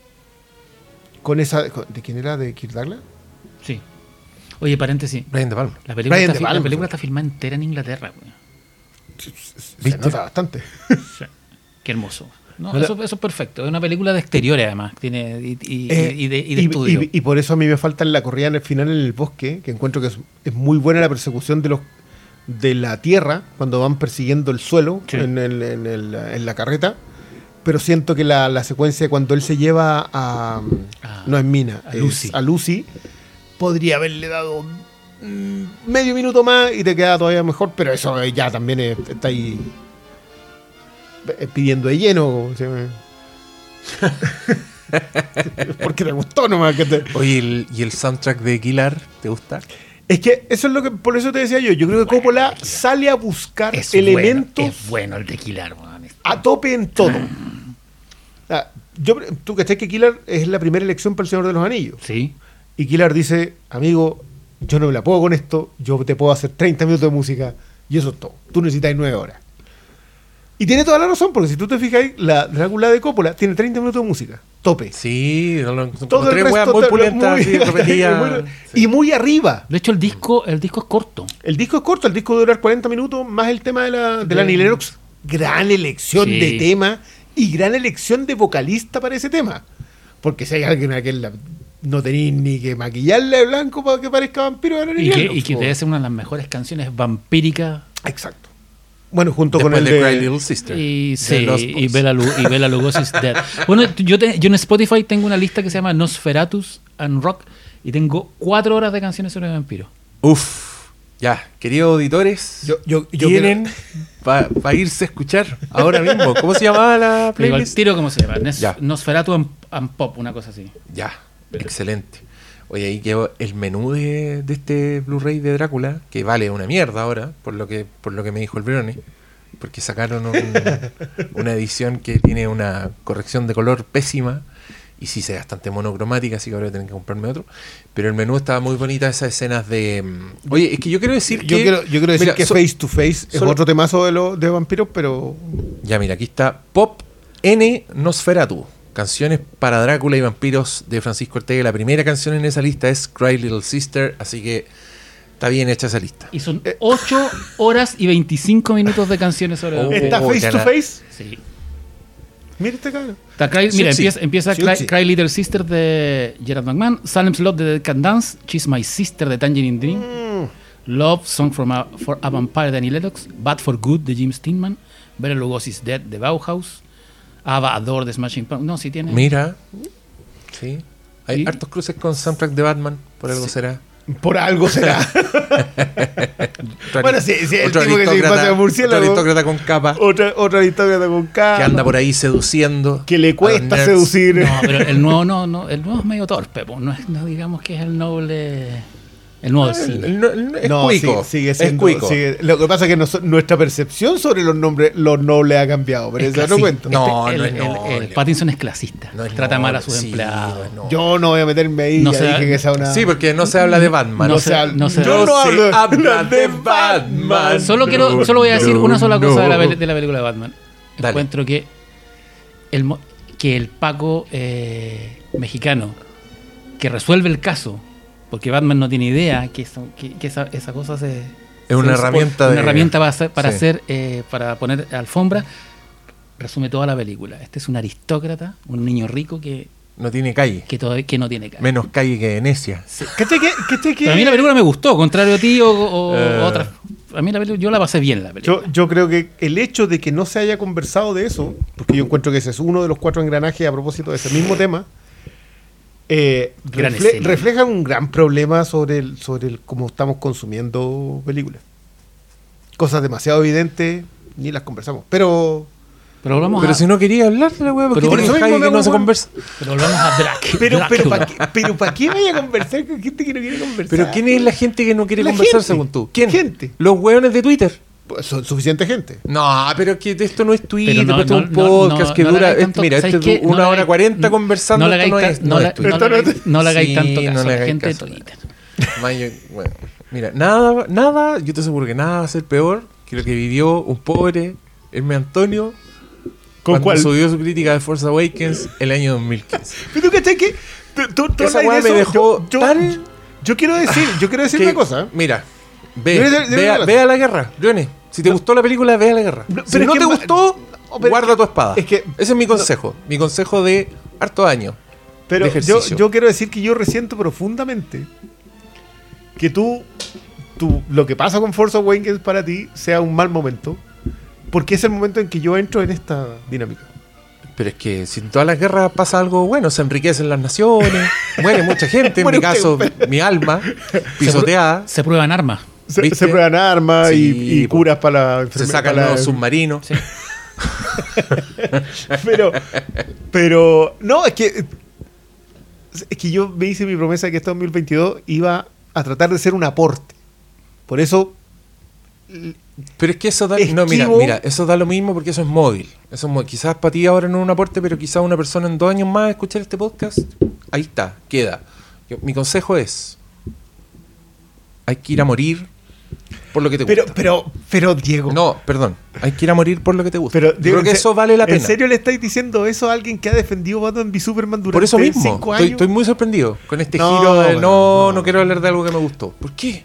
¿De quién era? ¿De Kirk Douglas? Sí. Oye, paréntesis. Brian De Palma. La película está filmada entera en Inglaterra, güey. Se nota bastante. Sí. Qué hermoso. No, eso es perfecto. Es una película de exteriores, además. Tiene y de estudio. Y por eso a mí me falta la corrida en el final en el bosque, que encuentro que es muy buena la persecución de la tierra, cuando van persiguiendo el suelo, sí, en la carreta. Pero siento que la secuencia cuando él se lleva no es Mina, a Lucy, podría haberle dado medio minuto más y te queda todavía mejor, pero eso ya también está ahí pidiendo de lleno. Porque te gustó nomás. Oye, ¿y el soundtrack de Killer te gusta? Es que eso es lo que, por eso te decía yo creo que Coppola sale a buscar elementos. Es bueno el de Killer, a tope en todo. Tú cachai que Killer es la primera elección para el Señor de los Anillos. Sí. Y Killer dice, amigo, yo no me la puedo con esto, yo te puedo hacer 30 minutos de música y eso es todo. Tú necesitas 9 horas. Y tiene toda la razón, porque si tú te fijas, la Drácula de Coppola tiene 30 minutos de música, tope. Sí, todo el resto muy pulentas, y muy arriba. De hecho, el disco es corto. El disco es corto, el disco debe durar 40 minutos, más el tema de la Annie Lennox. Gran elección de tema y gran elección de vocalista para ese tema. Porque si hay alguien a quien no tenéis ni que maquillarle de blanco para que parezca vampiro. Y que debe ser una de las mejores canciones vampíricas. Exacto. Bueno, junto después con el de Cry Little Sister. Y Bela Lugosi's Dead. Bueno, yo en Spotify tengo una lista que se llama Nosferatus and Rock y tengo 4 horas de canciones sobre vampiros. Uf. Ya, queridos auditores, tienen para irse a escuchar ahora mismo. ¿Cómo se llamaba la playlist? Tiro, ¿cómo se llama? Nosferatu and Pop, una cosa así. Ya, excelente. Oye, ahí quedó el menú de este Blu-ray de Drácula, que vale una mierda ahora, por lo que me dijo el Brony, porque sacaron una edición que tiene una corrección de color pésima, y sí se ve bastante monocromática, así que ahora voy a tener que comprarme otro. Pero el menú estaba muy bonita, esas escenas de... Oye, es que yo quiero decir que... Yo quiero decir que Face to Face es otro temazo de vampiros, pero... Ya, mira, aquí está Pop N Nosferatu. Canciones para Drácula y vampiros de Francisco Ortega. La primera canción en esa lista es Cry Little Sister, así que está bien hecha esa lista. Y son 8 horas y 25 minutos de canciones sobre vampiros. ¿Está Face to Face? Sí. Mira este cabrón. Empieza Cry Little Sister de Gerard McMahon, Salem's Lot de Dead Can Dance, She's My Sister de Tangerine Dream, Love, Song for a Vampire de Annie Lennox, Bad for Good de Jim Steinman, Bela Lugosi's Dead de Bauhaus, Ava Adore de Smashing Pumpkins. No, sí tiene. Mira, sí. Hay hartos cruces con soundtrack de Batman, por algo será. Por algo será. Bueno, sí, el otro tipo que se pasa de murciélago. Otro aristócrata con capa. Otra aristócrata con capa. Que anda por ahí seduciendo. Que le cuesta seducir. No, pero el nuevo no. El nuevo es medio torpe, pues. No digamos que es el noble. El nuevo del cine. Es cuico. Sigue siendo. Lo que pasa es que nuestra percepción sobre los nobles ha cambiado. Pero eso no cuento. No, el Pattinson es clasista. Trata mal a sus empleados. Yo no voy a meterme ahí. No dije que sea una... Sí, porque no se habla de Batman. Yo no hablo de Batman. Solo voy a decir una sola cosa de la película de Batman. Dale. Encuentro que el Paco mexicano que resuelve el caso, porque Batman no tiene idea que esa cosa es una herramienta para poner alfombra, resume toda la película. Este es un aristócrata, un niño rico que no tiene calle. Que no tiene calle. Menos calle que Venecia. Sí. Pero a mí la película me gustó, contrario a ti o otras. A mí la película, yo la pasé bien la película. Yo creo que el hecho de que no se haya conversado de eso, porque yo encuentro que ese es uno de los 4 engranajes a propósito de ese mismo tema, refleja un gran problema sobre el cómo estamos consumiendo películas. Cosas demasiado evidentes, ni las conversamos. Pero si no quería hablar de la weá, porque no se conversa. Pero volvamos a Pero ¿para qué vaya a conversar con gente que no quiere conversar? Pero ¿quién es la gente que no quiere conversar según tú? ¿Quién? Gente. Los weones de Twitter. Pues son suficiente gente. No, pero que esto no es Twitter, esto es un podcast que dura. Mira, este es 1 hora 40 conversando. No le hagáis tanto caso a la gente de Twitter. Bueno, mira, nada, yo te aseguro que nada va a ser peor que lo que vivió un pobre Hermes Antonio cuando subió su crítica de Force Awakens el año 2015. ¿Pero tú cachai que? Esa weá me dejó tan... Yo quiero decir una cosa. Mira, ve a la guerra, Johnny. Si te gustó la película, ve a la guerra. Si no te gustó, guarda tu espada. Ese es mi consejo. Mi consejo de harto año. Pero yo quiero decir que yo resiento profundamente que tú lo que pasa con Force Awakens para ti sea un mal momento, porque es el momento en que yo entro en esta dinámica. Pero es que si en todas las guerras pasa algo bueno, se enriquecen las naciones, muere mucha gente, en mi caso, mi alma, pisoteada. Se prueban armas. Se prueban armas y curas para la... Se sacan los submarinos. Sí. pero no, es que yo me hice mi promesa de que este 2022 iba a tratar de ser un aporte. Por eso... Pero es que eso da... No, mira, eso da lo mismo porque eso es móvil. Quizás para ti ahora no es un aporte, pero quizás una persona en 2 años más escuchar este podcast, ahí está, queda. Mi consejo es: hay que ir a morir por lo que te gusta. Pero Diego... No, perdón. Hay que ir a morir por lo que te gusta. Pero, Diego, creo que eso vale la pena. ¿En serio le estáis diciendo eso a alguien que ha defendido Batman v Superman durante por eso mismo, 5 años? Estoy muy sorprendido con este giro de no quiero hablar de algo que me gustó. ¿Por qué?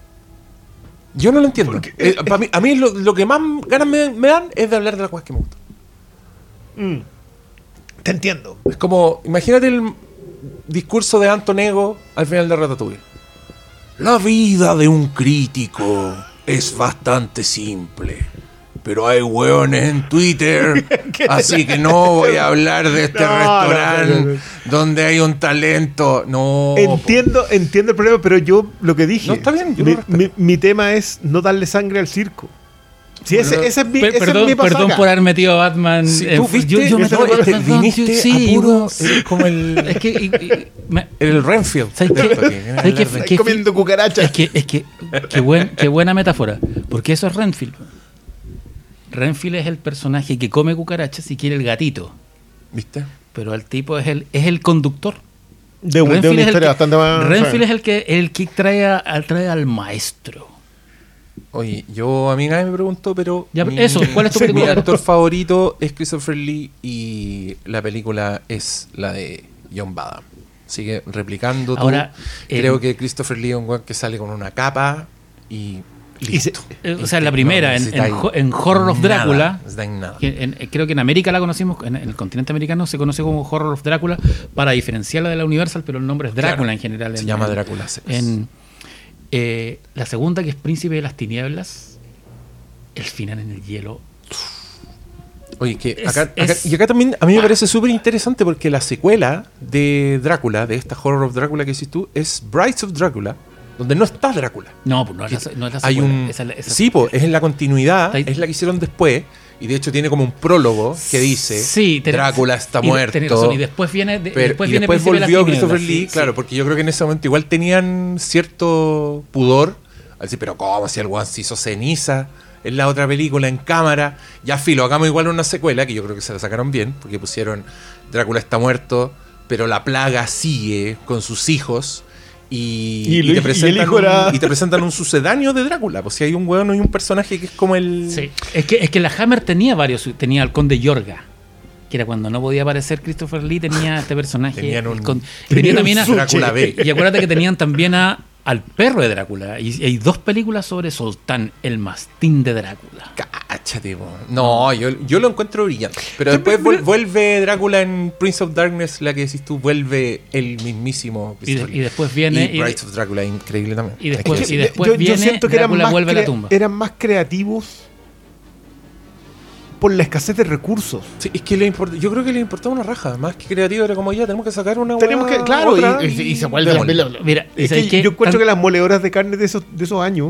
Yo no lo entiendo. A mí lo que más ganas me dan es de hablar de las cosas que me gustan. Te entiendo. Es como, imagínate el discurso de Antonego al final de Ratatouille. La vida de un crítico es bastante simple, pero hay hueones en Twitter, así que no voy a hablar de este restaurante donde hay un talento. No. Entiendo el problema, pero yo lo que dije... No, está bien, mi tema es no darle sangre al circo. Sí, ese es mi perdón por haber metido a Batman. Sí, ¿tú viste? Viniste apuro. Como el... Es que... el Renfield. ¿Sabes qué? Comiendo cucarachas. Qué buena metáfora. Porque eso es Renfield. Renfield es el personaje que come cucarachas y quiere el gatito. ¿Viste? Pero el tipo es el conductor. De una historia bastante más... Renfield es el que trae al maestro. Oye, a mí nadie me preguntó, pero... ¿cuál es tu película? Mi actor favorito es Christopher Lee y la película es la de John Badham. Sigue replicando tú. Ahora, creo que Christopher Lee es un güey que sale con una capa y... listo. La primera, en Horror of Drácula, nada. Creo que en América la conocimos, en el continente americano se conoce como Horror of Drácula para diferenciarla de la Universal, pero el nombre es Drácula en general. Se llama Drácula. La segunda, que es Príncipe de las Tinieblas, el final en el hielo. Oye, acá también a mí me parece súper interesante porque la secuela de Drácula, de esta Horror of Drácula que hiciste tú, es Brides of Drácula, donde no está Drácula. No, pues no es la Hay secuela. un... Esa Sí, pues es en la continuidad, Está ahí. es la que hicieron después, y de hecho tiene como un prólogo que dice Sí, Drácula está tenés muerto. razón, y después viene, Después viene Príncipe de las volvió Tinieblas, Christopher Lee, sí, claro, sí. porque yo creo que en ese momento igual tenían cierto pudor. Al decir, pero ¿cómo? Si el weón se hizo ceniza en la otra película, en cámara. Ya filo, hagamos igual una secuela, que yo creo que se la sacaron bien, porque pusieron Drácula está muerto, pero la plaga sigue con sus hijos. Y te presentan un sucedáneo de Drácula. Pues si hay un weón y un personaje que es como el... Sí. Es que la Hammer tenía tenía al Conde Yorga, que era cuando no podía aparecer Christopher Lee, tenía este personaje. Tenía también a Drácula B. Y acuérdate que tenían también al perro de Drácula. Y hay 2 películas sobre Soltán, el mastín de Drácula. Cáchate, po. No, yo lo encuentro brillante. Pero después vuelve Drácula en Prince of Darkness, la que decís tú, vuelve el mismísimo. Y después viene... Y Brides of Drácula, increíble también. Y después yo viene siento que Drácula vuelve a la tumba. eran más creativos por la escasez de recursos. Sí, es que yo creo que le importaba una raja. Más que creativo, era como ya, tenemos que sacar una Tenemos hueá, que, claro, otra, y se vuelve Mira, es que yo encuentro que las moledoras de carne de esos años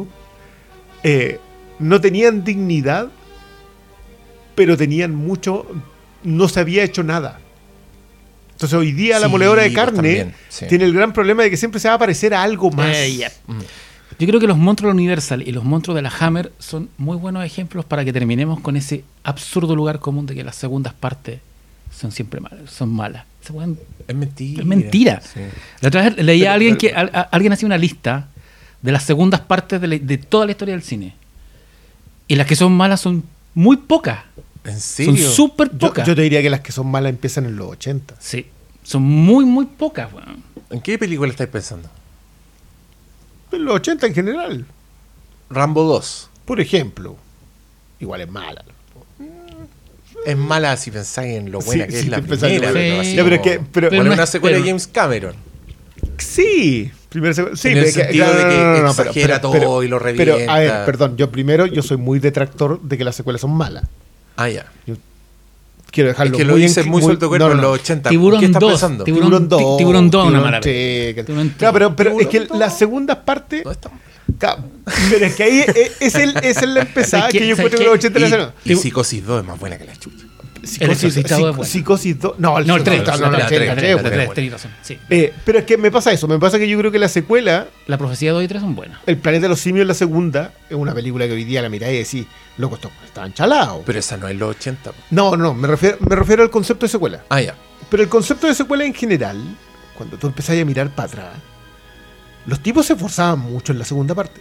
no tenían dignidad, pero tenían mucho, no se había hecho nada. Entonces hoy día la moledora de carne también, sí. tiene el gran problema de que siempre se va a parecer a algo más. Yo creo que los monstruos de Universal y los monstruos de la Hammer son muy buenos ejemplos para que terminemos con ese absurdo lugar común de que las segundas partes son siempre malas, son malas. Es mentira. Es mentira. Sí. La otra vez leía a alguien que alguien hacía una lista de las segundas partes de toda la historia del cine. Y las que son malas son muy pocas. ¿En serio? Son súper pocas. Yo te diría que las que son malas empiezan en los 80. Sí, son muy, muy pocas. Bueno. ¿En qué película estáis pensando? En los 80 en general. Rambo 2. Por ejemplo. Igual es mala. Es mala si pensáis en lo buena Sí, que sí, es la te pensáis en primera. lo Pero, buena. así Ya, pero como- es que- pero- bueno, no una es- secuela pero- de James Cameron. Sí. Sí, En el pero sentido de que exagera todo y lo Pero, revienta. a ver, perdón. Yo soy muy detractor de que las secuelas son malas. Ah, ya. Quiero dejarlo Es que lo muy dices muy suelto cuerpo en los 80. Tiburón ¿Qué estás 2, pensando? Tiburón 2 es una maravilla. Sí, Tiburón claro, pero es que Tiburón las segundas partes. No está. Claro, pero es que ahí es la empezada que yo encuentro que los 80 la hacen. Y Psicosis 2 es más buena que la chucha. Psicosis 2. No, No, el 3. no, la tres, El 3, razón. Sí. pero es que me pasa eso. Me pasa que yo creo que la secuela, La profecía 2 y 3 son buenas. El planeta de los simios, la segunda, es una película que hoy día la miráis y decís, loco, estos estaban chalados. Pero esa no es los 80. po. No, me refiero al concepto de secuela. Ah, ya. Pero el concepto de secuela en general, cuando tú empezás a mirar para atrás, los tipos se esforzaban mucho en la segunda parte.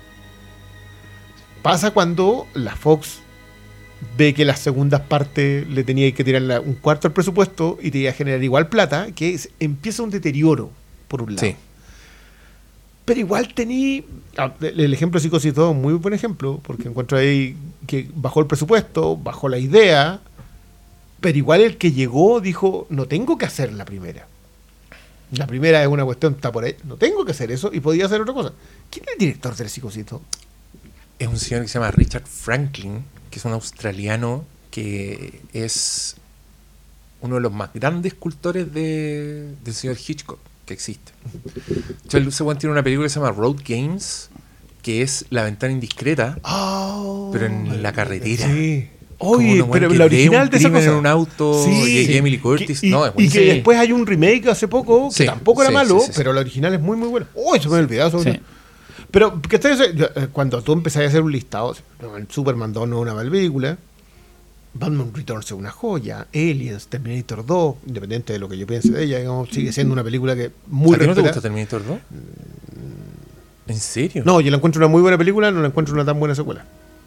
Pasa cuando la Fox ve que las segundas partes le tenía que tirar un cuarto al presupuesto y te iba a generar igual plata, empieza un deterioro, por un lado. Sí. Pero igual tení... El ejemplo de Psicosis 2 es un muy buen ejemplo, porque encuentro ahí que bajó el presupuesto, bajó la idea, pero igual el que llegó dijo, no tengo que hacer la primera. La primera es una cuestión, está por ahí, no tengo que hacer eso y podía hacer otra cosa. ¿Quién es el director del Psicosis 2? Es un señor que se llama Richard Franklin, que es un australiano que es uno de los más grandes escultores del señor Hitchcock que existe. Ese weón tiene una película que se llama Road Games, que es La ventana indiscreta, pero en la carretera. Sí. Como Oye, unos weón pero que la ve original un de esa crimen cosa. en un auto y Emily Curtis. No, es y buenísimo. que después hay un remake hace poco, que Sí, tampoco era sí, malo, sí, sí. pero la original es muy, muy buena. Uy, se me había olvidado sobre Sí. eso. Pero, ¿qué estás diciendo? Cuando tú empezás a hacer un listado, Superman 2 no es una mala película, Batman Returns es una joya, Aliens, Terminator 2, independiente de lo que yo piense de ella, digamos, sigue siendo una película que muy ¿A ti no te respetada. gusta Terminator 2? ¿En serio? No, yo la encuentro una muy buena película, no la encuentro una tan buena secuela.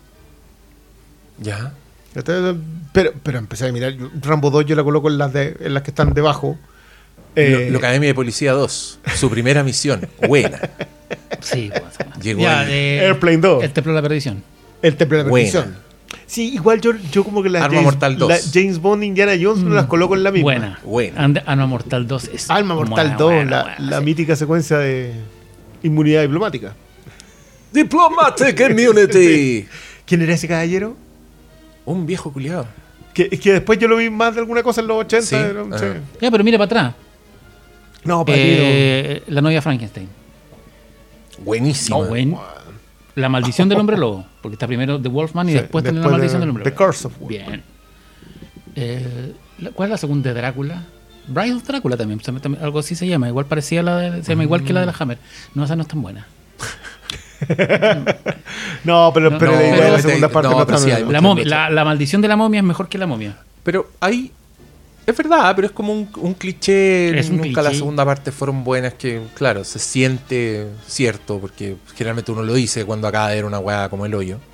Ya. Pero empecé a mirar, Rambo 2 yo la coloco en las que están debajo. La Academia de Policía 2, su primera misión, buena. Sí, Llegó ya, el Airplane 2. El Templo de la Perdición. El Templo de la Buena. Perdición. Sí, igual yo como que las Arma Mortal 2. James Bond, Indiana Jones no las coloco en la misma. Buena. Alma Mortal 2 es Alma Mortal 2, la sí. mítica secuencia de inmunidad diplomática. Diplomatic Immunity. ¿Quién era ese caballero? Un viejo culiado. Que después yo lo vi más de alguna cosa en los 80. Sí, ¿no? Sí. Ya, pero mira para atrás. No, padrino. La novia Frankenstein. Buenísimo. La maldición del hombre lobo, porque está primero The Wolfman y después tiene la maldición del hombre lobo. The Curse of Wolf. Bien. ¿Cuál es la segunda de Drácula? Bride of Drácula también, algo así se llama, igual parecía se llama igual que la de la Hammer. No, esa no es tan buena. No, pero la segunda parte no está bien. La maldición de la momia es mejor que la momia. Pero ahí es verdad, pero es como un cliché. Es un Nunca cliché. la segunda parte fueron buenas, que claro, se siente cierto, porque generalmente uno lo dice cuando acaba de ver una weá como El Hoyo.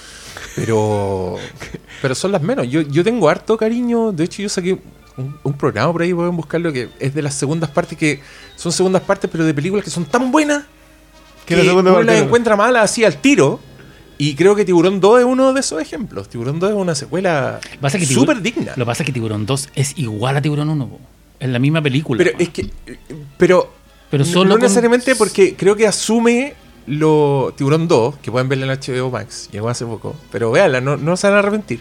Pero son las menos. Yo tengo harto cariño. De hecho, yo saqué un programa por ahí, pueden buscarlo, que es de las segundas partes, que son segundas partes, pero de películas que son tan buenas que uno las encuentra malas así al tiro. Y creo que Tiburón 2 es uno de esos ejemplos. Tiburón 2 es una secuela súper digna. Lo que pasa es que Tiburón 2 es igual a Tiburón 1, po. Es la misma película. Pero es que... Pero solo no necesariamente, porque creo que asume Tiburón 2, que pueden verla en HBO Max, llegó hace poco, pero véanla, no se van a arrepentir.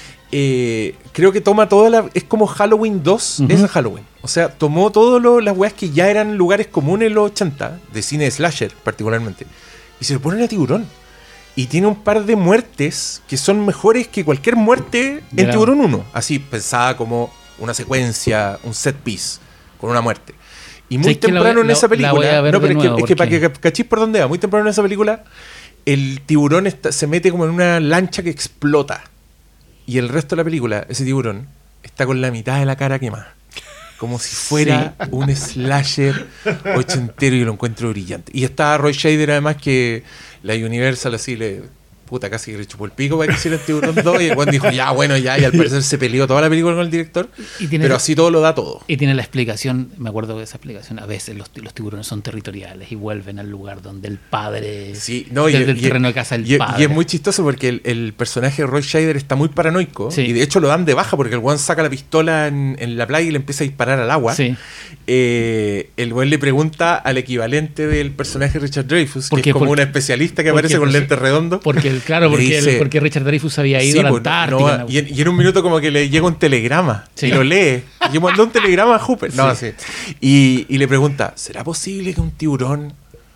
Creo que toma es como Halloween 2, es Halloween. O sea, tomó todas las weas que ya eran lugares comunes en los 80, de cine slasher particularmente, y se lo ponen a Tiburón. Y tiene un par de muertes que son mejores que cualquier muerte en Tiburón 1. Así, pensada como una secuencia, un set piece, con una muerte. Y muy temprano en esa película... No, pero es que para que cachis por dónde va, muy temprano en esa película, el tiburón se mete como en una lancha que explota. Y el resto de la película, ese tiburón, está con la mitad de la cara quemada. Como si fuera un slasher ochentero, y lo encuentro brillante. Y está Roy Scheider, además, que la Universal así casi que le chupó el pico para que hiciera el Tiburón 2. Y el Juan dijo, ya, bueno, ya. Y al parecer se peleó toda la película con el director. Pero así todo lo da todo. Y tiene la explicación, me acuerdo de esa explicación, a veces los tiburones son territoriales y vuelven al lugar donde el padre... Sí, del terreno de casa del padre. Y es muy chistoso porque el personaje de Roy Scheider está muy paranoico. Sí. Y de hecho lo dan de baja porque el Juan saca la pistola en la playa y le empieza a disparar al agua. Sí. El Juan le pregunta al equivalente del personaje de Richard Dreyfuss, que es como una especialista que aparece con lentes redondos. Porque Richard Dreyfuss había ido a la Antártica. Y en un minuto como que le llega un telegrama y lo lee. Yo mandé un telegrama a Hooper. Y le pregunta, ¿será posible que un tiburón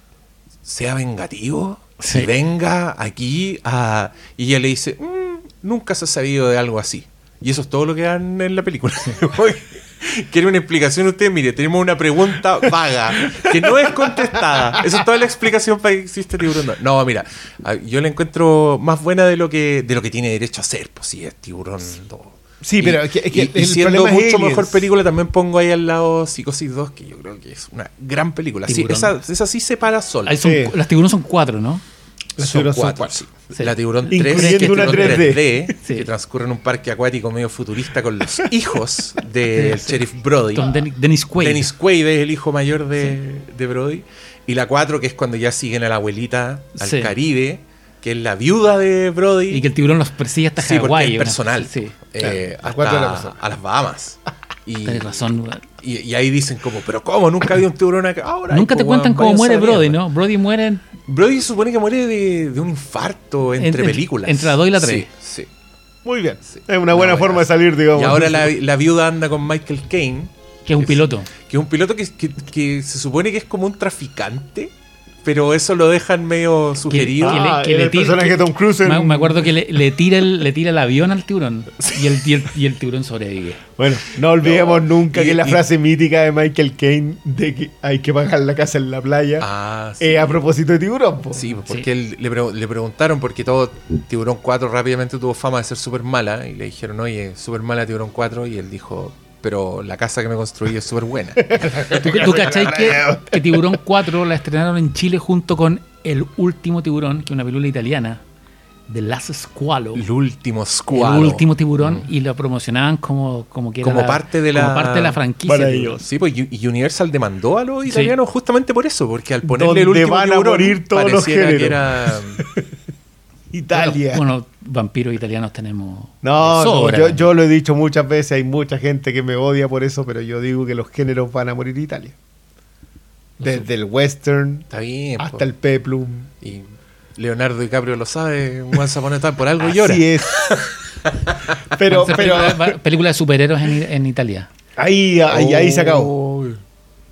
sea vengativo? Y venga aquí a... Y ella le dice, nunca se ha sabido de algo así. Y eso es todo lo que dan en la película. ¿Quiere una explicación usted? Mire, tenemos una pregunta vaga que no es contestada. Esa es toda la explicación para que existe Tiburón 2. No, mira, yo la encuentro más buena de lo que tiene derecho a ser. Pues sí, es Tiburón 2. Sí, pero es que y siendo mucho mejor película, también pongo ahí al lado Psicosis 2, que yo creo que es una gran película. Sí, esa sí se para sola. Las Tiburón son 4, ¿no? Son 4, sí. La Tiburón 3, que es Tiburón 3D, que transcurre en un parque acuático medio futurista con los hijos del sheriff Brody. Con Dennis Quaid. Dennis Quaid es el hijo mayor de Brody. Y la 4, que es cuando ya siguen a la abuelita al Caribe, que es la viuda de Brody. Y que el tiburón los persigue hasta Hawái. Sí, porque es personal. Hasta a las Bahamas. Tienes razón. Y ahí dicen como, pero ¿cómo? Nunca había un tiburón acá. Ahora nunca te cuentan cómo muere Brody, ¿no? Brody muere... Brody se supone que muere de un infarto entre películas. Entre la 2 y la 3. Sí. Muy bien. Sí. Es una buena forma de salir, digamos. Y ahora la viuda anda con Michael Caine. Que es un piloto. Que es un piloto que se supone que es como un traficante. Pero eso lo dejan medio sugerido. El personaje de Tom Cruise. Me acuerdo que le tira el avión al tiburón. Y el tiburón sobrevive. Bueno, no olvidemos nunca que la frase mítica de Michael Caine de que hay que pagar la casa en la playa. A propósito de Tiburón. Sí, porque él le preguntaron, porque todo Tiburón 4 rápidamente tuvo fama de ser súper mala. Y le dijeron, oye, súper mala Tiburón 4. Y él dijo, pero la casa que me construí es súper buena. ¿Tú cachai que Tiburón 4 la estrenaron en Chile junto con El Último Tiburón, que es una película italiana, The Last Squalo? El último Squalo. El último tiburón, y lo promocionaban como que era parte de la franquicia. Para ellos. Sí, pues y Universal demandó a los italianos justamente por eso, porque al ponerle El Donde Último van Tiburón a morir todos los géneros. Que era... Italia. Bueno, vampiros italianos tenemos. No, yo lo he dicho muchas veces, hay mucha gente que me odia por eso, pero yo digo que los géneros van a morir en Italia. Desde el western hasta el peplum. Y Leonardo DiCaprio lo sabe, Once Upon a Time, por algo llora. Así es. pero película de superhéroes en Italia. Ahí se acabó.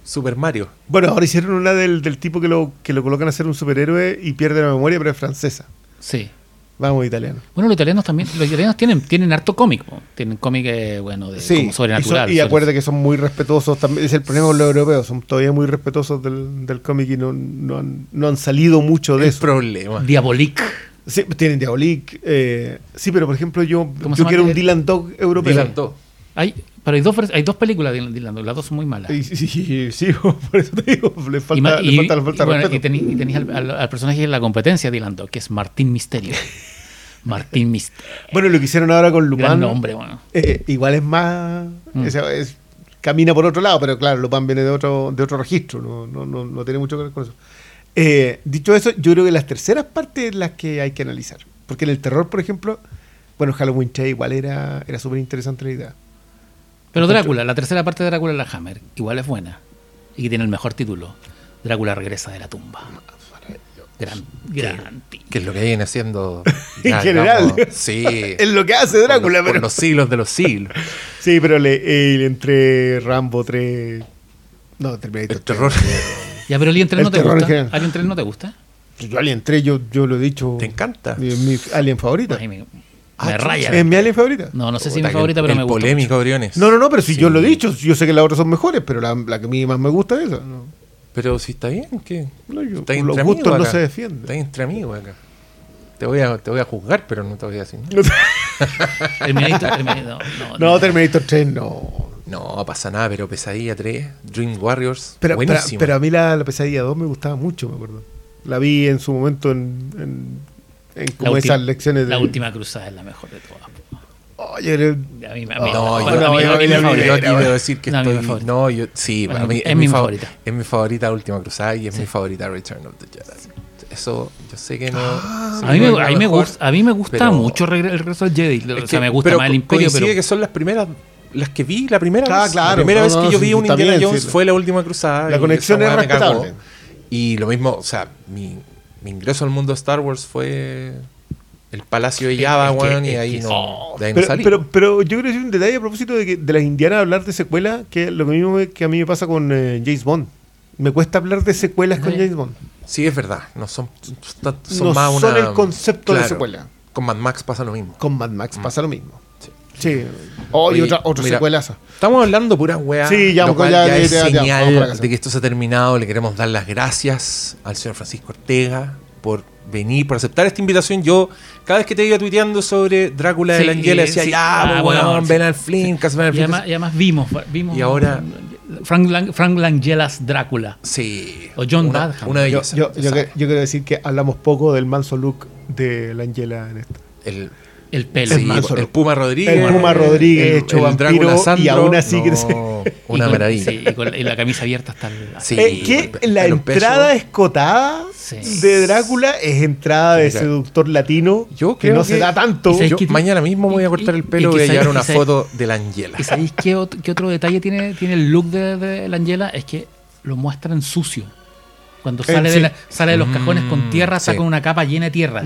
Super Mario. Bueno, ahora hicieron una del tipo que lo colocan a ser un superhéroe y pierde la memoria, pero es francesa. Sí. Vamos, italiano. Bueno, los italianos también, los italianos tienen harto cómic, ¿no? Tienen cómic, bueno, de como sobrenatural. Y acuérdate que son muy respetuosos también. Es el problema con los europeos, son todavía muy respetuosos del cómic y no han salido mucho de eso. Problema. Diabolique. Sí, tienen Diabolique. Sí, pero por ejemplo, yo llama? quiero un Dylan Dog europeo. Dylan Dog. Pero hay dos películas de Dylan Dog, las dos son muy malas. Sí, por eso te digo, le falta respeto. Y tenéis al personaje de la competencia de Dylan Dog, que es Martín Misterio. Martín Misterio. Bueno, lo que hicieron ahora con Lupin. Gran nombre, bueno. Igual es más. Camina por otro lado, pero claro, Lupin viene de otro registro, no tiene mucho que ver con eso. Dicho eso, yo creo que las terceras partes las que hay que analizar. Porque en el terror, por ejemplo, bueno, Halloween 3 igual era súper interesante la idea. Pero Drácula, la tercera parte de Drácula en la Hammer, igual es buena. Y que tiene el mejor título. Drácula regresa de la tumba. Gran que es lo que viene haciendo en general. Sí. Es lo que hace Drácula. Por los siglos de los siglos. Sí, pero entre Rambo 3. No, Terminator 3. Terror. Ya, pero Alien 3 no te gusta. ¿Alien 3 no te gusta? Yo Alien 3, yo lo he dicho. ¿Te encanta? Es mi Alien favorita. Ay, me raya. ¿Es mi Alien favorita? No sé si es mi favorita, pero me gusta. Polémico, Briones. No, pero si yo lo he dicho. Yo sé que las otras son mejores, pero la que a mí más me gusta es esa. No. Pero si está bien, ¿qué? No, está los gustos no se defienden. Está entre amigos acá. Te voy a juzgar, pero no te voy a decir. Terminator no, Terminator 3 no. No pasa nada, pero Pesadilla 3, Dream Warriors, buenísimo. Pero a mí la Pesadilla 2 me gustaba mucho, me acuerdo. La vi en su momento en como esas lecciones de... La Última Cruzada es la mejor de todas. Oye, yo debo decir que estoy... No, yo... Sí, bueno, a mí es mi favorita. Es mi favorita Última Cruzada y es mi favorita Return of the Jedi. Eso, yo sé que no... A mí me gusta mucho el regreso al Jedi. O sea, me gusta más el Imperio, pero... que son las primeras... Las que vi la primera vez. Claro, la primera vez que yo vi un Indiana Jones fue La Última Cruzada. La conexión es respetable. Y lo mismo, o sea, mi ingreso al mundo de Star Wars fue el Palacio de Jabba, y ahí no salí. Pero yo quiero decir un detalle a propósito de las Indianas, hablar de secuelas, que lo mismo que a mí me pasa con James Bond. Me cuesta hablar de secuelas con James Bond. Sí, es verdad. No son no más una... son el concepto de secuela. Con Mad Max pasa lo mismo. Con Mad Max pasa lo mismo. Sí. Y otra secuelaza. Estamos hablando puras weas. Sí, ya es señal de que esto se ha terminado. Le queremos dar las gracias al señor Francisco Ortega por venir, por aceptar esta invitación. Yo, cada vez que te iba tuiteando sobre Drácula de la Angela, decía, ven al Flynn, y además vimos y ahora Frank Langelas Drácula. Sí. O John Badham. Una belleza. Yo quiero decir que hablamos poco del manso look de Langella en esto. El pelo. El Puma Rodríguez. El Puma Rodríguez hecho vampiro y aún así una maravilla. Y la camisa abierta hasta la entrada escotada de Drácula es entrada de seductor latino. Yo creo que no se da tanto. Mañana mismo me voy a cortar el pelo y voy a llevar una foto de Langella. ¿Y sabéis qué otro detalle tiene el look de Langella? Es que lo muestran sucio. Cuando sale de los cajones con tierra, saca una capa llena de tierra.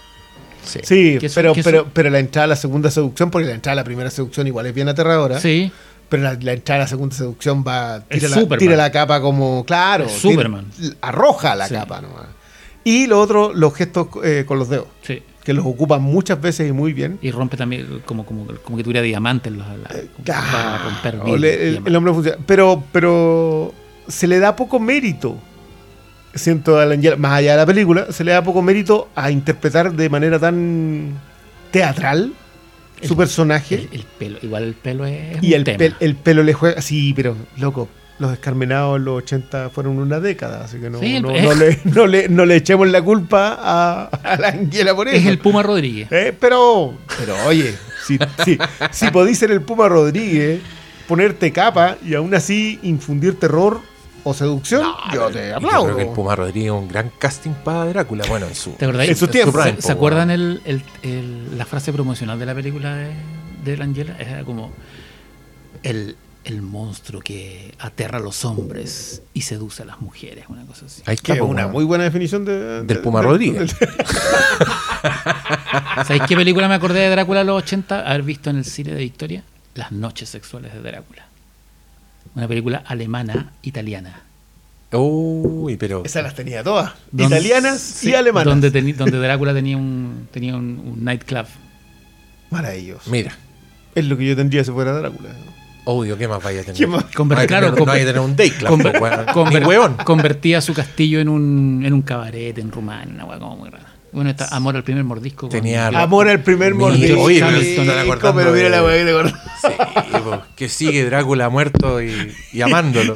Sí, pero la entrada a la segunda seducción, porque la entrada a la primera seducción igual es bien aterradora. Sí. Pero la entrada a la segunda seducción tira la capa como, claro, Superman. Arroja la capa nomás. Y lo otro, los gestos con los dedos. Sí. Que los ocupan muchas veces y muy bien. Y rompe también como que tuviera diamantes para romper bien. El hombre funciona. Pero se le da poco mérito. Siento a Langella, más allá de la película, se le da poco mérito a interpretar de manera tan teatral su personaje. El pelo, igual el pelo es y un tema. El pelo le juega. Sí, pero loco, los Descarmenados en los 80 fueron una década, así que no le echemos la culpa a Langella por eso. Es el Puma Rodríguez. Pero oye, si podís ser el Puma Rodríguez, ponerte capa y aún así infundir terror o seducción, yo te aplaudo. Yo creo que el Puma Rodríguez es un gran casting para Drácula. Bueno, en su tiempo. ¿Se acuerdan la frase promocional de la película de Langella? Era como el monstruo que aterra a los hombres y seduce a las mujeres, una cosa así. Es una muy buena definición del Puma Rodríguez. ¿Sabéis qué película me acordé de Drácula de los 80? Haber visto en el cine de Victoria Las noches sexuales de Drácula. Una película alemana, italiana. Uy, pero... Esas las tenía todas. Italianas y alemanas. Donde Drácula tenía un nightclub. Maravilloso. Mira. Es lo que yo tendría si fuera Drácula. Obvio, ¿qué más vaya a tener? ¿Qué más? No hay que tener un day club, ni huevón. Convertía su castillo en un cabaret en Rumania, una hueá como muy rara. Bueno, está Amor al primer mordisco. Tenía Amor al primer mordisco. Oye, pero mira la hueá que te acordás. Sí, pues, que sigue Drácula muerto y amándolo.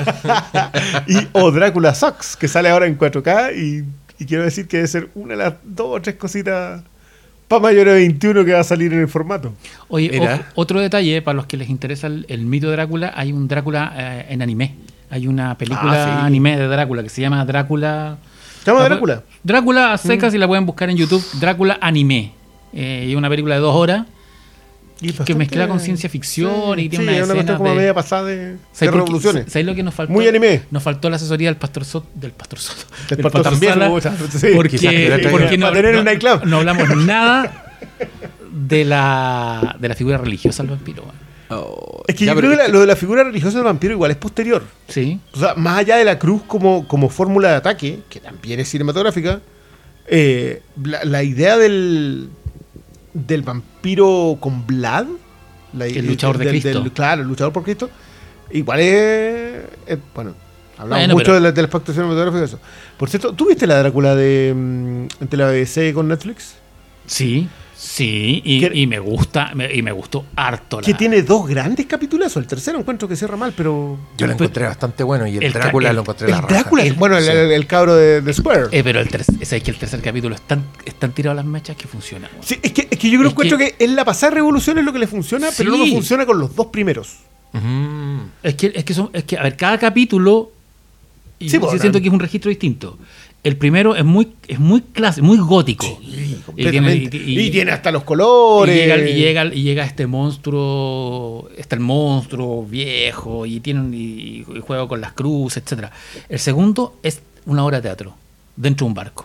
O Drácula Sucks, que sale ahora en 4K y quiero decir que debe ser una de las 2 o 3 cositas para mayores de 21 que va a salir en el formato. Oye, otro detalle, para los que les interesa el mito de Drácula, hay un Drácula en anime. Hay una película anime de Drácula que se llama Drácula... ¿Se llama Drácula? Drácula a secas, y la pueden buscar en YouTube. Drácula anime. Y una película de 2 horas que mezcla con ciencia ficción y tiene una cuestión como media pasada de revoluciones. ¿Sabes lo que nos faltó? Muy anime. Nos faltó la asesoría del Pastor Soto. Del Pastor también. Sala, porque para tener el nightclub. No hablamos nada de la figura religiosa del vampiro. Es que yo creo que lo de la figura religiosa del vampiro igual es posterior. Sí. O sea, más allá de la cruz como fórmula de ataque, que también es cinematográfica, la idea del vampiro con Vlad, el luchador de Cristo. Claro, el luchador por Cristo, igual es bueno, hablamos mucho del aspecto cinematográfico de eso. Por cierto, ¿tú viste la Drácula de la BBC con Netflix? Sí, y me gustó harto. Que tiene 2 grandes capitulazos. El tercero encuentro que cierra mal, pero... Yo lo encontré bastante bueno y el Drácula lo encontré la raja. Drácula, el cabro de Square. Pero es que el tercer capítulo están tirados las mechas que funciona. Bueno. Sí, es que yo encuentro que en la pasada revolución es lo que le funciona, pero no me funciona con los 2 primeros. Es que, a ver, cada capítulo yo siento que es un registro distinto. El primero es muy clásico, muy gótico. Sí, y tiene hasta los colores. Y llega este monstruo. Está el monstruo viejo. Y juega con las cruces, etcétera. El segundo es una obra de teatro dentro de un barco.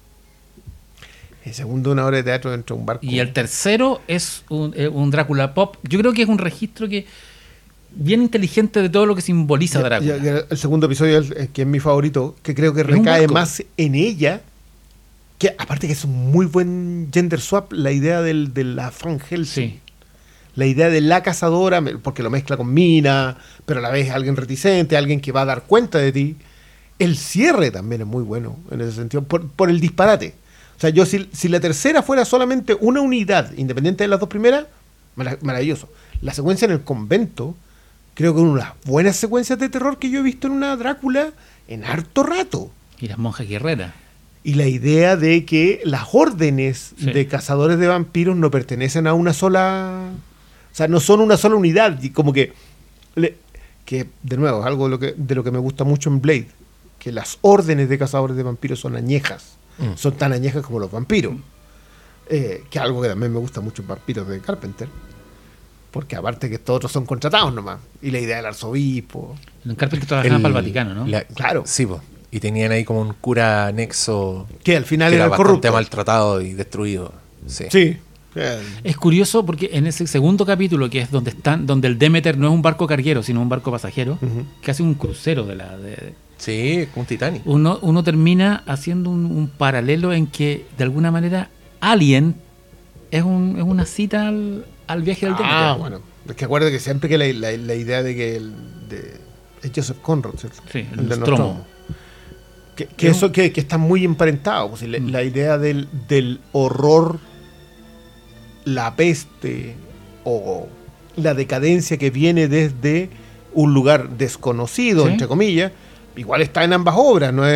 El segundo, una obra de teatro dentro de un barco. Y el tercero es un Drácula pop. Yo creo que es un registro bien inteligente de todo lo que simboliza Drácula. El segundo episodio, que es mi favorito, que creo que recae más en ella, que aparte que es un muy buen gender swap, la idea de la Van Helsing. Sí. La idea de la cazadora, porque lo mezcla con Mina, pero a la vez alguien reticente, alguien que va a dar cuenta de ti. El cierre también es muy bueno en ese sentido, por el disparate. O sea, yo si la tercera fuera solamente una unidad, independiente de las 2 primeras, maravilloso. La secuencia en el convento, creo que es una de las buenas secuencias de terror que yo he visto en una Drácula en harto rato. Y las monjas guerreras. Y la idea de que las órdenes de cazadores de vampiros no pertenecen a una sola... O sea, no son una sola unidad. Y como que de nuevo, es algo de lo que me gusta mucho en Blade. Que las órdenes de cazadores de vampiros son añejas. Son tan añejas como los vampiros. Que es algo que también me gusta mucho en Vampiros de Carpenter. Porque aparte que estos otros son contratados nomás. Y la idea del arzobispo. En Carpenter trabajaban para el Vaticano, ¿no? Claro. Sí, pues. Y tenían ahí como un cura anexo. Que al final era bastante corrupto, maltratado y destruido. Sí. Es curioso porque en ese segundo capítulo, que es donde el Demeter no es un barco carguero, sino un barco pasajero, que hace un crucero sí, un Titanic. Uno termina haciendo un paralelo en que, de alguna manera, Alien es una cita al viaje del Demeter. Ah, bueno. Es que acuérdate que siempre que la idea de que es Joseph Conrad, ¿cierto? Sí, el Nostromo. Que está muy emparentado. Pues, la idea del horror, la peste o la decadencia que viene desde un lugar desconocido, entre comillas, igual está en ambas obras. Lo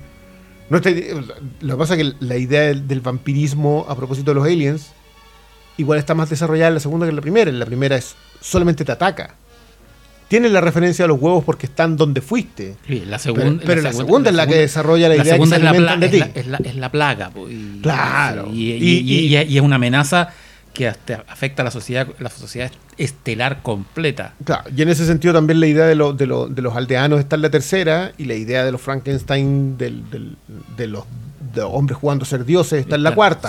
que pasa es que la idea del vampirismo a propósito de los aliens igual está más desarrollada en la segunda que en la primera. En la primera es solamente te ataca. Tienes la referencia a los huevos porque están donde fuiste. Sí, la segunda es la que desarrolla la idea que se alimentan de ti. Es la plaga. Claro. Y es una amenaza que hasta afecta a la sociedad estelar completa. Claro, y en ese sentido también la idea de los aldeanos está en la tercera, y la idea de los Frankenstein, de los hombres jugando a ser dioses, está en la cuarta.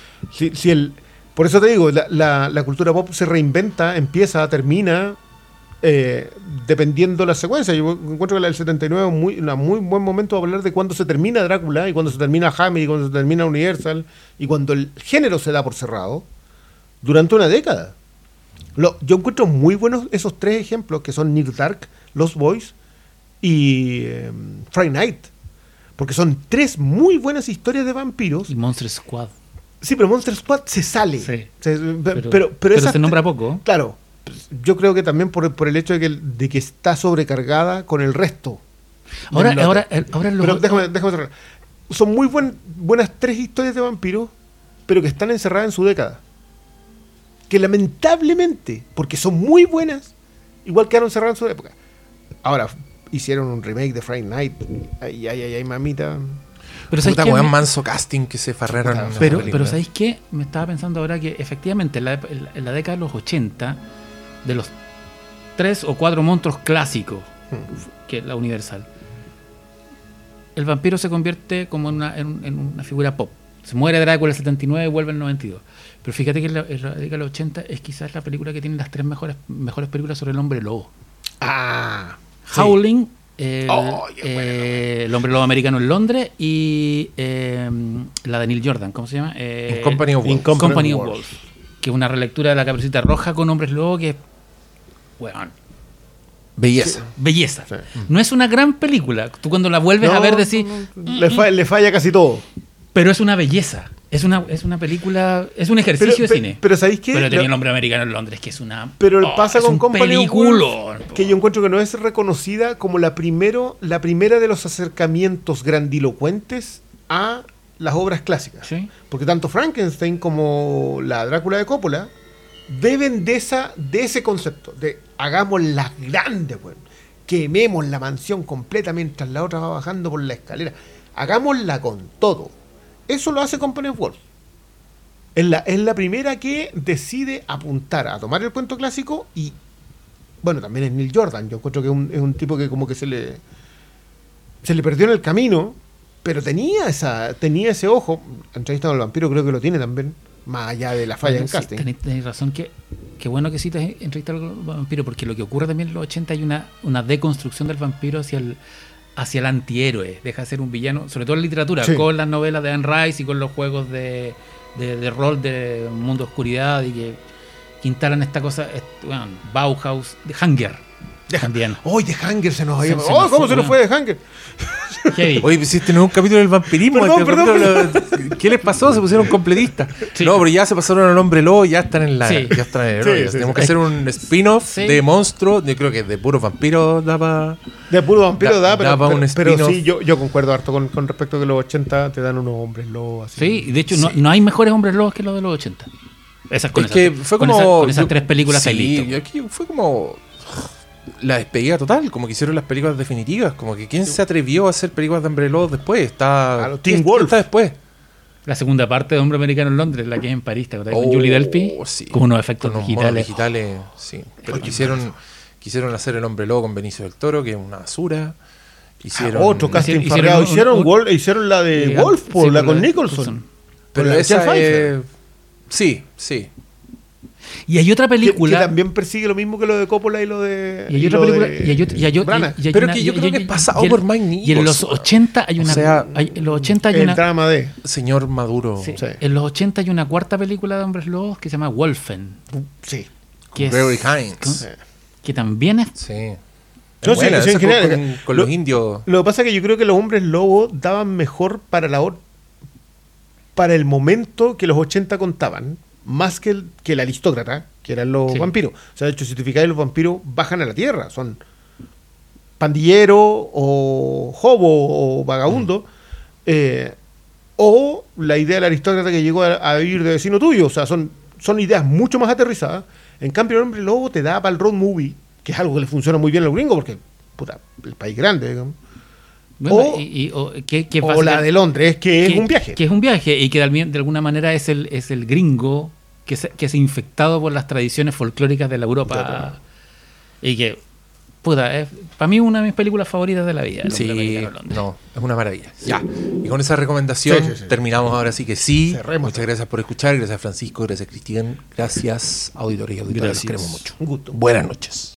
Sí. Por eso te digo, la cultura pop se reinventa, empieza, termina dependiendo la secuencia. Yo encuentro que la del 79 es un muy buen momento para hablar de cuándo se termina Drácula y cuándo se termina Hammer y cuándo se termina Universal y cuando el género se da por cerrado durante una década. Yo encuentro muy buenos esos 3 ejemplos que son Near Dark, Lost Boys y Friday Night, porque son 3 muy buenas historias de vampiros. Y Monster Squad. Sí, pero Monster Squad se sale. Sí. Pero se nombra poco. Claro, yo creo que también por el hecho de que está sobrecargada con el resto. Ahora pero déjame cerrar. Son muy buenas 3 historias de vampiros, pero que están encerradas en su década. Que lamentablemente, porque son muy buenas, igual quedaron encerradas en su época. Ahora, hicieron un remake de Friday Night. Ay, mamita. Pero ¿sabes qué? Manso casting que se farrearon. Pero ¿sabéis qué? Me estaba pensando ahora que efectivamente en la década de los 80, de los 3 o 4 monstruos clásicos, que es la Universal, el vampiro se convierte como en una figura pop. Se muere Drácula en el 79 y vuelve en el 92. Pero fíjate que en la década de los 80 es quizás la película que tiene las 3 mejores películas sobre el hombre lobo. Howling, el hombre lobo americano en Londres y la de Neil Jordan, ¿cómo se llama? In Company of Wolves. Que es una relectura de La Caperucita Roja con hombres lobo que es belleza. Belleza. Sí. No es una gran película. Tú cuando la vuelves a ver decís... Le falla casi todo. Pero es una belleza. Es una película... Es un ejercicio de cine. Pero ¿sabéis qué? Pero tenía el hombre americano en Londres, que es una... Pero pasa con Company of Wolves, que yo encuentro que no es reconocida como la primera de los acercamientos grandilocuentes a las obras clásicas. ¿Sí? Porque tanto Frankenstein como la Drácula de Coppola beben de ese concepto, de hagámosla grande, bueno, quememos la mansión completa mientras la otra va bajando por la escalera, hagámosla con todo. Eso lo hace Company of Wolves. Es la primera que decide apuntar a tomar el cuento clásico y, bueno, también es Neil Jordan. Yo encuentro que es un tipo que como que se le perdió en el camino, pero tenía ese ojo. Entrevistado al vampiro creo que lo tiene también, más allá de la falla en casting. Tenéis razón, que bueno que citas Entrevistar al vampiro, porque lo que ocurre también en los 80 hay una deconstrucción del vampiro hacia el antihéroe. Deja de ser un villano, sobre todo en literatura, sí, con las novelas de Anne Rice y con los juegos de rol de Mundo de Oscuridad y que instalan esta cosa, Bauhaus, de Hunger. También. ¡Oye, de Hunger se nos había... ¿Cómo se nos fue de Hunger? Oye, hiciste un capítulo del vampirismo. Perdón. ¿Qué les pasó? Se pusieron completistas. Sí. No, pero ya se pasaron al hombre lobo y ya están en la... Sí. Ya están en el Tenemos que hacer un spin-off de monstruos. Yo creo que de puro vampiro daba... De puro vampiro pero sí, yo concuerdo harto con respecto a que los 80 te dan unos hombres lobos así. Sí, de hecho no hay mejores hombres lobos que los de los 80. Con esas 3 películas sí, ahí listo. Aquí fue como... la despedida total, como que hicieron las películas definitivas, como que ¿quién se atrevió a hacer películas de Hombre Lobo después? Teen Wolf está después. La segunda parte de Hombre Americano en Londres, la que es en París, con Julie Delpy, sí, con unos efectos con digitales, sí. Pero quisieron hacer el Hombre Lobo con Benicio del Toro, que es una basura. Hicieron otro casting farreado. Hicieron la de Wolf, la con Nicholson. Pero esa es... Sí. Y hay otra película que también persigue lo mismo que lo de Coppola y lo de... Y hay otra película... Pero que yo creo que pasa over my knees. Y en los 80 hay una... en los 80 hay el drama de... Señor Maduro. Sí. En los 80 hay una cuarta película de hombres lobos que se llama Wolfen. Sí. Que Gregory Hines. Que también es... Sí. Yo sí, en general, con los indios. Lo que pasa es que yo creo que los hombres lobos daban mejor para el momento que los 80 contaban. Más que el aristócrata, que eran los vampiros. O sea, de hecho, si te fijas, los vampiros bajan a la tierra. Son pandilleros o hobo o vagabundo. O la idea del aristócrata que llegó a vivir de vecino tuyo. O sea, son ideas mucho más aterrizadas. En cambio, el hombre lobo te da para el road movie, que es algo que le funciona muy bien a los gringos, porque, puta, el país grande, digamos. Bueno, o la de Londres, que es un viaje. Que es un viaje y que de alguna manera es el gringo que se ha infectado por las tradiciones folclóricas de la Europa. Y que, puta, para mí es una de mis películas favoritas de la vida. Sí, no, es una maravilla. Ya. Y con esa recomendación terminamos ahora sí que sí. Cerremos. Muchas gracias por escuchar. Gracias Francisco, gracias Cristian. Gracias auditores y auditoras. Los queremos mucho. Un gusto. Buenas noches.